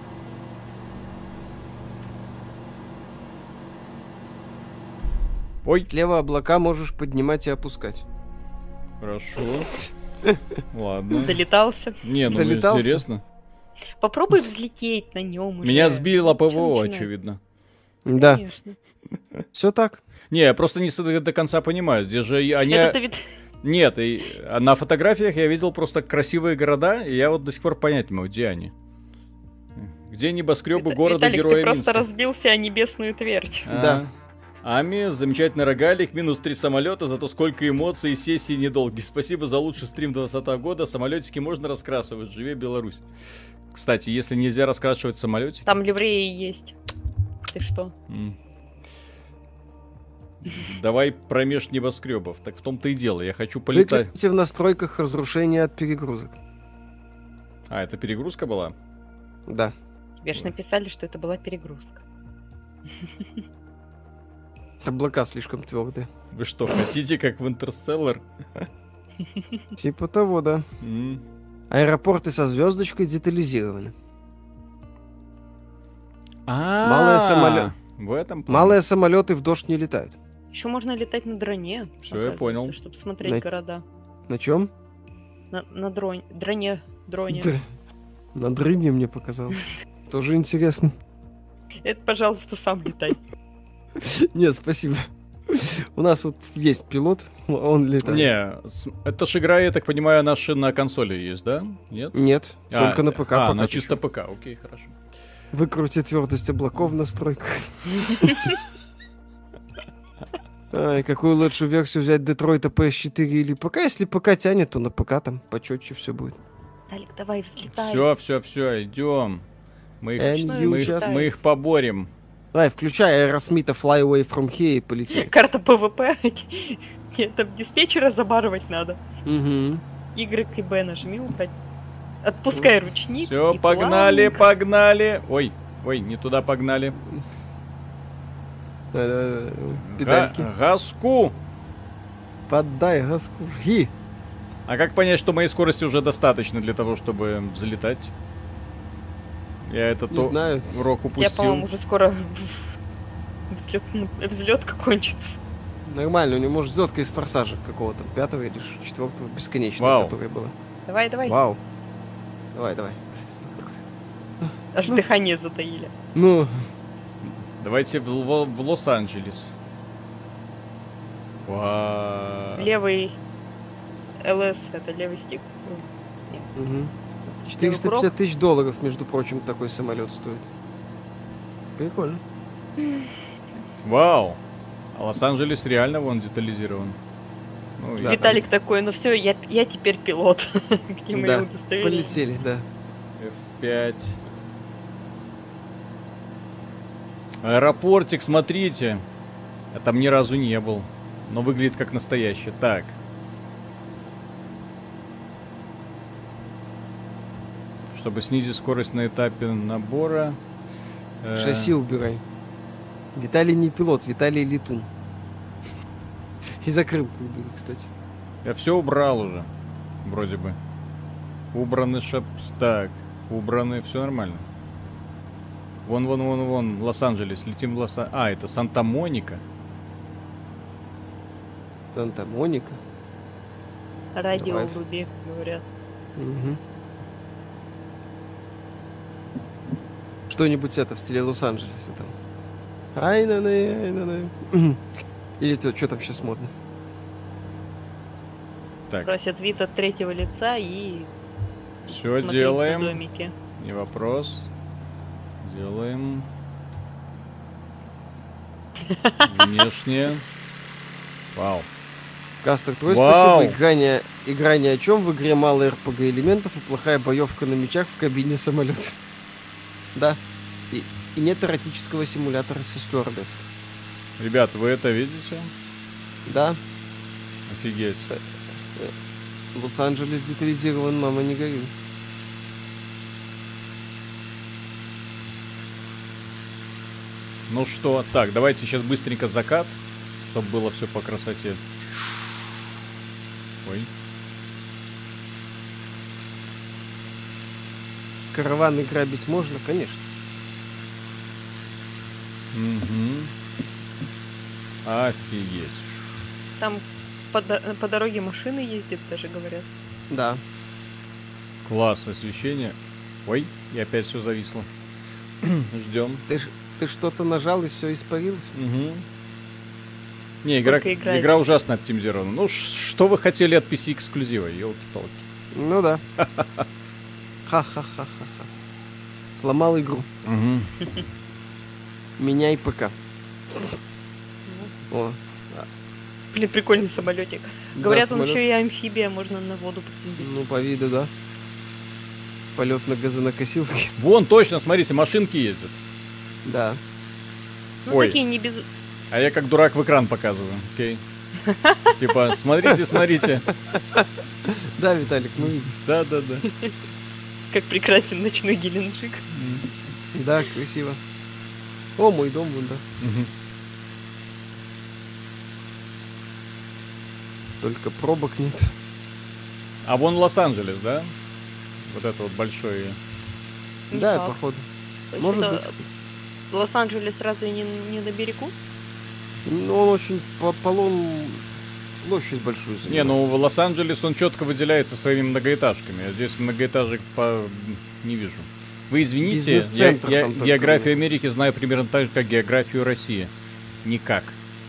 Speaker 1: Ой,
Speaker 2: Слева облака можешь поднимать и опускать.
Speaker 1: хорошо. Ладно.
Speaker 3: Долетался.
Speaker 1: Не, ну
Speaker 2: Долетался?
Speaker 1: интересно.
Speaker 3: Попробуй взлететь на нем.
Speaker 1: Меня сбило
Speaker 3: Чё
Speaker 1: ПВО,
Speaker 3: начинать?
Speaker 1: очевидно.
Speaker 2: Да.
Speaker 3: Конечно.
Speaker 2: Все так.
Speaker 1: Не, я просто не с- до, до конца понимаю. Здесь же и они...
Speaker 3: Это вид-
Speaker 1: Нет, и а на фотографиях я видел просто красивые города, и я вот до сих пор понять не могу, где они. Где небоскребы
Speaker 3: Вита-
Speaker 1: города
Speaker 3: Виталик,
Speaker 1: Героя
Speaker 3: ты просто
Speaker 1: Минска?
Speaker 3: разбился о небесную твердь.
Speaker 1: А,
Speaker 2: Да.
Speaker 1: Ами, замечательный рогалик, минус три самолета, зато сколько эмоций и сессии недолгие. Спасибо за лучший стрим двадцатого года. Самолетики можно раскрасывать. Живе Беларусь. Кстати, если нельзя раскрашивать самолетики...
Speaker 3: Там ливреи есть. Ты что?
Speaker 1: м, Давай промеж небоскребов. Так в том-то и дело. Я хочу полетать.
Speaker 2: Выключите в настройках разрушения от перегрузок.
Speaker 1: А, это перегрузка была?
Speaker 2: Да.
Speaker 3: Тебе ж написали, что это была перегрузка.
Speaker 2: Облака слишком твердые.
Speaker 1: Вы что, хотите, как в Интерстеллар?
Speaker 2: Типа того, да.
Speaker 1: М.
Speaker 2: Аэропорты со звездочкой детализированы.
Speaker 1: А,
Speaker 2: Малые самолё-
Speaker 1: В этом плане.
Speaker 2: Малые самолеты в дождь не летают.
Speaker 3: Еще можно летать на дроне.
Speaker 1: Всё, я понял.
Speaker 3: Чтобы смотреть
Speaker 2: На-
Speaker 3: города.
Speaker 2: На чем?
Speaker 3: На, на дроне. Дроне. Дроне.
Speaker 2: На дрыне мне показалось. Тоже интересно.
Speaker 3: Это, пожалуйста, сам летай.
Speaker 2: Нет, спасибо. У нас вот есть пилот, он летает.
Speaker 1: Не, с- это ж игра, я так понимаю, наши на консоли есть, да? Нет?
Speaker 2: Нет,
Speaker 1: А,
Speaker 2: только на ПК.
Speaker 1: А,
Speaker 2: пока
Speaker 1: на
Speaker 2: что.
Speaker 1: чисто ПК, окей, хорошо.
Speaker 2: Выкрути твердость облаков в настройках. Ай, какую лучшую версию взять Детройта пи эс четыре или ПК? Если ПК тянет, то на ПК там почетче все будет.
Speaker 3: Талик, давай, взлетай.
Speaker 1: Все, все, все, идем. Мы их,
Speaker 2: And
Speaker 3: you
Speaker 1: мы, их,
Speaker 3: just-
Speaker 1: мы их поборем.
Speaker 2: Давай, включай Аэросмита Fly Away From Here и полетели.
Speaker 3: Карта ПВП. Нет, там диспетчера забарывать надо.
Speaker 2: Угу.
Speaker 3: Y и B нажми, убрать. Отпускай ручник.
Speaker 1: Все,
Speaker 3: и
Speaker 1: погнали,
Speaker 3: плавненько.
Speaker 1: погнали. Ой, ой, не туда погнали.
Speaker 2: Педальки.
Speaker 1: Га- газку.
Speaker 2: Поддай газку. Жги.
Speaker 1: А как понять, что моей скорости уже достаточно для того, чтобы взлетать? Я этот
Speaker 2: Не знаю.
Speaker 1: урок
Speaker 3: Я,
Speaker 1: упустил.
Speaker 3: по-моему, уже скоро взлет, взлетка кончится.
Speaker 2: Нормально, у него может взлетка из форсажа какого-то, пятого или четвертого, бесконечного,
Speaker 1: Вау.
Speaker 2: которая была.
Speaker 3: Давай, давай.
Speaker 2: Вау. Давай, давай.
Speaker 3: Аж дыхание затаили.
Speaker 2: Ну,
Speaker 1: Давайте в, в- в Лос-Анджелес. Вау.
Speaker 3: Левый ЛС, это левый стик.
Speaker 2: угу. четыреста пятьдесят тысяч долларов, между прочим, такой самолет стоит. Прикольно.
Speaker 1: Вау. А Лос-Анджелес реально вон детализирован. Ну, и-
Speaker 2: Да,
Speaker 3: Виталик такой, ну все, я, я теперь пилот. Где мои
Speaker 2: Да,
Speaker 3: удостоверения?
Speaker 2: полетели, да.
Speaker 1: эф пять. Аэропортик, смотрите. Я там ни разу не был. Но выглядит как настоящий. Так. Чтобы снизить скорость на этапе набора. э,
Speaker 2: Шасси убирай. Виталий не пилот, Виталий летун. И закрылку убери, кстати.
Speaker 1: Я все убрал уже. Вроде бы. Убраны шап... Так. Убраны. Все нормально. Вон, вон, вон, вон. Лос-Анджелес. Летим в Лос-Анджелес. А, это Санта-Моника.
Speaker 2: Санта-Моника.
Speaker 3: Радио
Speaker 2: Давай.
Speaker 3: вруби, говорят.
Speaker 2: Угу. что-нибудь это в стиле Лос-Анджелеса там. Ай на на ай на на. Или то, что там сейчас модно?
Speaker 1: Так,
Speaker 3: Просят вид от третьего лица и
Speaker 1: все
Speaker 3: смотреть на
Speaker 1: делаем.
Speaker 3: домики.
Speaker 1: Не вопрос. Делаем. Внешне. Вау.
Speaker 2: Кастер, твой
Speaker 1: Вау.
Speaker 2: спасибо. Игра не, игра ни о чем. В игре мало эр пи джи элементов и плохая боевка на мечах в кабине самолета. Да. И, и нет эротического симулятора со стюардесс.
Speaker 1: Ребят, вы это видите?
Speaker 2: Да.
Speaker 1: Офигеть.
Speaker 2: Лос-Анджелес детализирован, мама не горюй.
Speaker 1: Ну что, так, давайте сейчас быстренько закат, чтобы было все по красоте. Ой.
Speaker 2: Караваны грабить можно, конечно.
Speaker 1: Угу. Офигеть.
Speaker 3: Там по, до- по дороге машины ездят, даже говорят.
Speaker 2: Да.
Speaker 1: Класс, освещение. Ой, и опять все зависло. Ждем.
Speaker 2: Ты, ж- ты что-то нажал и все испарилось?
Speaker 1: Угу. Не, игра,
Speaker 3: Сколько играет?
Speaker 1: игра ужасно оптимизирована. Ну, ш- что вы хотели от пи си эксклюзива, елки-палки.
Speaker 2: Ну да. Ха-ха-ха-ха-ха. Сломал игру.
Speaker 1: Угу.
Speaker 2: Меняй ПК. О,
Speaker 3: Блин, прикольный самолетик.
Speaker 2: да,
Speaker 3: Говорят, он
Speaker 2: самолет.
Speaker 3: еще и амфибия, можно на воду претендовать.
Speaker 2: Ну, по виду, да. Полет на газонокосилке.
Speaker 1: Вон, точно, смотрите, машинки ездят.
Speaker 2: Да.
Speaker 3: Ну,
Speaker 1: Ой.
Speaker 3: такие не без...
Speaker 1: А я как дурак в экран показываю, окей? Типа, смотрите, смотрите.
Speaker 2: Да, Виталик, мы видим.
Speaker 1: Да-да-да.
Speaker 3: Как прекрасен ночной Геленджик.
Speaker 2: Да, красиво. О, мой дом, вон, да.
Speaker 1: Мгм.
Speaker 2: Только пробок нет.
Speaker 1: А вон Лос-Анджелес, да? Вот это вот большой.
Speaker 2: Да,
Speaker 3: Никак.
Speaker 2: походу.
Speaker 3: То есть
Speaker 2: Может
Speaker 3: это
Speaker 2: быть.
Speaker 3: Лос-Анджелес разве не, не на берегу?
Speaker 2: Ну, он очень по полон площадь большую занимает.
Speaker 1: Не, ну в Лос-Анджелес он четко выделяется своими многоэтажками, а здесь многоэтажек по... не вижу. Вы извините, я,
Speaker 2: Бизнес-центр
Speaker 1: я
Speaker 2: там только
Speaker 1: географию
Speaker 2: был.
Speaker 1: Америки знаю примерно так же, как географию России. Никак.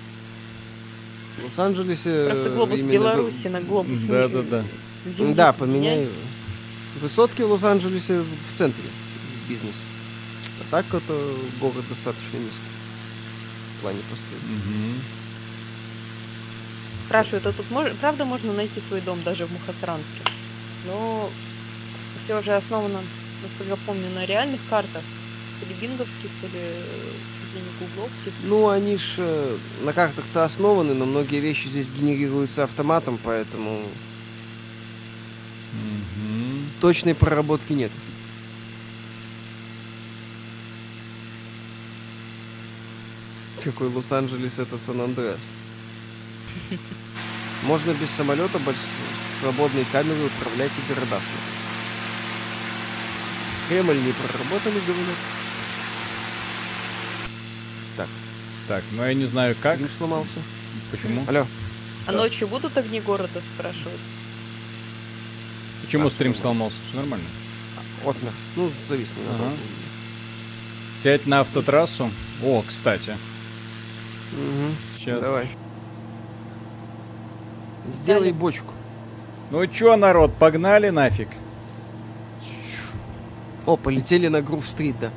Speaker 2: В Лос-Анджелесе
Speaker 3: Просто глобус
Speaker 2: именно
Speaker 3: Беларуси на глобус
Speaker 1: Да-да-да.
Speaker 2: го-
Speaker 3: Земли
Speaker 2: Да,
Speaker 3: поменяй.
Speaker 2: поменяй. Высотки в Лос-Анджелесе в центре бизнес. А так это город достаточно низкий. В плане постройки.
Speaker 1: Мгм.
Speaker 3: Спрашивают, а тут мож- правда можно найти свой дом даже в Мухосранске? Но все же основано, насколько я помню, на реальных картах. То ли бинговских, то ли э, чуть ли не гугловских.
Speaker 2: Ну, они ж э, на картах-то основаны, но многие вещи здесь генерируются автоматом, поэтому
Speaker 1: Мгм.
Speaker 2: точной проработки нет. Какой Лос-Анджелес, это Сан-Андреас. Можно без самолета больш... свободной камерой управлять и города смотреть. Кремль не проработали, говорят. Так,
Speaker 1: Так, ну я не знаю как.
Speaker 2: стрим сломался.
Speaker 1: Почему?
Speaker 2: Алло.
Speaker 3: А
Speaker 1: Да.
Speaker 3: ночью будут огни города, спрашивают?
Speaker 1: Почему
Speaker 2: Так,
Speaker 1: стрим
Speaker 2: нормально.
Speaker 1: сломался? Все нормально.
Speaker 2: Отмер. Ну, завис немного.
Speaker 1: Ага. Сядь на автотрассу. О, кстати.
Speaker 2: Мгм.
Speaker 1: Сейчас.
Speaker 2: Давай. Сделай
Speaker 3: Далее.
Speaker 2: бочку.
Speaker 1: Ну чё, народ, погнали нафиг.
Speaker 2: О, полетели на Грув-стрит, да.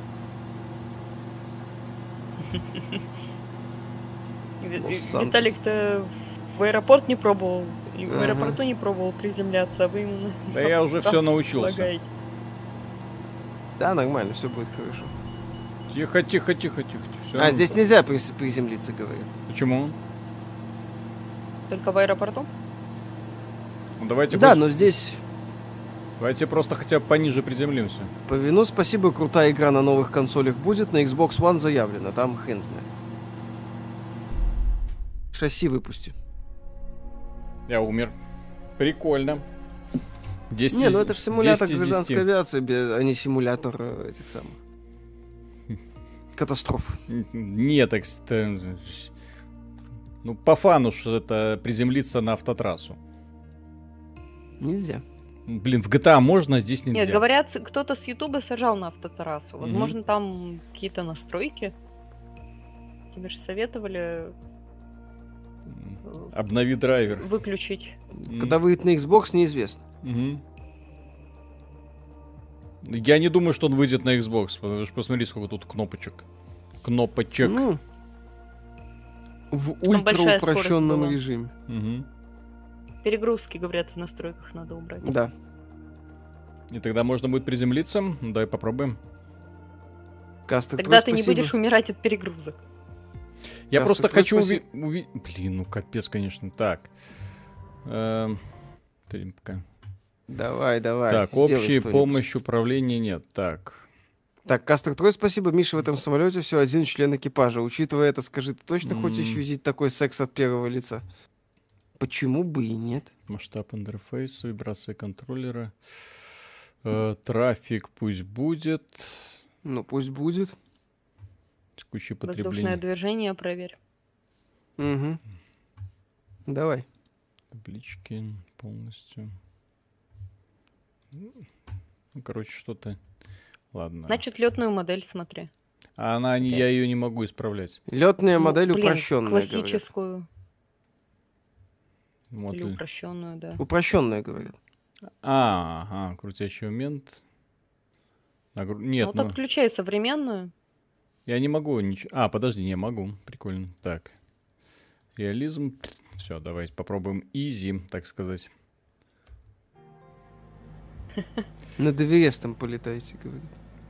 Speaker 3: Ви- ви-
Speaker 2: Лос-Сантос.
Speaker 3: Виталик-то в аэропорт не пробовал, и в
Speaker 2: Ага.
Speaker 3: аэропорту не пробовал приземляться, а вы ему... на-
Speaker 1: Да я уже
Speaker 3: как
Speaker 1: все научился.
Speaker 3: предлагаете?
Speaker 2: Да, нормально, все будет хорошо.
Speaker 1: Тихо, тихо, тихо, тихо. Всё.
Speaker 2: А, здесь нельзя прис- приземлиться, говорят.
Speaker 1: Почему?
Speaker 3: Только в аэропорту?
Speaker 1: Ну, давайте,
Speaker 2: Да,
Speaker 1: хоть-
Speaker 2: но здесь
Speaker 1: давайте просто хотя бы пониже приземлимся.
Speaker 2: по вину спасибо, крутая игра на новых консолях будет, на Xbox One заявлено, там хрен знает. Шасси выпусти.
Speaker 1: Я умер. Прикольно. десять
Speaker 2: Не,
Speaker 1: из-
Speaker 2: ну это же симулятор
Speaker 1: десять из
Speaker 2: гражданской
Speaker 1: десяти.
Speaker 2: авиации, бе- а не симулятор э, этих самых катастроф.
Speaker 1: Нет, так с- т- ну по фану ж это приземлиться на автотрассу.
Speaker 2: Нельзя.
Speaker 1: Блин, в джи ти эй можно, а здесь нельзя.
Speaker 3: Нет, говорят, с- кто-то с Ютуба сажал на автотрассу. Возможно, там какие-то настройки. Тебе же советовали
Speaker 1: М,
Speaker 3: э,
Speaker 1: Обнови драйвер.
Speaker 3: выключить.
Speaker 1: М,
Speaker 2: Когда выйдет на Xbox, неизвестно.
Speaker 1: мгм. Я не думаю, что он выйдет на Xbox, потому что посмотри, сколько тут кнопочек. Кнопочек.
Speaker 2: Ну, в
Speaker 3: Там большая скорость
Speaker 2: ультра-упрощенном
Speaker 3: была.
Speaker 2: режиме.
Speaker 1: Мгм.
Speaker 3: Перегрузки, говорят, в настройках надо убрать.
Speaker 2: Да.
Speaker 1: И тогда можно будет приземлиться. Ну, давай попробуем.
Speaker 2: Кастер,
Speaker 3: Тогда
Speaker 2: твой
Speaker 3: ты не
Speaker 2: спасибо.
Speaker 3: будешь умирать от перегрузок.
Speaker 1: Я
Speaker 2: Кастер,
Speaker 1: просто
Speaker 2: твой
Speaker 1: хочу
Speaker 2: спасибо.
Speaker 1: увидеть... Блин, ну капец, конечно. Так. Эм, три пока.
Speaker 2: Давай, давай.
Speaker 1: Так,
Speaker 2: сделай
Speaker 1: общая
Speaker 2: что-нибудь.
Speaker 1: помощь, управления нет. Так.
Speaker 2: Так, Кастер, твой спасибо. Миша в этом самолете всего один член экипажа. Учитывая это, скажи, ты точно хочешь
Speaker 1: М.
Speaker 2: видеть такой секс от первого лица? Почему бы и нет?
Speaker 1: Масштаб интерфейса, вибрация контроллера. Э, трафик пусть будет.
Speaker 2: Ну, пусть будет.
Speaker 1: Текущее
Speaker 3: Воздушное
Speaker 1: потребление.
Speaker 3: движение проверь.
Speaker 2: Угу. Давай.
Speaker 1: Таблички полностью. Ну, короче, что-то. Ладно.
Speaker 3: Значит, летную модель смотри.
Speaker 1: А она не, я ее не могу исправлять.
Speaker 2: Летная
Speaker 3: Ну,
Speaker 2: модель
Speaker 3: блин,
Speaker 2: упрощенная, говорят.
Speaker 3: классическую
Speaker 1: Вот.
Speaker 3: или упрощенную, да.
Speaker 2: Упрощенная, говорят.
Speaker 1: А, ага, крутящий момент. Нагру- Нет,
Speaker 3: Ну,
Speaker 1: ну,
Speaker 3: вот отключай современную.
Speaker 1: я не могу ничего. А, подожди, не могу. Прикольно. Так. Реализм. Все, давайте попробуем изи, так сказать.
Speaker 2: Над Эверестом полетайте, говорит.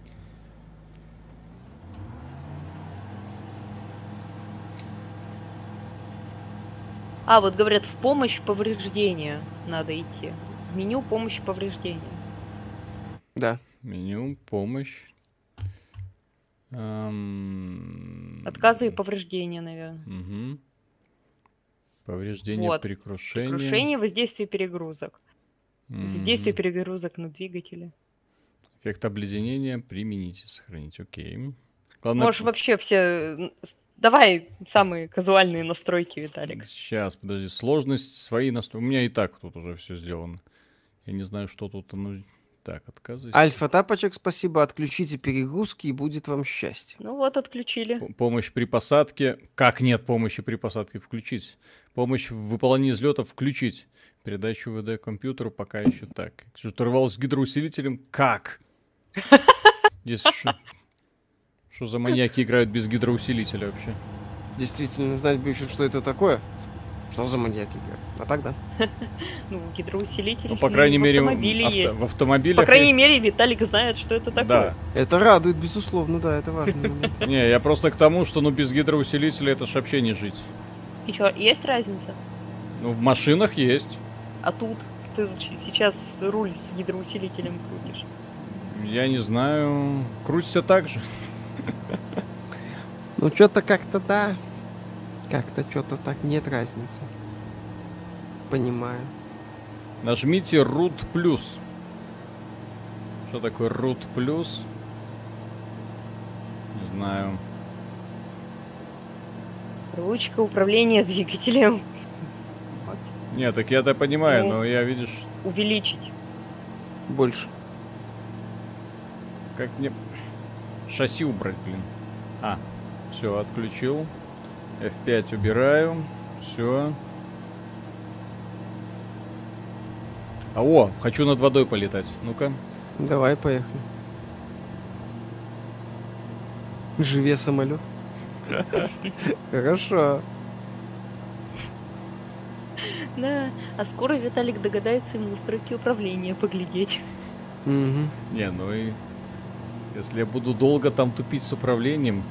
Speaker 3: А, вот говорят, в помощь повреждению надо идти. В меню помощь повреждения.
Speaker 2: Да.
Speaker 1: Меню, помощь. Эм,
Speaker 3: Отказы и повреждения, наверное.
Speaker 1: мгм. Повреждение
Speaker 3: Вот.
Speaker 1: при крушении.
Speaker 3: Крушение, воздействие перегрузок. Воздействие
Speaker 1: Мгм.
Speaker 3: перегрузок на двигатели.
Speaker 1: Эффект обледенения применить и сохранить. Окей. Главное,
Speaker 3: Можешь вообще все... м, с- Давай самые казуальные настройки, Виталик.
Speaker 1: сейчас, подожди, сложность свои настройки. У меня и так тут уже все сделано. Я не знаю, что тут оно. Так, отказывайся.
Speaker 2: Альфа тапочек, спасибо. Отключите перегрузки, и будет вам счастье.
Speaker 3: Ну вот, отключили.
Speaker 1: П- Помощь при посадке. Как нет помощи при посадке? Включить. Помощь в выполнении взлетов включить. Передачу ВД компьютеру пока еще так. Штурвал с гидроусилителем. Как? Здесь что? Что за маньяки играют без гидроусилителя вообще?
Speaker 2: Действительно, знать бы еще, что это такое. Что за маньяки играют. А так да.
Speaker 3: Ну, гидроусилитель
Speaker 1: Ну, по крайней
Speaker 3: в
Speaker 1: мере, в
Speaker 3: автомобиле
Speaker 1: авто-
Speaker 3: есть.
Speaker 1: в автомобилях...
Speaker 3: По
Speaker 1: и-
Speaker 3: крайней мере, Виталик знает, что это такое.
Speaker 1: Да.
Speaker 2: Это радует, безусловно, да, это важный момент.
Speaker 1: Не, я просто к тому, что ну без гидроусилителя это ж вообще не жить.
Speaker 3: И что, есть разница?
Speaker 1: Ну, в машинах есть.
Speaker 3: А тут ты ч- сейчас руль с гидроусилителем крутишь.
Speaker 1: Я не знаю. Крутится так же.
Speaker 2: Ну, что-то как-то да. Как-то что-то так нет разницы. Понимаю.
Speaker 1: Нажмите root плюс. Что такое root плюс? Не знаю.
Speaker 3: Ручка управления двигателем. Вот.
Speaker 1: Не, так я-то понимаю,
Speaker 3: Ну.
Speaker 1: но я, видишь,
Speaker 3: Увеличить.
Speaker 2: Больше.
Speaker 1: как мне шасси убрать, блин. А, все, отключил. эф пять убираю. Все. А, о, хочу над водой полетать. Ну-ка.
Speaker 2: Давай, поехали. Живе самолет. Хорошо.
Speaker 3: Да. А скоро Виталик догадается им настройки управления поглядеть.
Speaker 2: Мгм.
Speaker 1: Не, ну и если я буду долго там тупить с управлением,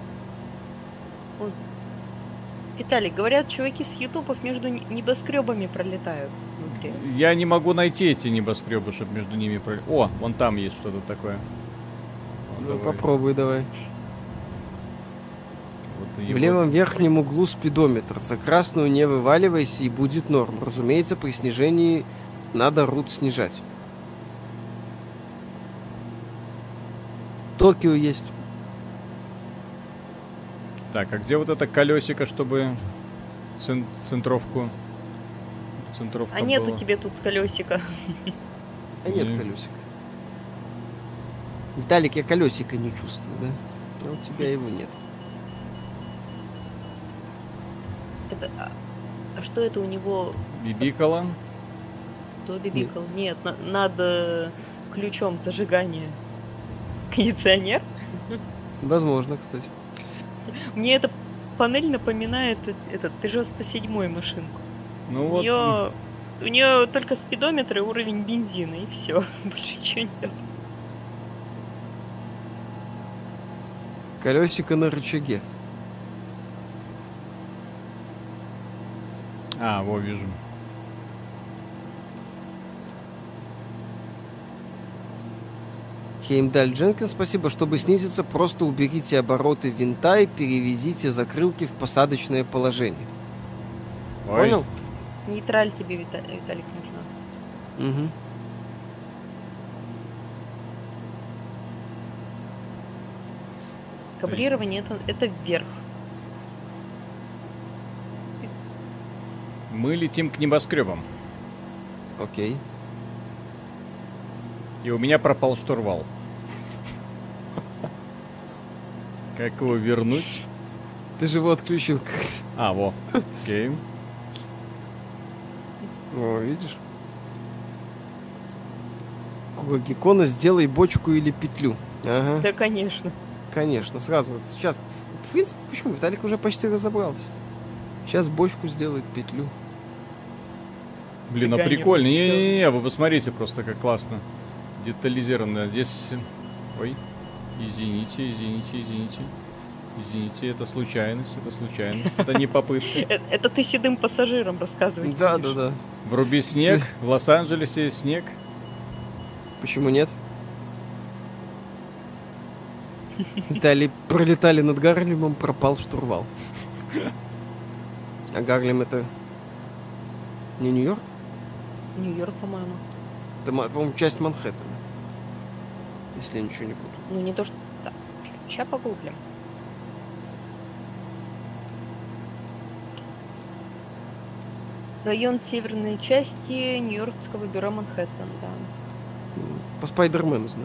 Speaker 3: Виталик, говорят, чуваки с ютубов между н- небоскребами пролетают внутри.
Speaker 1: я не могу найти эти небоскребы, чтобы между ними про... О, вон там есть что-то такое. Вот,
Speaker 2: Ну,
Speaker 1: давай.
Speaker 2: попробуй давай.
Speaker 1: Вот
Speaker 2: В
Speaker 1: его-
Speaker 2: левом верхнем углу спидометр. За красную не вываливайся и будет норм. Разумеется, при снижении надо рут снижать. Токио есть.
Speaker 1: Так, а где вот это колесико, чтобы цен- центровку... Центровка
Speaker 3: А нету
Speaker 1: была?
Speaker 3: тебе тут колесика.
Speaker 2: А нет
Speaker 1: М.
Speaker 2: колесика. Виталик, я колесика не чувствую, да? А у тебя его нет.
Speaker 3: Это, а, а что это у него?
Speaker 1: Бибикала.
Speaker 3: Кто бибикал? Нет, на- над э, ключом зажигания. Кондиционер?
Speaker 2: Возможно, кстати.
Speaker 3: Мне эта панель напоминает э- этот Peugeot сто семь машинку.
Speaker 1: Ну
Speaker 3: У
Speaker 1: вот.
Speaker 3: нее у нее только спидометр и уровень бензина, и все. Больше ничего нет.
Speaker 2: Колесико на рычаге.
Speaker 1: А, во, вижу.
Speaker 2: Хеймдаль Дженкинс, спасибо. Чтобы снизиться, просто уберите обороты винта и переведите закрылки в посадочное положение.
Speaker 1: Ой.
Speaker 2: Понял?
Speaker 3: Нейтраль тебе, Вита- Виталик, нужна.
Speaker 2: Угу.
Speaker 3: Каблирование это, это вверх.
Speaker 1: Мы летим к небоскребам.
Speaker 2: Окей.
Speaker 1: И у меня пропал штурвал. Как его вернуть?
Speaker 2: Ты же его отключил.
Speaker 1: А, во. Окей.
Speaker 2: О, видишь? Геккона, сделай бочку или петлю. Ага,
Speaker 3: Да, конечно.
Speaker 2: конечно, сразу вот сейчас. В принципе, почему? Виталик уже почти разобрался. Сейчас бочку сделает, петлю.
Speaker 1: Блин, а
Speaker 3: Цыгане
Speaker 1: прикольно.
Speaker 3: русские.
Speaker 1: Не-не-не, вы посмотрите просто, как классно. Детализировано. Здесь... Ой. Извините, извините, извините. Извините, это случайность, это случайность. Это не попытка.
Speaker 3: Э- Это ты седым пассажирам рассказывать
Speaker 2: Да,
Speaker 3: будешь.
Speaker 2: да, да.
Speaker 1: Вруби снег. В Лос-Анджелесе есть снег.
Speaker 2: Почему нет? Виталий, пролетали над Гарлемом, пропал штурвал. А Гарлем это не Нью-Йорк?
Speaker 3: Нью-Йорк, по-моему.
Speaker 2: Это, ма- по-моему, часть Манхэттена. Если я ничего не буду.
Speaker 3: Ну, не то, что... Так, сейчас погуглим. Район северной части Нью-Йоркского бюро Манхэттен, да.
Speaker 2: По Спайдермену знаю.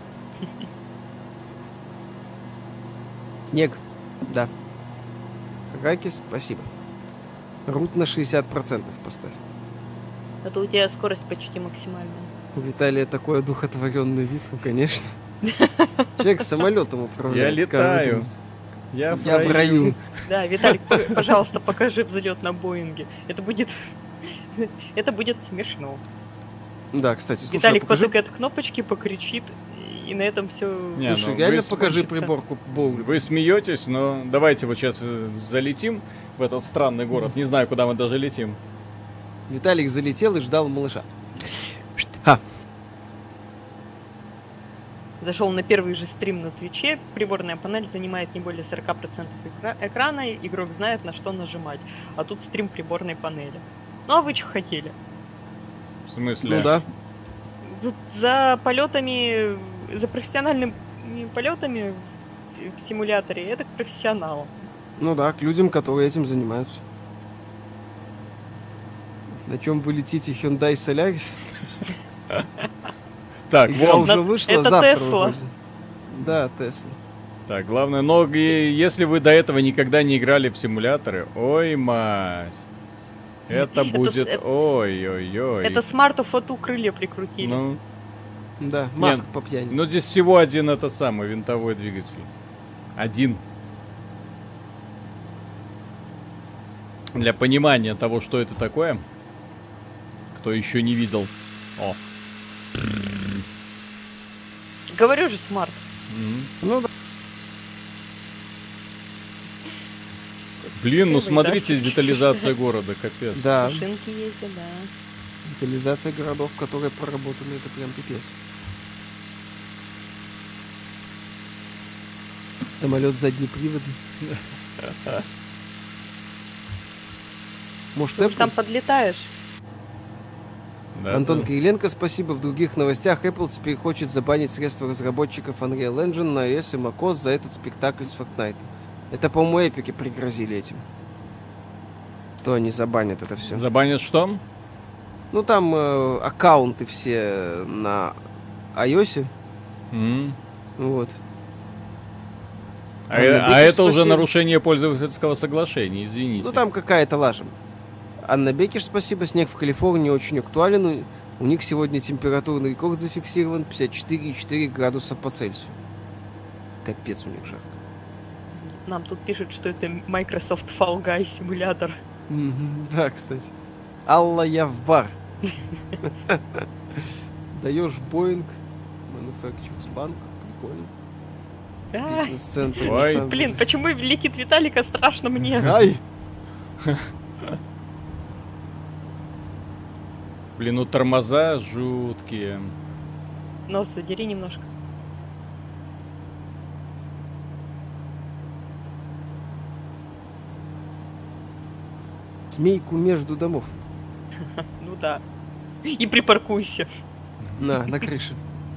Speaker 2: Снег. Да. Хагаки, спасибо. Рут на шестьдесят процентов поставь.
Speaker 3: Это у тебя скорость почти максимальная.
Speaker 2: У Виталия такой одухотворенный вид, ну, конечно. Человек самолетом управляет.
Speaker 1: Я летаю.
Speaker 2: каждым.
Speaker 1: Я
Speaker 2: Я в раю.
Speaker 3: Да, Виталик, п- пожалуйста, покажи взлет на Боинге. Это будет... Это будет смешно.
Speaker 2: Да, кстати, слушай,
Speaker 3: Виталик
Speaker 2: а покажи,
Speaker 3: потыкает кнопочки, покричит, и на этом все.
Speaker 1: Не,
Speaker 2: слушай,
Speaker 1: ну,
Speaker 2: реально
Speaker 1: вы
Speaker 2: покажи
Speaker 3: смотрите.
Speaker 2: приборку Боули.
Speaker 1: Вы смеетесь, но давайте вот сейчас залетим в этот странный город. Не знаю, куда мы даже летим.
Speaker 2: Виталик залетел и ждал малыша. Ха.
Speaker 3: Зашел на первый же стрим на Твиче. Приборная панель занимает не более сорок процентов экра- экрана. Игрок знает, на что нажимать. А тут стрим приборной панели. Ну а вы что хотели?
Speaker 1: В смысле?
Speaker 2: Ну да.
Speaker 3: Тут за полетами, за профессиональными полетами в- в симуляторе это к профессионалам.
Speaker 2: Ну да, к людям, которые этим занимаются. На чем вы летите, Hyundai Solaris?
Speaker 1: Так,
Speaker 2: Игра
Speaker 1: вон.
Speaker 2: уже
Speaker 3: На-
Speaker 2: вышла,
Speaker 3: это
Speaker 2: завтра
Speaker 3: Tesla.
Speaker 2: выходит. Да, Тесла.
Speaker 1: Так, главное, но и если вы до этого никогда не играли в симуляторы, ой, мать. Это
Speaker 3: Это с-
Speaker 1: будет...
Speaker 3: это-
Speaker 1: Ой-ой-ой.
Speaker 3: Это смарту фоту крылья прикрутили.
Speaker 1: Ну,
Speaker 2: Да, Маск по пьяни.
Speaker 1: ну, здесь всего один этот самый винтовой двигатель. Один. Для понимания того, что это такое, кто еще не видел. О.
Speaker 3: Говорю же, смарт.
Speaker 1: М.
Speaker 2: Ну да.
Speaker 1: Блин, ну
Speaker 3: Первый
Speaker 1: смотрите,
Speaker 3: этаж.
Speaker 1: детализация города, капец.
Speaker 2: Да,
Speaker 3: Машинки ездят, да.
Speaker 2: детализация городов, которые проработаны, это прям пипец. Самолет заднеприводный. Может,
Speaker 3: Ты уж
Speaker 2: Apple?
Speaker 3: там подлетаешь.
Speaker 1: Да,
Speaker 2: Антон
Speaker 1: да.
Speaker 2: Кириленко, спасибо. В других новостях Apple теперь хочет забанить средства разработчиков Unreal Engine на iOS и macOS за этот спектакль с Fortnite. Это, по-моему, эпики пригрозили этим. Что они забанят это все.
Speaker 1: Забанят что?
Speaker 2: Ну, там э, аккаунты все на iOS.
Speaker 1: М.
Speaker 2: Вот.
Speaker 1: А,
Speaker 2: Анна
Speaker 1: а
Speaker 2: Беккер,
Speaker 1: это уже
Speaker 2: спасибо.
Speaker 1: нарушение пользовательского соглашения, извините.
Speaker 2: Ну, там какая-то лажа. Анна Беккер, спасибо. Снег в Калифорнии очень актуален. У- У них сегодня температурный рекорд зафиксирован пятьдесят четыре и четыре градуса по Цельсию. Капец у них жарко.
Speaker 3: Нам тут пишут, что это Microsoft Fall Guy симулятор.
Speaker 2: Мгм, да, кстати. Алла, я в бар. Даешь Боинг, Manufacturers Bank, прикольно.
Speaker 3: А,
Speaker 2: Бизнес-центр.
Speaker 1: Ой.
Speaker 2: на самом
Speaker 3: Блин,
Speaker 2: деле.
Speaker 3: почему летит Виталика, страшно мне.
Speaker 2: Ай!
Speaker 1: Блин, ну тормоза жуткие.
Speaker 3: Нос задери немножко.
Speaker 2: Змейку между домов.
Speaker 3: Ну да. И припаркуйся.
Speaker 2: На, на крыше.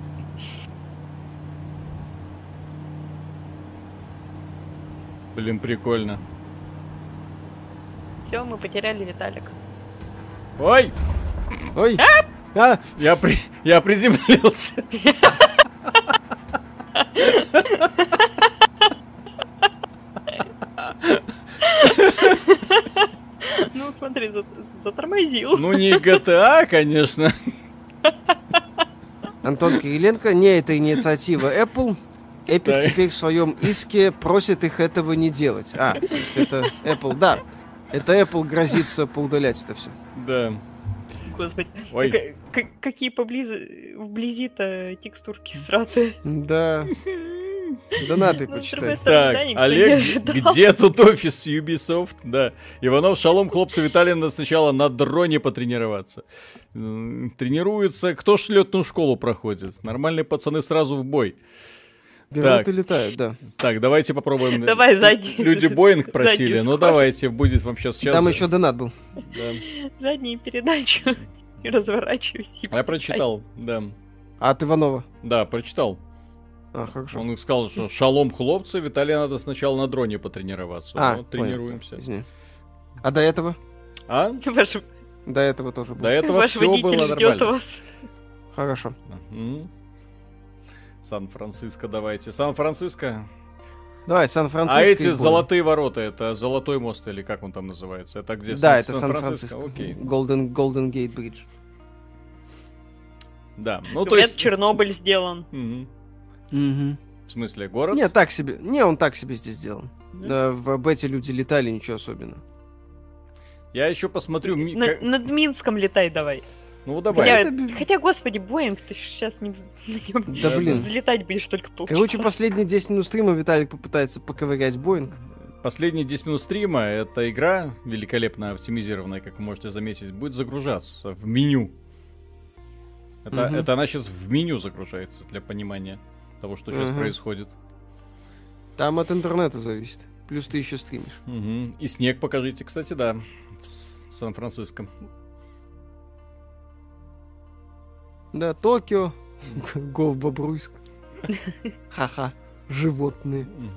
Speaker 1: Блин, прикольно.
Speaker 3: Все, мы потеряли Виталика.
Speaker 1: Ой,
Speaker 2: Ой! А!
Speaker 1: я, при... я приземлился.
Speaker 3: Ну, смотри, за- затормозил.
Speaker 1: Ну не джи ти эй, конечно.
Speaker 2: Антон Кириленко, не это инициатива Apple. Epic
Speaker 1: Так.
Speaker 2: теперь в своем иске просит их этого не делать. А, то есть это Apple, да. Это Apple грозится поудалять это все.
Speaker 1: Да.
Speaker 3: Господи.
Speaker 1: Ой.
Speaker 3: К- к- какие поблизи... вблизи-то текстурки сратые.
Speaker 2: Да. Донаты
Speaker 3: Ну, с
Speaker 2: почитай.
Speaker 3: другой стороны,
Speaker 1: Так,
Speaker 3: да, никто не
Speaker 1: Олег,
Speaker 3: ожидал.
Speaker 1: где тут офис Ubisoft? Да. Иванов, шалом, хлопцы, Виталий надо сначала на дроне потренироваться. М, Тренируются, кто ж летную школу проходит? Нормальные пацаны сразу в бой.
Speaker 2: Берут
Speaker 1: Так.
Speaker 2: и летают, да.
Speaker 1: Так, давайте попробуем.
Speaker 3: Давай задний.
Speaker 1: Люди Боинг просили.
Speaker 3: задний
Speaker 1: Ну
Speaker 3: сход.
Speaker 1: давайте, будет вам сейчас сейчас.
Speaker 2: Там еще донат был.
Speaker 1: Да.
Speaker 3: Заднюю передачу. И разворачиваюсь. и
Speaker 1: А я прочитал, да.
Speaker 2: А от Иванова.
Speaker 1: Да, прочитал.
Speaker 2: А, хорошо.
Speaker 1: Он сказал, что шалом, хлопцы, Виталий надо сначала на дроне потренироваться.
Speaker 2: А,
Speaker 1: Вот,
Speaker 2: понял,
Speaker 1: тренируемся.
Speaker 2: да, извини. А до этого?
Speaker 1: А?
Speaker 3: Ваш,
Speaker 2: До этого тоже
Speaker 1: До
Speaker 2: было.
Speaker 1: этого
Speaker 3: ваш
Speaker 1: все
Speaker 3: водитель
Speaker 1: было
Speaker 3: ждет
Speaker 1: нормально.
Speaker 3: вас.
Speaker 2: Хорошо.
Speaker 1: Мгм. Сан-Франциско, давайте. Сан-Франциско.
Speaker 2: Давай, Сан-Франциско.
Speaker 1: А
Speaker 2: и
Speaker 1: эти
Speaker 2: Бонн.
Speaker 1: золотые ворота, это Золотой мост или как он там называется? Это где?
Speaker 2: Да,
Speaker 1: Сан-
Speaker 2: это Сан-Франциско.
Speaker 1: Окей.
Speaker 2: Golden, Golden Gate Bridge.
Speaker 1: Да. Ну, то
Speaker 3: Говорят,
Speaker 1: есть...
Speaker 3: Чернобыль сделан.
Speaker 1: Мгм.
Speaker 2: Мгм.
Speaker 1: В смысле, город?
Speaker 2: Не, так себе. Не, он так себе здесь сделан.
Speaker 1: Да.
Speaker 2: Да, в бете люди летали, ничего особенного.
Speaker 1: Я еще посмотрю... ми-
Speaker 3: На-
Speaker 1: как-
Speaker 3: над Минском летай давай.
Speaker 1: Ну, давай.
Speaker 3: Хотя,
Speaker 2: это б-
Speaker 3: хотя, господи, Боинг, ты сейчас не, вз- на нем
Speaker 2: Да, блин.
Speaker 3: взлетать будешь только полчаса.
Speaker 2: Короче, последние десять минут стрима Виталик попытается поковырять Боинг.
Speaker 1: Последние десять минут стрима, эта игра, великолепно оптимизированная, как вы можете заметить, будет загружаться в меню. Это,
Speaker 2: Мгм.
Speaker 1: это она сейчас в меню загружается, для понимания того, что сейчас
Speaker 2: Мгм.
Speaker 1: происходит.
Speaker 2: Там от интернета зависит. Плюс ты еще стримишь.
Speaker 1: Мгм. И снег покажите, кстати, да, в С- Сан-Франциско.
Speaker 2: Да, Токио. Го в Бобруйск. Ха-ха. Животные.
Speaker 1: Мгм.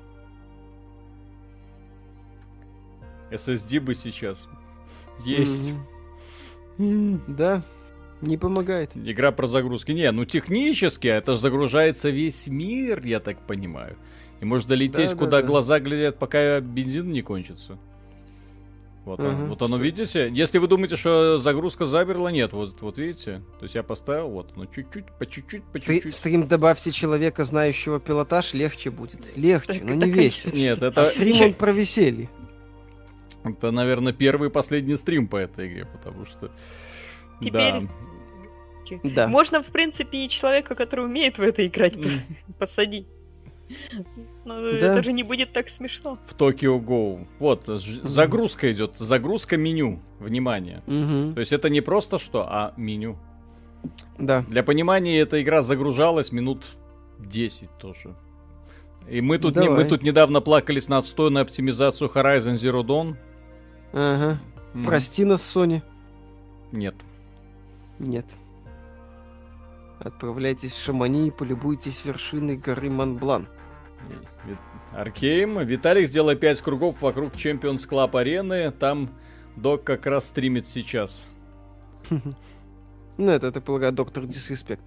Speaker 1: эс эс ди бы сейчас есть.
Speaker 2: Мгм. Да. Не помогает.
Speaker 1: Игра про загрузки. Не, ну технически это ж загружается весь мир, я так понимаю. И можно долететь,
Speaker 2: Да, да,
Speaker 1: куда
Speaker 2: да.
Speaker 1: глаза глядят, пока бензин не кончится. Вот, оно,
Speaker 2: Ага.
Speaker 1: вот оно, видите? Если вы думаете, что загрузка замерла, нет, вот, вот видите? То есть я поставил, вот, ну чуть-чуть, по чуть-чуть, по
Speaker 2: Ты в
Speaker 1: чуть-чуть.
Speaker 2: стрим добавьте человека, знающего пилотаж, легче будет. Легче,
Speaker 3: Так,
Speaker 2: но не
Speaker 3: так,
Speaker 2: весело.
Speaker 1: Нет,
Speaker 2: А
Speaker 1: это,
Speaker 2: стрим он про веселье.
Speaker 1: это, наверное, первый и последний стрим по этой игре, потому что...
Speaker 3: Теперь-
Speaker 1: Да.
Speaker 2: Да.
Speaker 3: Можно, в принципе, и человека, который умеет в это играть,
Speaker 1: М.
Speaker 3: посадить. Но
Speaker 2: Да.
Speaker 3: это же не будет так смешно.
Speaker 1: В Tokyo Go. Вот, ж- загрузка идет. Загрузка меню. Внимание.
Speaker 2: Мгм.
Speaker 1: То есть это не просто что, а меню.
Speaker 2: Да.
Speaker 1: Для понимания, эта игра загружалась минут десять тоже. И мы тут, не- мы
Speaker 2: Давай.
Speaker 1: тут недавно плакались на отстойную оптимизацию Horizon Zero Dawn.
Speaker 2: Ага.
Speaker 1: М,
Speaker 2: Прости нас, Sony.
Speaker 1: Нет.
Speaker 2: Нет. Отправляйтесь в Шамани и полюбуйтесь вершиной горы Монблан.
Speaker 1: Ви- Аркейм. Виталик, сделай пять кругов вокруг Champions Club арены. Там Док как раз стримит сейчас.
Speaker 2: Ну, это, я полагаю, доктор Дисреспект.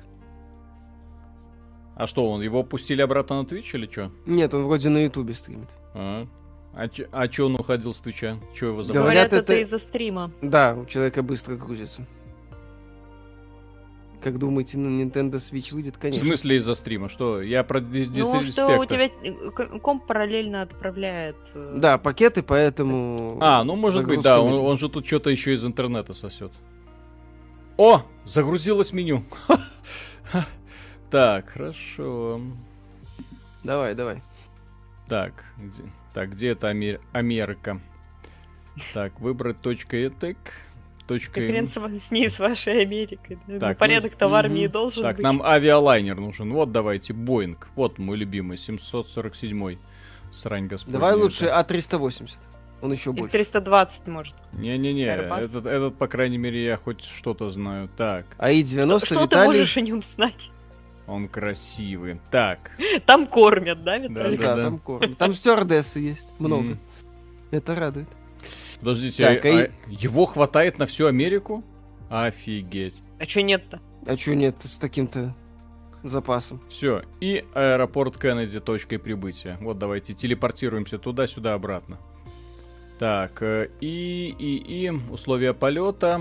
Speaker 1: А что, он его пустили обратно на Twitch или что?
Speaker 2: Нет, он вроде на Ютубе стримит.
Speaker 1: А, а, ч- а чё он уходил с Твича? Чё его забрали?
Speaker 2: Говорят,
Speaker 3: Говорят, это
Speaker 2: это-
Speaker 3: из-за стрима.
Speaker 2: Да, у человека быстро грузится. Как думаете, на Nintendo Switch выйдет?
Speaker 1: В
Speaker 2: Конечно.
Speaker 1: смысле из-за стрима? Что? Я про дис-
Speaker 3: Ну, что у
Speaker 1: дисреспекта.
Speaker 3: тебя э, к- комп параллельно отправляет... э,
Speaker 2: Да, пакеты, поэтому...
Speaker 1: А, ну может быть,
Speaker 2: загрузка
Speaker 1: да, он,
Speaker 2: медленная.
Speaker 1: он же тут что-то еще из интернета сосет. О, загрузилось меню. Так, хорошо.
Speaker 2: Давай, давай.
Speaker 1: Так, где, так, где это Амер- Америка? Так, выбрать точка .etec. Точка...
Speaker 3: Как хрен с, ва- с ней, с вашей Америкой. Да? Ну,
Speaker 1: Так,
Speaker 3: порядок-то в армии
Speaker 2: мгм.
Speaker 3: должен
Speaker 1: Так,
Speaker 3: быть.
Speaker 1: нам авиалайнер нужен. Вот давайте, Боинг. Вот мой любимый, семьсот сорок седьмой. Срань господня.
Speaker 2: Давай лучше
Speaker 1: это.
Speaker 2: А триста восемьдесят. Он еще
Speaker 3: И
Speaker 2: больше.
Speaker 3: триста двадцать, может.
Speaker 1: Не-не-не,
Speaker 3: Airbus.
Speaker 1: этот, этот, по крайней мере, я хоть что-то знаю. Так,
Speaker 2: АИ
Speaker 3: Что,
Speaker 2: девяносто,
Speaker 3: что ты
Speaker 2: Виталий.
Speaker 3: можешь о нем знать?
Speaker 1: он красивый. Так,
Speaker 3: Там кормят, да, Виталий?
Speaker 2: Да,
Speaker 1: Да-да.
Speaker 2: там корм. Там стюардессы есть. Много.
Speaker 1: М.
Speaker 2: Это радует.
Speaker 1: подождите,
Speaker 2: Так,
Speaker 1: а-
Speaker 2: а и-
Speaker 1: а его хватает на всю Америку? Офигеть.
Speaker 3: А чё нет-то?
Speaker 2: А чё нет с таким-то запасом?
Speaker 1: Все, и аэропорт Кеннеди точкой прибытия. Вот давайте телепортируемся туда-сюда обратно. Так, э, и, и, и условия полета.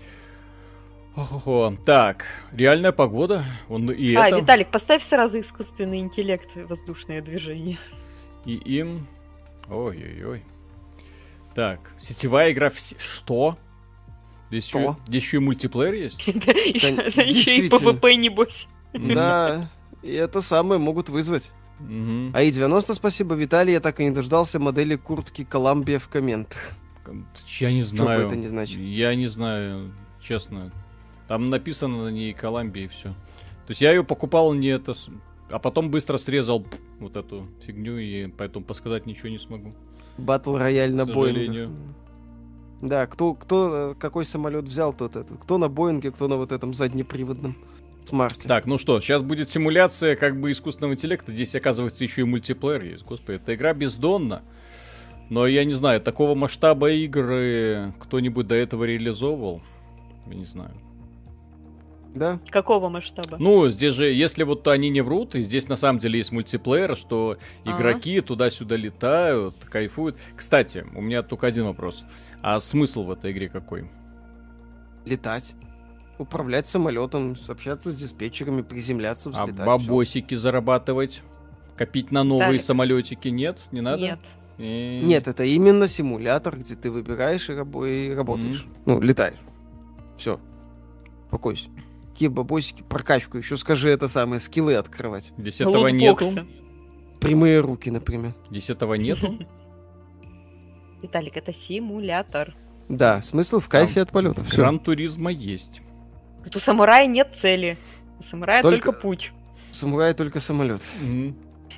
Speaker 1: Ого, так, реальная погода. Он и
Speaker 3: а,
Speaker 1: это,
Speaker 3: Виталик, поставь сразу искусственный интеллект в воздушное движение.
Speaker 1: и им. Ой-ой-ой. Так, сетевая игра. Вс... Что? Здесь еще,
Speaker 2: Что?
Speaker 1: здесь еще и мультиплеер есть?
Speaker 3: Еще и
Speaker 2: действительно.
Speaker 3: ПВП, небось.
Speaker 2: Да, и это самое могут вызвать.
Speaker 1: Мгм.
Speaker 2: АИ девяносто, спасибо, Виталий. Я так и не дождался модели куртки Коламбия в комментах.
Speaker 1: Я не
Speaker 2: Что бы
Speaker 1: знаю.
Speaker 2: это ни значит.
Speaker 1: Я не знаю, честно. Там написано на ней Колумбия и все. То есть я ее покупал не это, с- а потом быстро срезал пф, вот эту фигню, и поэтому подсказать ничего не смогу.
Speaker 2: Батл рояль на
Speaker 1: К
Speaker 2: Боингах.
Speaker 1: сожалению.
Speaker 2: Да, кто, кто, э, какой самолет взял, тот этот. Кто на Боинге, кто на вот этом заднеприводном смарте.
Speaker 1: Так, ну что, сейчас будет симуляция как бы искусственного интеллекта. Здесь, оказывается, еще и мультиплеер есть. Господи, эта игра бездонна. Но я не знаю, такого масштаба игры кто-нибудь до этого реализовывал? Я не знаю.
Speaker 2: Да?
Speaker 3: Какого масштаба?
Speaker 1: Ну, здесь же, если вот они не врут, и здесь на самом деле есть мультиплеер, что
Speaker 3: Ага.
Speaker 1: игроки туда-сюда летают, кайфуют. Кстати, у меня только один вопрос. А смысл в этой игре какой?
Speaker 2: Летать. Управлять самолетом, общаться с диспетчерами, приземляться,
Speaker 1: А
Speaker 2: взлетать.
Speaker 1: бабосики зарабатывать? Копить на новые
Speaker 3: Так.
Speaker 1: самолетики? Нет? Не надо?
Speaker 3: Нет.
Speaker 1: Э,
Speaker 2: всё. Нет, это именно симулятор, где ты выбираешь и, рабо- и работаешь. Ну, летаешь. Все. Успокойся. Какие бабосики, прокачку. Еще скажи это самое, скиллы открывать.
Speaker 1: Здесь этого нету.
Speaker 3: Лутбоксы.
Speaker 2: Прямые руки, например.
Speaker 1: Здесь этого нету.
Speaker 3: Виталик, это симулятор.
Speaker 2: Да, смысл в кайфе от полета. Все.
Speaker 1: Гран Туризма есть.
Speaker 3: Тут у самурая нет цели. У самурая
Speaker 2: Только-
Speaker 3: только, путь.
Speaker 2: Самурай только самолет.
Speaker 1: Мгм.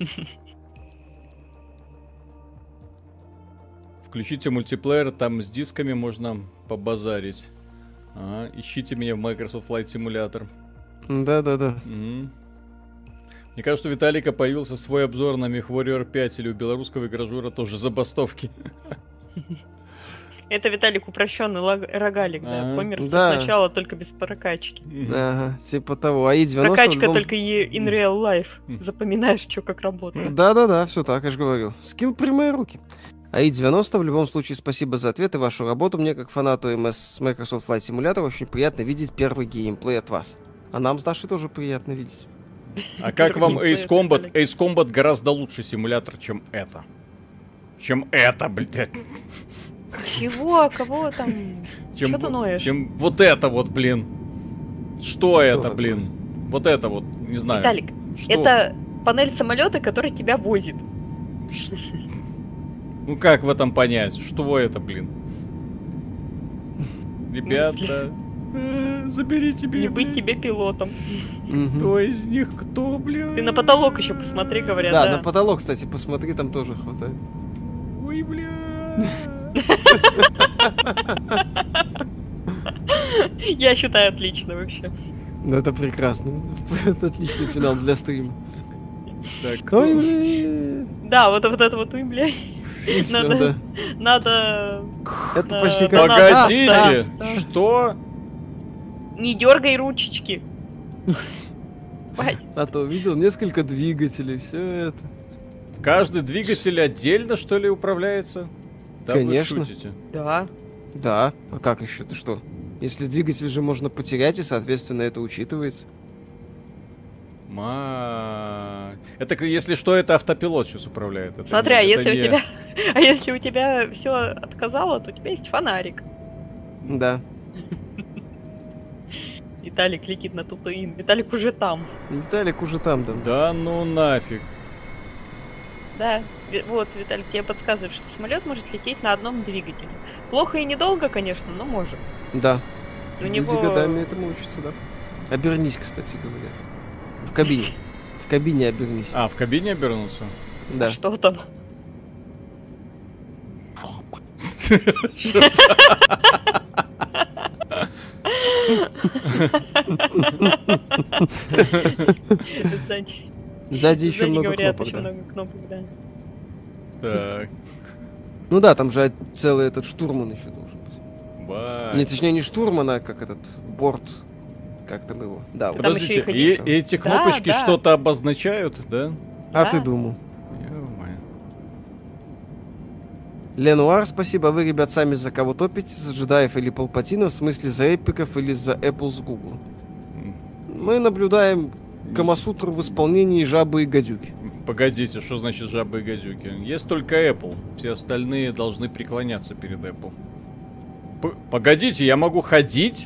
Speaker 1: Включите мультиплеер, там с дисками можно побазарить. Ага, ищите меня в Microsoft Flight Simulator.
Speaker 2: Да-да-да.
Speaker 1: Мгм. Мне кажется, у Виталика появился свой обзор на MechWarrior пять, или у белорусского игражура тоже забастовки.
Speaker 3: Это, Виталик, упрощенный лаг- рогалик, да.
Speaker 1: Ага.
Speaker 3: Помер всё
Speaker 2: Да.
Speaker 3: сначала только без прокачки.
Speaker 2: Ага, типа того. АИ девяносто в
Speaker 3: Прокачка
Speaker 2: любом-
Speaker 3: только и in real life.
Speaker 1: Мгм.
Speaker 3: Запоминаешь, что как работает.
Speaker 2: Да-да-да, все так, я же говорю. Скилл прямые руки. АИ девяносто, в любом случае, спасибо за ответ и вашу работу. Мне, как фанату эм эс с Microsoft Flight Simulator, очень приятно видеть первый геймплей от вас. А нам с Дашей тоже приятно видеть.
Speaker 1: А как вам
Speaker 3: Геймплей
Speaker 1: Ace Combat?
Speaker 3: Виталик.
Speaker 1: Ace Combat гораздо лучше симулятор, чем это. Чем это, блядь.
Speaker 3: Чего? Кого там?
Speaker 1: Чем,
Speaker 3: Чё ты ноешь?
Speaker 1: чем вот это вот, блин. Что это,
Speaker 2: такое?
Speaker 1: блин? Вот это вот, не знаю.
Speaker 3: Виталик,
Speaker 1: Что?
Speaker 3: это панель самолета, который тебя возит.
Speaker 1: Ш- Ну как в этом понять? Что это, блин? Ребята, э, заберите меня.
Speaker 3: Не быть
Speaker 1: блин.
Speaker 3: тебе пилотом.
Speaker 2: Мгм.
Speaker 1: Кто из них кто, блин?
Speaker 3: Ты на потолок еще посмотри, говорят.
Speaker 2: Да,
Speaker 3: Да,
Speaker 2: на потолок, кстати, посмотри, там тоже хватает.
Speaker 1: Ой, бля.
Speaker 3: Я считаю, отлично вообще.
Speaker 2: Ну это прекрасно. Это отличный финал для стрима.
Speaker 1: Так, кто?
Speaker 2: Ой, блин.
Speaker 3: Да, вот, вот это вот, ой, бля.
Speaker 2: И всё,
Speaker 3: Надо-
Speaker 2: да.
Speaker 3: Надо...
Speaker 2: Это
Speaker 3: Да,
Speaker 2: почти
Speaker 3: да,
Speaker 2: как...
Speaker 3: да.
Speaker 1: Погодите,
Speaker 3: да.
Speaker 1: что?
Speaker 3: Не дергай ручечки. Бать.
Speaker 2: А то видел несколько двигателей, все это.
Speaker 1: Каждый двигатель отдельно, что ли, управляется? Да
Speaker 2: Конечно.
Speaker 1: Вы шутите.
Speaker 3: Да.
Speaker 2: Да, а как еще? Ты что? Если двигатель же можно потерять, и, соответственно, это учитывается.
Speaker 1: Ма... Это, к- если что, это автопилот сейчас управляет. Это
Speaker 3: Смотри,
Speaker 1: не-
Speaker 3: а
Speaker 1: это
Speaker 3: если у
Speaker 1: не-
Speaker 3: тебя. А если у тебя все отказало, то у тебя есть фонарик.
Speaker 2: Да.
Speaker 3: Виталик летит на Татуин. Виталик уже там.
Speaker 2: Виталик уже там, да.
Speaker 1: Да ну нафиг.
Speaker 3: Да. Ви- Вот, Виталик тебе подсказывает, что самолет может лететь на одном двигателе. Плохо и недолго, конечно, но может.
Speaker 2: Да.
Speaker 3: У
Speaker 2: Люди
Speaker 3: него-
Speaker 2: годами этому учатся, да. Обернись, кстати, говорят. В кабине. В кабине обернись.
Speaker 1: А, в кабине обернулся?
Speaker 2: Да.
Speaker 3: А что там? Сзади.
Speaker 2: Сзади еще
Speaker 3: Сзади
Speaker 2: много
Speaker 3: говорят,
Speaker 2: кнопок,
Speaker 3: еще
Speaker 2: да.
Speaker 3: много кнопок, да.
Speaker 1: Так,
Speaker 2: Ну да, там же целый этот штурман еще должен быть.
Speaker 1: бай.
Speaker 2: Не, точнее, не штурман, а как этот борт. Как там его? Да, вот.
Speaker 3: Там еще
Speaker 1: Подождите,
Speaker 3: и ходить.
Speaker 1: и эти
Speaker 3: Да,
Speaker 1: кнопочки
Speaker 3: да.
Speaker 1: что-то обозначают, да?
Speaker 2: А
Speaker 3: Да.
Speaker 2: ты думал?
Speaker 1: Ё-моё.
Speaker 2: Ленуар, спасибо. А вы, ребят, сами за кого топите? За джедаев или палпатинов? В смысле, за эпиков или за Apple с Google?
Speaker 1: М,
Speaker 2: Мы наблюдаем Камасутру в исполнении жабы и гадюки.
Speaker 1: Погодите, что значит жабы и гадюки? Есть только Apple, все остальные должны преклоняться перед Apple. П- Погодите, я могу ходить?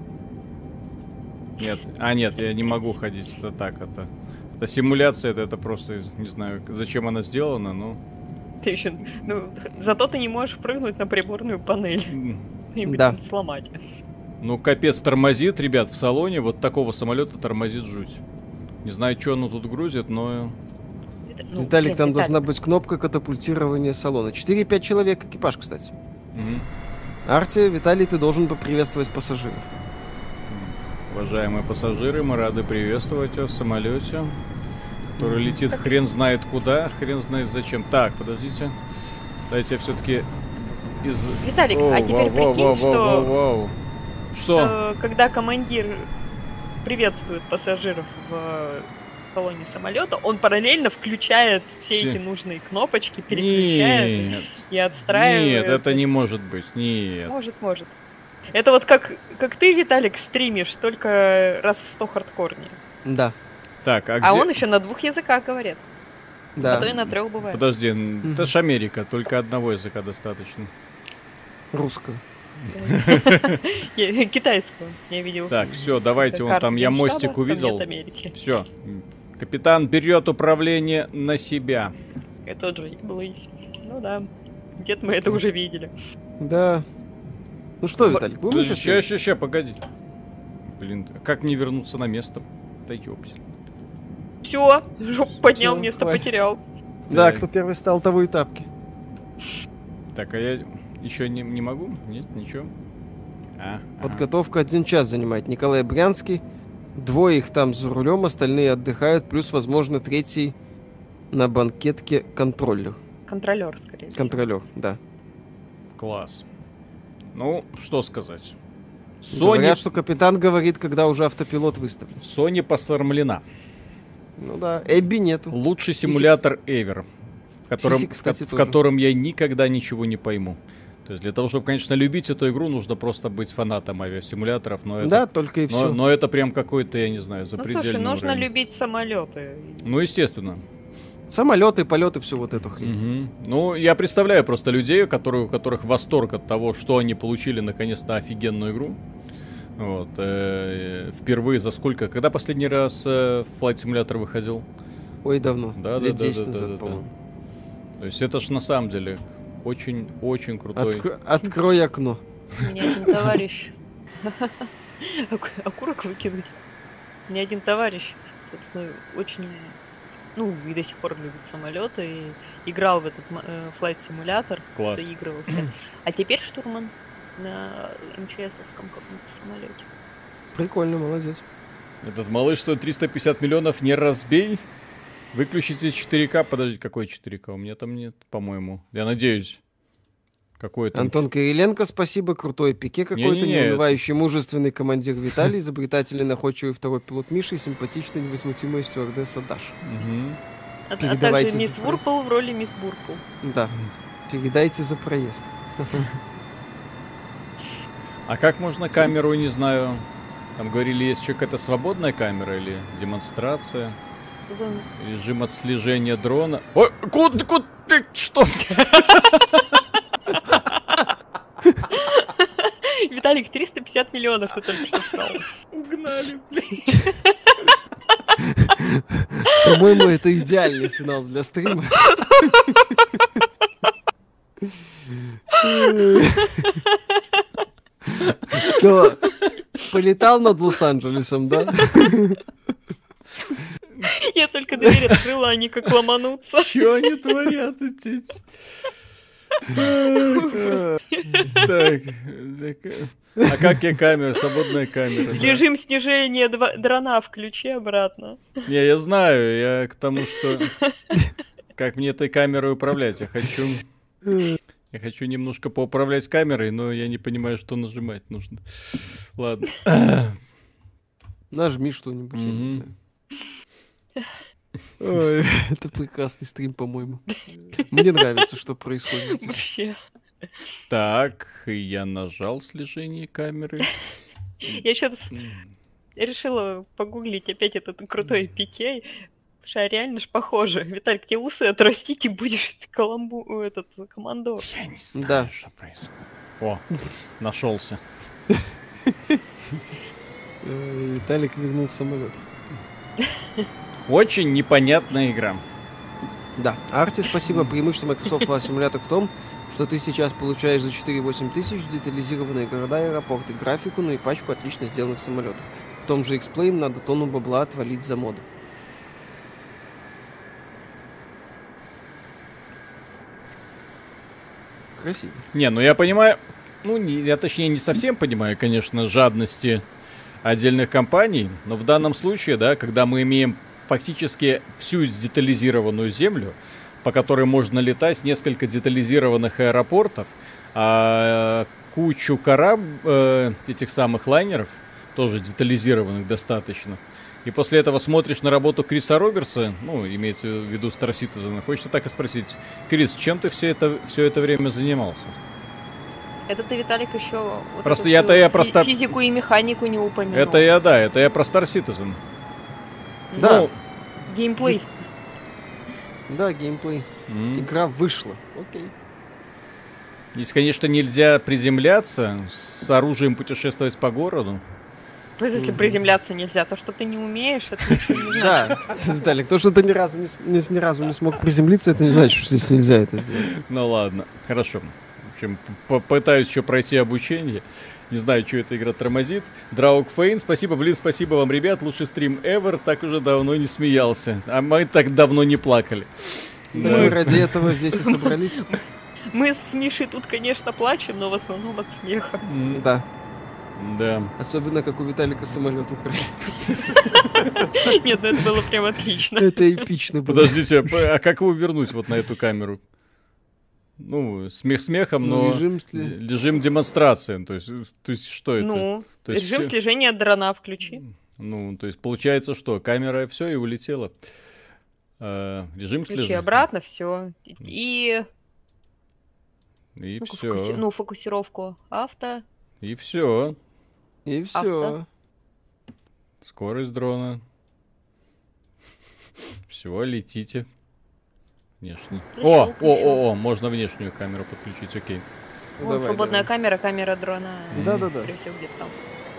Speaker 1: Нет, а нет, я не могу ходить, это так, это... Это симуляция, это, это просто, не знаю, зачем она сделана, но...
Speaker 3: Ты еще. Ну, зато ты не можешь прыгнуть на приборную панель.
Speaker 1: м,
Speaker 3: Что-нибудь
Speaker 2: Да.
Speaker 3: там сломать.
Speaker 1: Ну, капец, тормозит, ребят, в салоне вот такого самолета тормозит жуть. Не знаю, что оно тут грузит, но...
Speaker 3: Ну,
Speaker 2: Виталик,
Speaker 3: блин,
Speaker 2: там
Speaker 3: Виталик.
Speaker 2: должна быть кнопка катапультирования салона. четыре-пять человек экипаж, кстати.
Speaker 1: Мгм.
Speaker 2: Арти, Виталий, ты должен поприветствовать пассажиров.
Speaker 1: Уважаемые пассажиры, мы рады приветствовать вас в самолете, который летит хрен знает куда, хрен знает зачем. Так, подождите. Дайте я все-таки из...
Speaker 3: Виталик, а теперь
Speaker 1: Воу, воу,
Speaker 3: прикинь,
Speaker 1: воу,
Speaker 3: что,
Speaker 1: воу, воу. Что?
Speaker 3: э, когда командир приветствует пассажиров в э, салоне самолета, он параллельно включает все
Speaker 1: Все.
Speaker 3: эти нужные кнопочки, переключает
Speaker 1: Нет,
Speaker 3: и отстраивает.
Speaker 1: нет, это не может быть, нет.
Speaker 3: Может, может. Это вот как, как ты, Виталик, стримишь, только раз в сто хардкорнее.
Speaker 2: Да,
Speaker 1: Так, а
Speaker 3: А,
Speaker 1: где...
Speaker 3: он еще на двух языках говорит. А то и
Speaker 2: да,
Speaker 3: на трех бывает.
Speaker 1: Подожди, н- это ж Америка, только одного языка достаточно.
Speaker 2: русского.
Speaker 3: Я- Китайского. Я видел.
Speaker 1: Так, все, давайте, вон
Speaker 3: карту
Speaker 1: там я
Speaker 3: Генштаба,
Speaker 1: мостик
Speaker 3: там
Speaker 1: увидел.
Speaker 3: нет Америки.
Speaker 1: Все. Капитан берет управление на себя.
Speaker 3: Я тот же Блейз. Ну да. Где-то мы это уже видели.
Speaker 2: Да. Ну что,
Speaker 3: Вот.
Speaker 2: Виталик, будем еще
Speaker 1: Ща, ща, ща, погоди. Блин, как не вернуться на место? Да ёпсель.
Speaker 3: Все, жопу поднял,
Speaker 2: Всё,
Speaker 3: место
Speaker 2: хватит.
Speaker 3: потерял.
Speaker 2: Да,
Speaker 1: Да.
Speaker 2: кто первый стал, того и тапки.
Speaker 1: Так, а я еще не, не могу? Нет, ничего. А, ага.
Speaker 2: Подготовка один час занимает Николай Брянский. Двое их там за рулем, остальные отдыхают, плюс, возможно, третий на банкетке контроллер.
Speaker 3: Контролер, скорее всего.
Speaker 2: Контролер, да.
Speaker 1: Класс. Ну, что сказать. Sony,
Speaker 2: Говорят, что капитан говорит, когда уже автопилот выставлен.
Speaker 1: Sony посрамлена.
Speaker 2: Ну да, Эбби нету.
Speaker 1: Лучший симулятор ever. В котором,
Speaker 2: Сиси, кстати,
Speaker 1: в
Speaker 2: тоже.
Speaker 1: котором я никогда ничего не пойму. То есть для того, чтобы, конечно, любить эту игру, нужно просто быть фанатом авиасимуляторов, но это,
Speaker 2: Да, только и
Speaker 1: но,
Speaker 2: все.
Speaker 1: но это прям какой-то, я не знаю,
Speaker 3: Ну
Speaker 1: запредельный
Speaker 3: слушай, нужно
Speaker 1: уровень.
Speaker 3: любить самолеты.
Speaker 1: Ну, естественно.
Speaker 2: Самолеты, полеты, все вот эту хрень.
Speaker 1: Мгм. Ну, я представляю просто людей, которые, у которых восторг от того, что они получили наконец-то офигенную игру. Вот. э, впервые за сколько? Когда последний раз э, Flight Simulator выходил?
Speaker 2: Ой, давно.
Speaker 1: Да, да,
Speaker 2: Лет
Speaker 1: да,
Speaker 2: десять
Speaker 1: да,
Speaker 2: назад,
Speaker 1: да, да, да.
Speaker 2: по-моему.
Speaker 1: То есть это ж на самом деле очень-очень крутой.
Speaker 2: Отк- Открой окно.
Speaker 3: У меня один товарищ... Оку- Окурок выкинуть. У меня один товарищ, собственно, очень... Ну, и до сих пор любит самолеты, и играл в этот м- э, Flight Simulator,
Speaker 1: Класс.
Speaker 3: заигрывался. А теперь штурман на МЧСовском каком-то самолете.
Speaker 2: Прикольно, молодец.
Speaker 1: Этот малыш стоит триста пятьдесят миллионов, не разбей. Выключите четыре ка. Подождите, какой четыре ка? У меня там нет, по-моему. Я надеюсь. Какой-то...
Speaker 2: Антон Кириленко, спасибо. Крутой Пике какой-то.
Speaker 1: Не-не-не,
Speaker 2: Неунывающий, мужественный командир Виталий. Изобретательный, находчивый второй пилот Миша. И симпатичная, невозмутимая стюардесса Даша.
Speaker 1: Мгм.
Speaker 3: А, а
Speaker 2: Передавайте
Speaker 3: также мисс
Speaker 2: за-
Speaker 3: Вурпл в роли мисс Бурпл.
Speaker 2: Да. Передайте за проезд.
Speaker 1: А как можно камеру, не знаю... Там говорили, есть еще какая-то свободная камера или демонстрация?
Speaker 3: Вон.
Speaker 1: Режим отслежения дрона. Ой, куда, куда ты, что?
Speaker 3: Виталик, триста пятьдесят миллионов ты только что сказал.
Speaker 1: Угнали, блин.
Speaker 2: По-моему, это идеальный финал для стрима. Что, полетал над Лос-Анджелесом, да?
Speaker 3: Я только дверь открыла, они как ломанутся.
Speaker 1: Что они творят эти? Так, а как я камера, свободная камера? да?
Speaker 3: Режим снижения два- дрона включи обратно.
Speaker 1: Не, я знаю, я к тому, что как мне этой камерой управлять. Я хочу, я хочу немножко поуправлять камерой, но я не понимаю, что нажимать нужно. Ладно.
Speaker 2: Нажми что-нибудь. я не
Speaker 1: Мгм.
Speaker 2: знаю. Ой, это прекрасный стрим, по-моему. Мне нравится, что происходит здесь.
Speaker 3: Вообще.
Speaker 1: Так, я нажал слежение камеры.
Speaker 3: Я сейчас решила погуглить опять этот крутой Пике. Слушай, а реально ж похоже. Виталик, тебе усы отрастить и будешь каламбу... этот командор.
Speaker 1: Я не
Speaker 2: знаю, Да.
Speaker 1: что происходит. О, нашелся.
Speaker 2: Э, Виталик вернул самолет.
Speaker 1: Очень непонятная игра.
Speaker 2: Да, Арти, спасибо. Преимущество Microsoft Flight Simulator в том, что ты сейчас получаешь за четыре-восемь тысяч детализированные города и аэропорты, графику, ну и пачку отлично сделанных самолетов. В том же X-Plane надо тонну бабла отвалить за моды. Красиво.
Speaker 1: Не, ну я понимаю, ну не, я точнее не совсем понимаю, конечно, жадности отдельных компаний, но в данном случае, да, когда мы имеем фактически всю детализированную землю, по которой можно летать, несколько детализированных аэропортов, а кучу кораб... э, этих самых лайнеров, тоже детализированных достаточно. И после этого смотришь на работу Криса Робертса, ну, имеется в виду Star Citizen, хочется так и спросить: Крис, чем ты все это, все это время занимался?
Speaker 3: Это ты, Виталик, еще вот
Speaker 1: Просто
Speaker 3: эту
Speaker 1: я-то
Speaker 3: всю
Speaker 1: я
Speaker 3: фи-
Speaker 1: просто-
Speaker 3: физику и механику не упомянул.
Speaker 1: Это я, да, это я про Star Citizen.
Speaker 2: Да.
Speaker 1: Ну,
Speaker 3: Геймплей.
Speaker 2: Да, геймплей.
Speaker 1: м.
Speaker 2: Игра вышла. Окей.
Speaker 1: Здесь, конечно, нельзя приземляться, с оружием путешествовать по городу.
Speaker 3: То есть, если
Speaker 2: Мгм.
Speaker 3: приземляться нельзя, то, что ты не умеешь, это ничего не значит.
Speaker 2: Да, Виталик, то, что ты ни разу не, с- ни, ни разу не смог приземлиться, это не значит, что здесь нельзя это сделать.
Speaker 1: Ну ладно, хорошо. В общем, попытаюсь еще пройти обучение. Не знаю, что эта игра тормозит. Драук Фейн, спасибо, блин, спасибо вам, ребят. Лучший стрим ever, так уже давно не смеялся. А мы так давно не плакали.
Speaker 2: Да,
Speaker 1: Да.
Speaker 2: мы ради этого здесь и собрались.
Speaker 3: Мы с Мишей тут, конечно, плачем, но в основном от смеха.
Speaker 1: М,
Speaker 2: Да,
Speaker 1: Да.
Speaker 2: особенно как у Виталика самолет украли.
Speaker 3: Нет, ну это было прям отлично.
Speaker 2: Это эпично было.
Speaker 1: Подождите, а п- а как его вернуть вот на эту камеру? Ну, смех смехом,
Speaker 2: Ну,
Speaker 1: но
Speaker 2: режим сли-
Speaker 1: д- режим демонстрации. То есть, э, то есть что это?
Speaker 3: Ну,
Speaker 1: То есть
Speaker 3: режим
Speaker 1: всё-
Speaker 3: слежения дрона включи.
Speaker 1: Ну, то есть получается, что камера все и улетела. А, режим
Speaker 3: Включи
Speaker 1: слежения.
Speaker 3: обратно, все. И
Speaker 1: И
Speaker 3: ну, фокуси-
Speaker 1: все.
Speaker 3: ну, фокусировку авто.
Speaker 1: И все.
Speaker 2: И
Speaker 3: Авто.
Speaker 2: все.
Speaker 1: Скорость дрона. Все, летите. Внешне.
Speaker 3: Пришёл,
Speaker 1: О, о,
Speaker 3: пришёл.
Speaker 1: о, о, можно внешнюю камеру подключить, окей.
Speaker 3: Вон свободная камера, камера дрона.
Speaker 2: Да-да-да.
Speaker 3: Скорее всего, где-то там.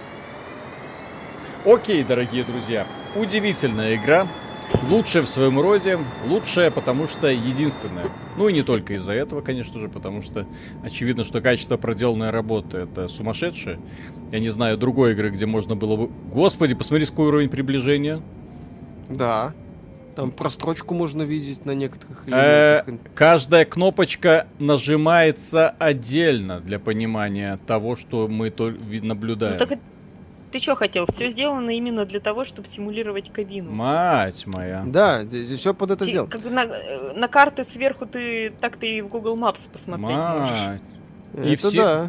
Speaker 1: Окей, дорогие друзья, удивительная игра, лучшая в своем роде, лучшая, потому что единственная. Ну и не только из-за этого, конечно же, потому что очевидно, что качество проделанной работы это сумасшедшее. Я не знаю другой игры, где можно было бы... Господи, посмотри, какой уровень приближения.
Speaker 2: Да. Там прострочку можно видеть на некоторых
Speaker 1: Э,
Speaker 2: элементах.
Speaker 1: Каждая кнопочка нажимается отдельно для понимания того, что мы то- ви- наблюдаем.
Speaker 3: Ну так и ты что хотел? Все сделано именно для того, чтобы симулировать кабину.
Speaker 1: Мать моя.
Speaker 2: Да, здесь все под это
Speaker 3: Ти-
Speaker 2: сделано.
Speaker 3: как на, э, на карты сверху ты так ты и в Google Maps посмотреть можешь.
Speaker 1: Мать. И
Speaker 2: Это
Speaker 1: все...
Speaker 2: да.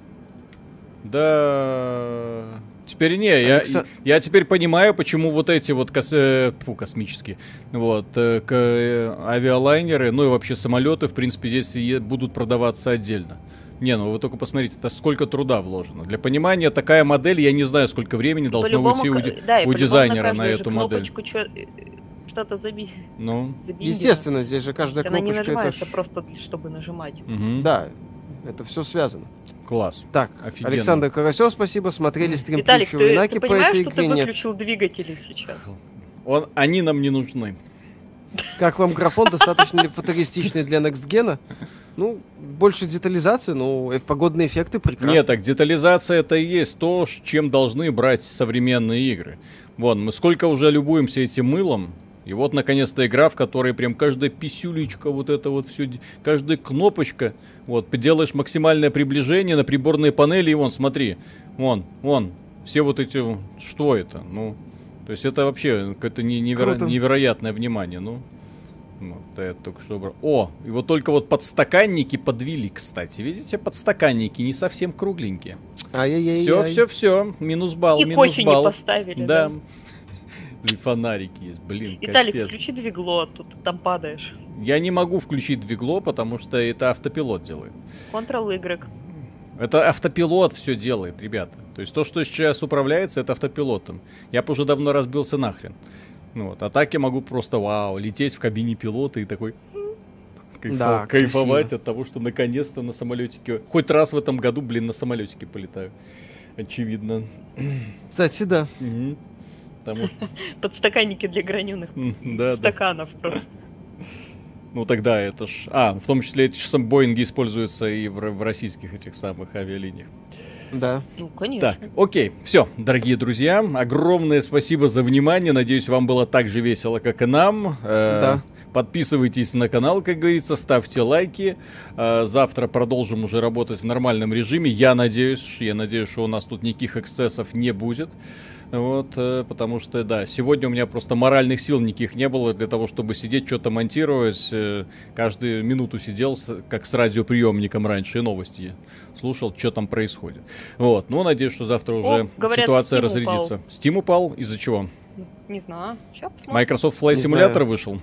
Speaker 1: Да... Теперь не, я,
Speaker 2: Алекса...
Speaker 1: я теперь понимаю, почему вот эти вот кос... Фу, космические, вот, э, к... авиалайнеры, ну и вообще самолеты, в принципе, здесь будут продаваться отдельно. Не, ну вы только посмотрите, это сколько труда вложено. Для понимания, такая модель, я не знаю, сколько времени должно уйти у,
Speaker 3: да,
Speaker 1: у дизайнера на, на
Speaker 3: эту
Speaker 1: модель.
Speaker 3: Чё... Что-то заби...
Speaker 1: Ну,
Speaker 3: забиндено.
Speaker 2: Естественно, здесь же каждая
Speaker 3: Она
Speaker 2: кнопочка...
Speaker 3: не нажимается
Speaker 2: это...
Speaker 3: просто, чтобы нажимать.
Speaker 1: угу.
Speaker 2: Да, это все связано.
Speaker 1: Класс.
Speaker 2: Так,
Speaker 1: офигенно.
Speaker 2: Александр Карасев, спасибо. Смотрели стрим
Speaker 3: Виталик,
Speaker 2: Плющева и
Speaker 3: ты,
Speaker 2: Наки
Speaker 3: ты
Speaker 2: по
Speaker 3: понимаешь,
Speaker 2: этой
Speaker 3: что
Speaker 2: игре?
Speaker 3: ты
Speaker 2: Нет.
Speaker 3: выключил двигатели сейчас?
Speaker 1: Он, они нам не нужны.
Speaker 2: Как вам графон? Достаточно ли футуристичный для Next Gen? Ну, больше детализации, но э, погодные эффекты прекрасны.
Speaker 1: Нет, так детализация это и есть то, чем должны брать современные игры. Вон, мы сколько уже любуемся этим мылом. И вот, наконец-то, игра, в которой прям каждая писюлечка, вот это вот все, каждая кнопочка, вот, делаешь максимальное приближение на приборные панели, и вон, смотри, вон, вон, все вот эти, что это, ну, то есть это вообще какое-то неверо- невероятное внимание, ну, вот, я только что брал. О, и вот только вот подстаканники подвели, кстати, видите, подстаканники не совсем кругленькие.
Speaker 2: Ай-яй-яй.
Speaker 1: Все, все, все, минус балл,
Speaker 3: И
Speaker 1: минус
Speaker 3: кофе
Speaker 1: балл.
Speaker 3: не поставили,
Speaker 1: Да.
Speaker 3: да?
Speaker 1: И фонарики есть, блин,
Speaker 3: Виталик,
Speaker 1: капец.
Speaker 3: включи двигло, а тут ты там падаешь.
Speaker 1: Я не могу включить двигло, потому что это автопилот делает.
Speaker 3: Ctrl-Y.
Speaker 1: Это автопилот все делает, ребята. То есть то, что сейчас управляется, это автопилотом. Я бы уже давно разбился нахрен. Ну вот, а так я могу просто, вау, лететь в кабине пилота и такой... Кайфо-
Speaker 2: Да,
Speaker 1: кайфовать
Speaker 2: красиво.
Speaker 1: от того, что наконец-то на самолетике... Хоть раз в этом году, блин, на самолетике полетаю. Очевидно.
Speaker 2: Кстати, да.
Speaker 1: Мгм. Потому что...
Speaker 3: Подстаканники для граненых
Speaker 1: М, да, да.
Speaker 3: стаканов просто.
Speaker 1: Ну тогда это ж... А, в том числе эти же сам Боинги используются и в, в российских этих самых авиалиниях.
Speaker 2: Да.
Speaker 3: Ну, конечно.
Speaker 1: Так, окей, все, дорогие друзья, огромное спасибо за внимание. Надеюсь, вам было так же весело, как и нам. Э,
Speaker 2: Да.
Speaker 1: Подписывайтесь на канал, как говорится, ставьте лайки. Э, завтра продолжим уже работать в нормальном режиме. Я надеюсь, я надеюсь, что у нас тут никаких эксцессов не будет. Вот, э, потому что, да, сегодня у меня просто моральных сил никаких не было для того, чтобы сидеть, что-то монтировать. Э, каждую минуту сидел, с, как с радиоприемником раньше, и новости слушал, что там происходит. Вот, ну, надеюсь, что завтра уже
Speaker 3: О, говорят,
Speaker 1: ситуация
Speaker 3: Steam
Speaker 1: разрядится. Steam упал? Из-за чего?
Speaker 3: Не знаю. Сейчас посмотрим.
Speaker 1: Microsoft Flight
Speaker 2: Не
Speaker 1: Simulator
Speaker 2: знаю.
Speaker 1: вышел?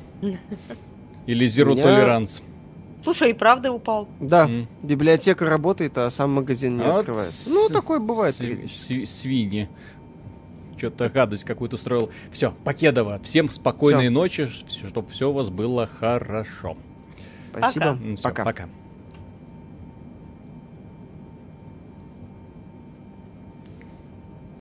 Speaker 1: Или Zero
Speaker 2: Меня-
Speaker 1: Tolerance?
Speaker 3: Слушай, и правда упал.
Speaker 2: Да,
Speaker 1: М.
Speaker 2: библиотека работает, а сам магазин не
Speaker 1: А вот
Speaker 2: открывается. Ну,
Speaker 1: с-
Speaker 2: такое бывает.
Speaker 1: сви-
Speaker 2: видишь.
Speaker 1: сви- Свиньи. Что-то гадость какую-то строил. Все, Покедова. Всем спокойной
Speaker 2: Всё.
Speaker 1: ночи, чтобы все у вас было хорошо.
Speaker 2: Спасибо.
Speaker 1: М, всё,
Speaker 2: Пока.
Speaker 1: пока.